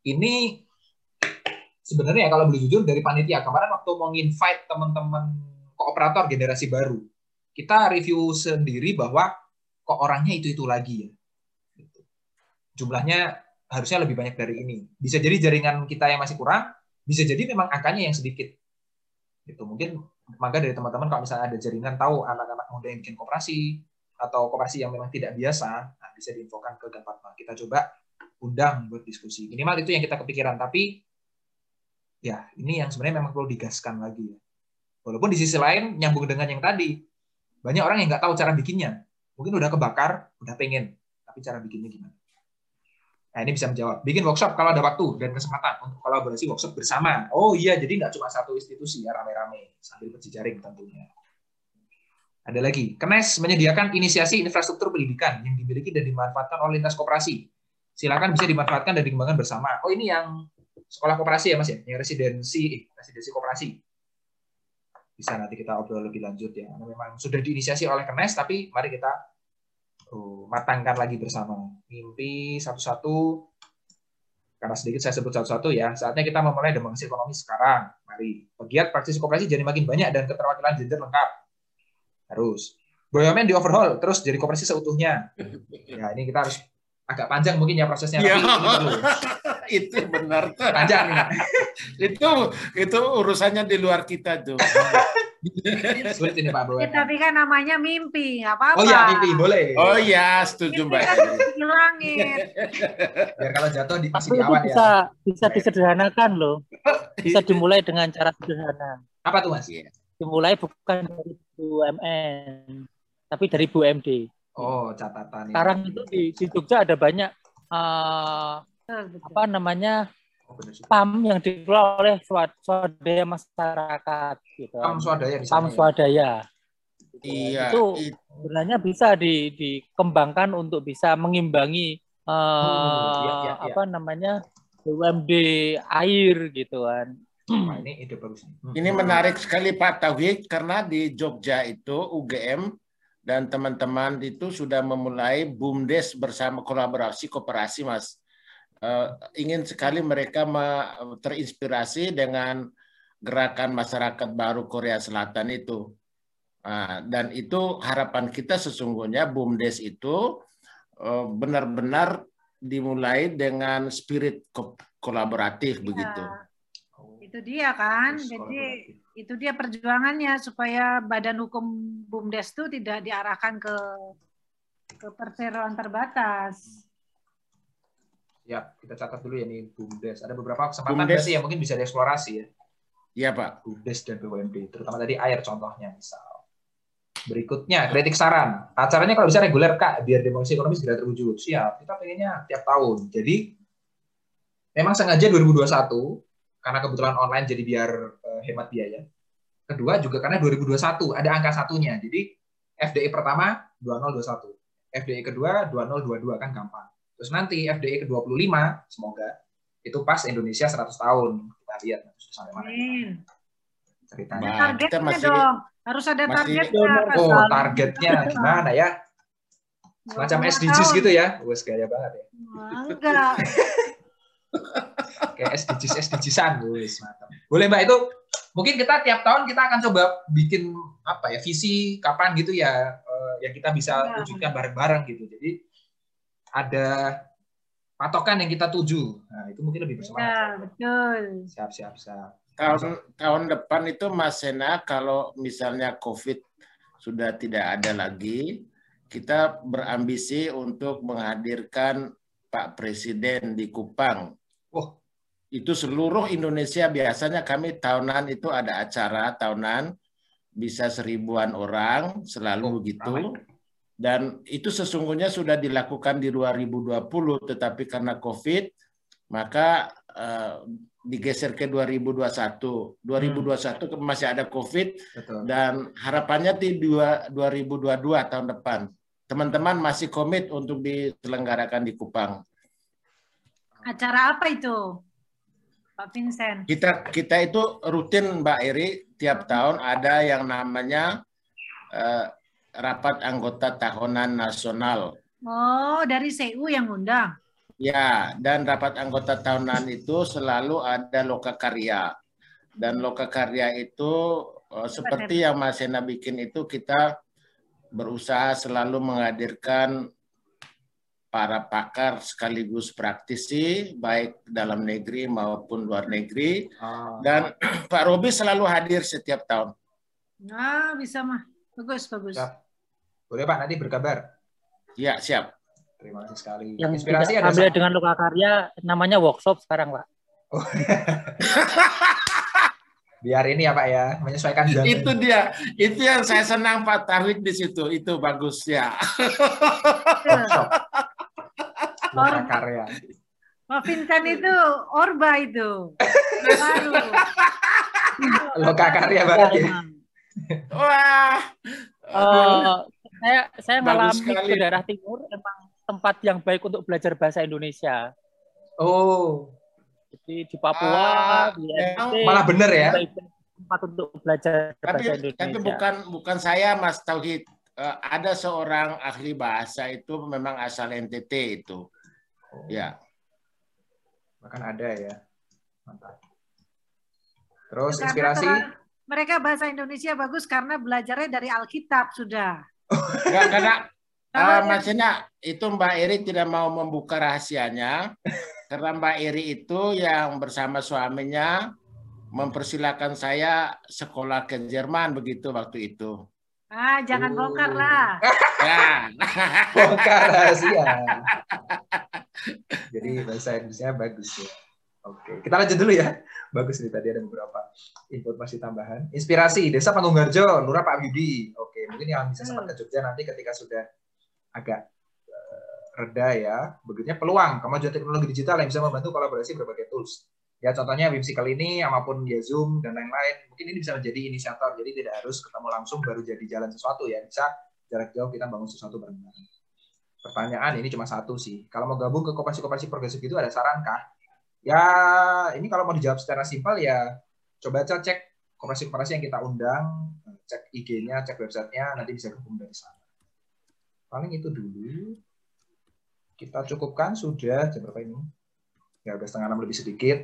Ini sebenarnya kalau boleh jujur dari panitia kemarin waktu mau invite teman-teman kooperator generasi baru, kita review sendiri bahwa kok orangnya itu lagi ya. Jumlahnya harusnya lebih banyak dari ini. Bisa jadi jaringan kita yang masih kurang, bisa jadi memang angkanya yang sedikit. Gitu. Mungkin maka dari teman-teman kalau misalnya ada jaringan tahu anak-anak muda yang bikin koperasi atau koperasi yang memang tidak biasa, nah bisa diinfokan ke Gapatma. Kita coba undang buat diskusi. Minimal itu yang kita kepikiran, tapi ya ini yang sebenarnya memang perlu digaskan lagi. Walaupun di sisi lain nyambung dengan yang tadi, banyak orang yang nggak tahu cara bikinnya. Mungkin udah kebakar, udah pengen, tapi cara bikinnya gimana? Nah ini bisa menjawab. Bikin workshop kalau ada waktu dan kesempatan untuk kolaborasi workshop bersama. Oh iya, jadi nggak cuma satu institusi ya, rame-rame sambil berjejaring tentunya. Ada lagi, Kenes menyediakan inisiasi infrastruktur pendidikan yang dimiliki dan dimanfaatkan oleh lintas koperasi. Silakan bisa dimanfaatkan dan dikembangkan bersama. Oh ini yang sekolah koperasi ya Mas ya, yang residensi koperasi. Bisa nanti kita obrol lebih lanjut ya. Memang sudah diinisiasi oleh Kenes, tapi mari kita matangkan lagi bersama. Mimpi satu-satu. Karena sedikit saya sebut satu-satu ya. Saatnya kita memulai demokrasi ekonomi sekarang. Mari. Pegiat praktisi koperasi jadi makin banyak dan keterwakilan gender lengkap. Harus. BUMN di overhaul terus jadi koperasi seutuhnya. Ya ini kita harus agak panjang mungkin ya prosesnya. Ya. Tapi ini perlu. Itu benar. Panjang ya. itu urusannya di luar kita tuh. Sulit ini Pak BUMN. Tapi kan namanya mimpi, nggak apa-apa. Oh ya mimpi boleh. Oh ya setuju Mbak. Di langit. Biar kalau jatuh masih Tapi di awan itu ya. bisa disederhanakan loh. Bisa dimulai dengan cara sederhana. Apa tuh Mas? Dimulai bukan dari BUMN, tapi dari BUMD. Oh catatan. Sekarang itu di Jogja ada banyak apa namanya PAM yang dikelola oleh swadaya masyarakat gitu. PAM swadaya. PAM swadaya. Iya. Itu sebenarnya bisa dikembangkan untuk bisa mengimbangi apa namanya BUMD air gitu kan. Nah, ini ide bagus. Ini menarik sekali Pak Tauhid karena di Jogja itu UGM dan teman-teman itu sudah memulai BUMDes bersama kolaborasi koperasi Mas. Ingin sekali mereka terinspirasi dengan gerakan masyarakat baru Korea Selatan itu. Dan itu harapan kita sesungguhnya BUMDes itu benar-benar dimulai dengan spirit kolaboratif begitu. Itu dia kan, jadi itu dia perjuangannya supaya badan hukum BUMDes itu tidak diarahkan ke perseroan terbatas. Ya, kita catat dulu ya nih BUMDes. Ada beberapa kesempatan berarti yang mungkin bisa dieksplorasi ya. Iya Pak. BUMDes dan BUMD, terutama tadi air contohnya misal. Berikutnya, kritik saran. Acaranya kalau bisa reguler Kak, biar demokrasi ekonomi segera terwujud. Siap, kita pengennya tiap tahun. Jadi, memang sengaja 2021, karena kebetulan online jadi biar hemat biaya. Kedua juga karena 2021 ada angka satunya. Jadi FDI pertama 2021, FDI kedua 2022 kan gampang. Terus nanti FDI ke-25 semoga itu pas Indonesia 100 tahun. Kita lihat sampai mana. Ceritanya. Ada targetnya masih, dong. Harus ada targetnya. Oh, targetnya gimana ya? Macam SDGs gitu ya. Wes gaya banget ya. Enggak. Kayak SDGs-an, boleh Mbak. Itu mungkin kita tiap tahun kita akan coba bikin apa ya, visi kapan gitu ya, yang kita bisa wujudkan bareng-bareng gitu. Jadi ada patokan yang kita tuju. Nah itu mungkin lebih bersemangat. Ya, betul. Siap. Tahun depan itu Mas Sena, kalau misalnya COVID sudah tidak ada lagi, kita berambisi untuk menghadirkan Pak Presiden di Kupang. Itu seluruh Indonesia, biasanya kami tahunan itu ada acara tahunan, bisa 1000-an orang, selalu begitu. Dan itu sesungguhnya sudah dilakukan di 2020, tetapi karena COVID, maka digeser ke 2021. 2021 masih ada COVID, dan harapannya di 2022 tahun depan. Teman-teman masih komit untuk diselenggarakan di Kupang. Acara apa itu, Pak Vincent? Kita itu rutin Mbak Eri, tiap tahun ada yang namanya rapat anggota tahunan nasional. Oh, dari CU yang undang? Ya, dan rapat anggota tahunan itu selalu ada lokakarya. Dan lokakarya itu seperti yang Mas Sena bikin itu, kita berusaha selalu menghadirkan para pakar sekaligus praktisi, baik dalam negeri maupun luar negeri. Dan Pak Robi selalu hadir setiap tahun. Nah, bisa mah. Bagus, bagus. Siap. Boleh Pak, nanti berkabar. Ya, siap. Terima kasih sekali. Yang Inspirasi ada ambil dengan lokakarya namanya workshop sekarang, Pak. Oh. Biar ini ya Pak ya, menyesuaikan jantung. Itu dia. Itu yang saya senang Pak Tarwik di situ. Itu bagus ya. Lokakarya. Pak Vincent itu Orba itu. Baru. Lokakarya banget ya. Wah. Saya mengalami ke daerah timur, emang tempat yang baik untuk belajar bahasa Indonesia. Oh. Jadi di Papua, di NTT, malah bener ya. Tempat untuk belajar bahasa Indonesia. Tapi bukan saya Mas Tauhid. Ada seorang ahli bahasa itu memang asal NTT itu. Oh. Ya. Bahkan ada ya. Mantap. Terus inspirasi? Mereka bahasa Indonesia bagus karena belajarnya dari Alkitab sudah. Enggak, karena Mas Sena, itu Mbak Eri tidak mau membuka rahasianya. Karena Mbak Eri itu yang bersama suaminya mempersilakan saya sekolah ke Jerman begitu waktu itu. Jangan bongkar lah. Ya. Bongkar rahasia. Jadi bahasa Indonesia bagus ya. Oke, kita lanjut dulu ya. Bagus nih, tadi ada beberapa informasi tambahan. Inspirasi, Desa Pangunggarjo, Lurah Pak Yudi. Oke, mungkin yang bisa sempat ke Jogja nanti ketika sudah agak reda ya. Begitunya peluang kemajuan teknologi digital yang bisa membantu kolaborasi berbagai tools. Ya contohnya Whimsical ini, maupun ya Zoom dan lain-lain. Mungkin ini bisa menjadi inisiator. Jadi tidak harus ketemu langsung baru jadi jalan sesuatu ya. Bisa jarak jauh kita bangun sesuatu bareng-bareng. Pertanyaan ini cuma satu sih. Kalau mau gabung ke koperasi-koperasi progresif itu ada saran kah? Ya ini kalau mau dijawab secara simpel ya coba aja cek koperasi-koperasi yang kita undang, cek IG-nya, cek websitenya, nanti bisa gabung dari sana. Paling itu dulu. Kita cukupkan sudah jam berapa ini? Ya udah 5:30 lebih sedikit.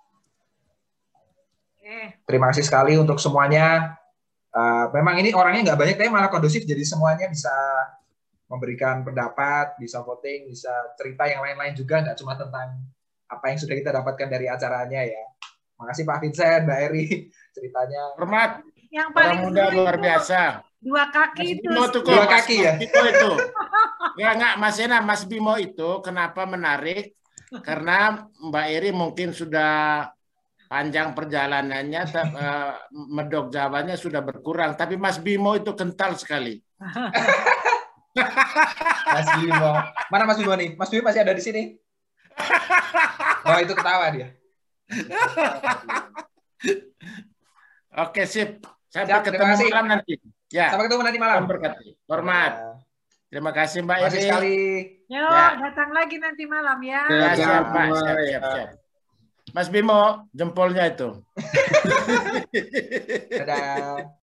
Terima kasih sekali untuk semuanya. Memang ini orangnya nggak banyak, tapi malah kondusif, jadi semuanya bisa memberikan pendapat, bisa voting, bisa cerita yang lain-lain juga, nggak cuma tentang apa yang sudah kita dapatkan dari acaranya ya. Makasih Pak Vincent, Mbak Eri, ceritanya. Hormat. Yang paling muda luar biasa. 2 kaki itu. 2 kaki ya. Bimo itu. Enggak Mas Sena, Mas Bimo itu kenapa menarik? Karena Mbak Eri mungkin sudah panjang perjalanannya, medok Jawanya sudah berkurang, tapi Mas Bimo itu kental sekali. Mas Bimo. Mana Mas Bimo nih? Mas Bimo masih ada di sini? Oh, itu ketawa dia. Oke, sip. Sampai ketemu malam nanti. Ya. Sampai ketemu nanti malam. Hormat. Terima kasih Mbak Eri. Terima kasih sekali. Yo, datang lagi nanti malam ya. Ya, siap, Pak. Siap. Mas Bimo, jempolnya itu. Dadah.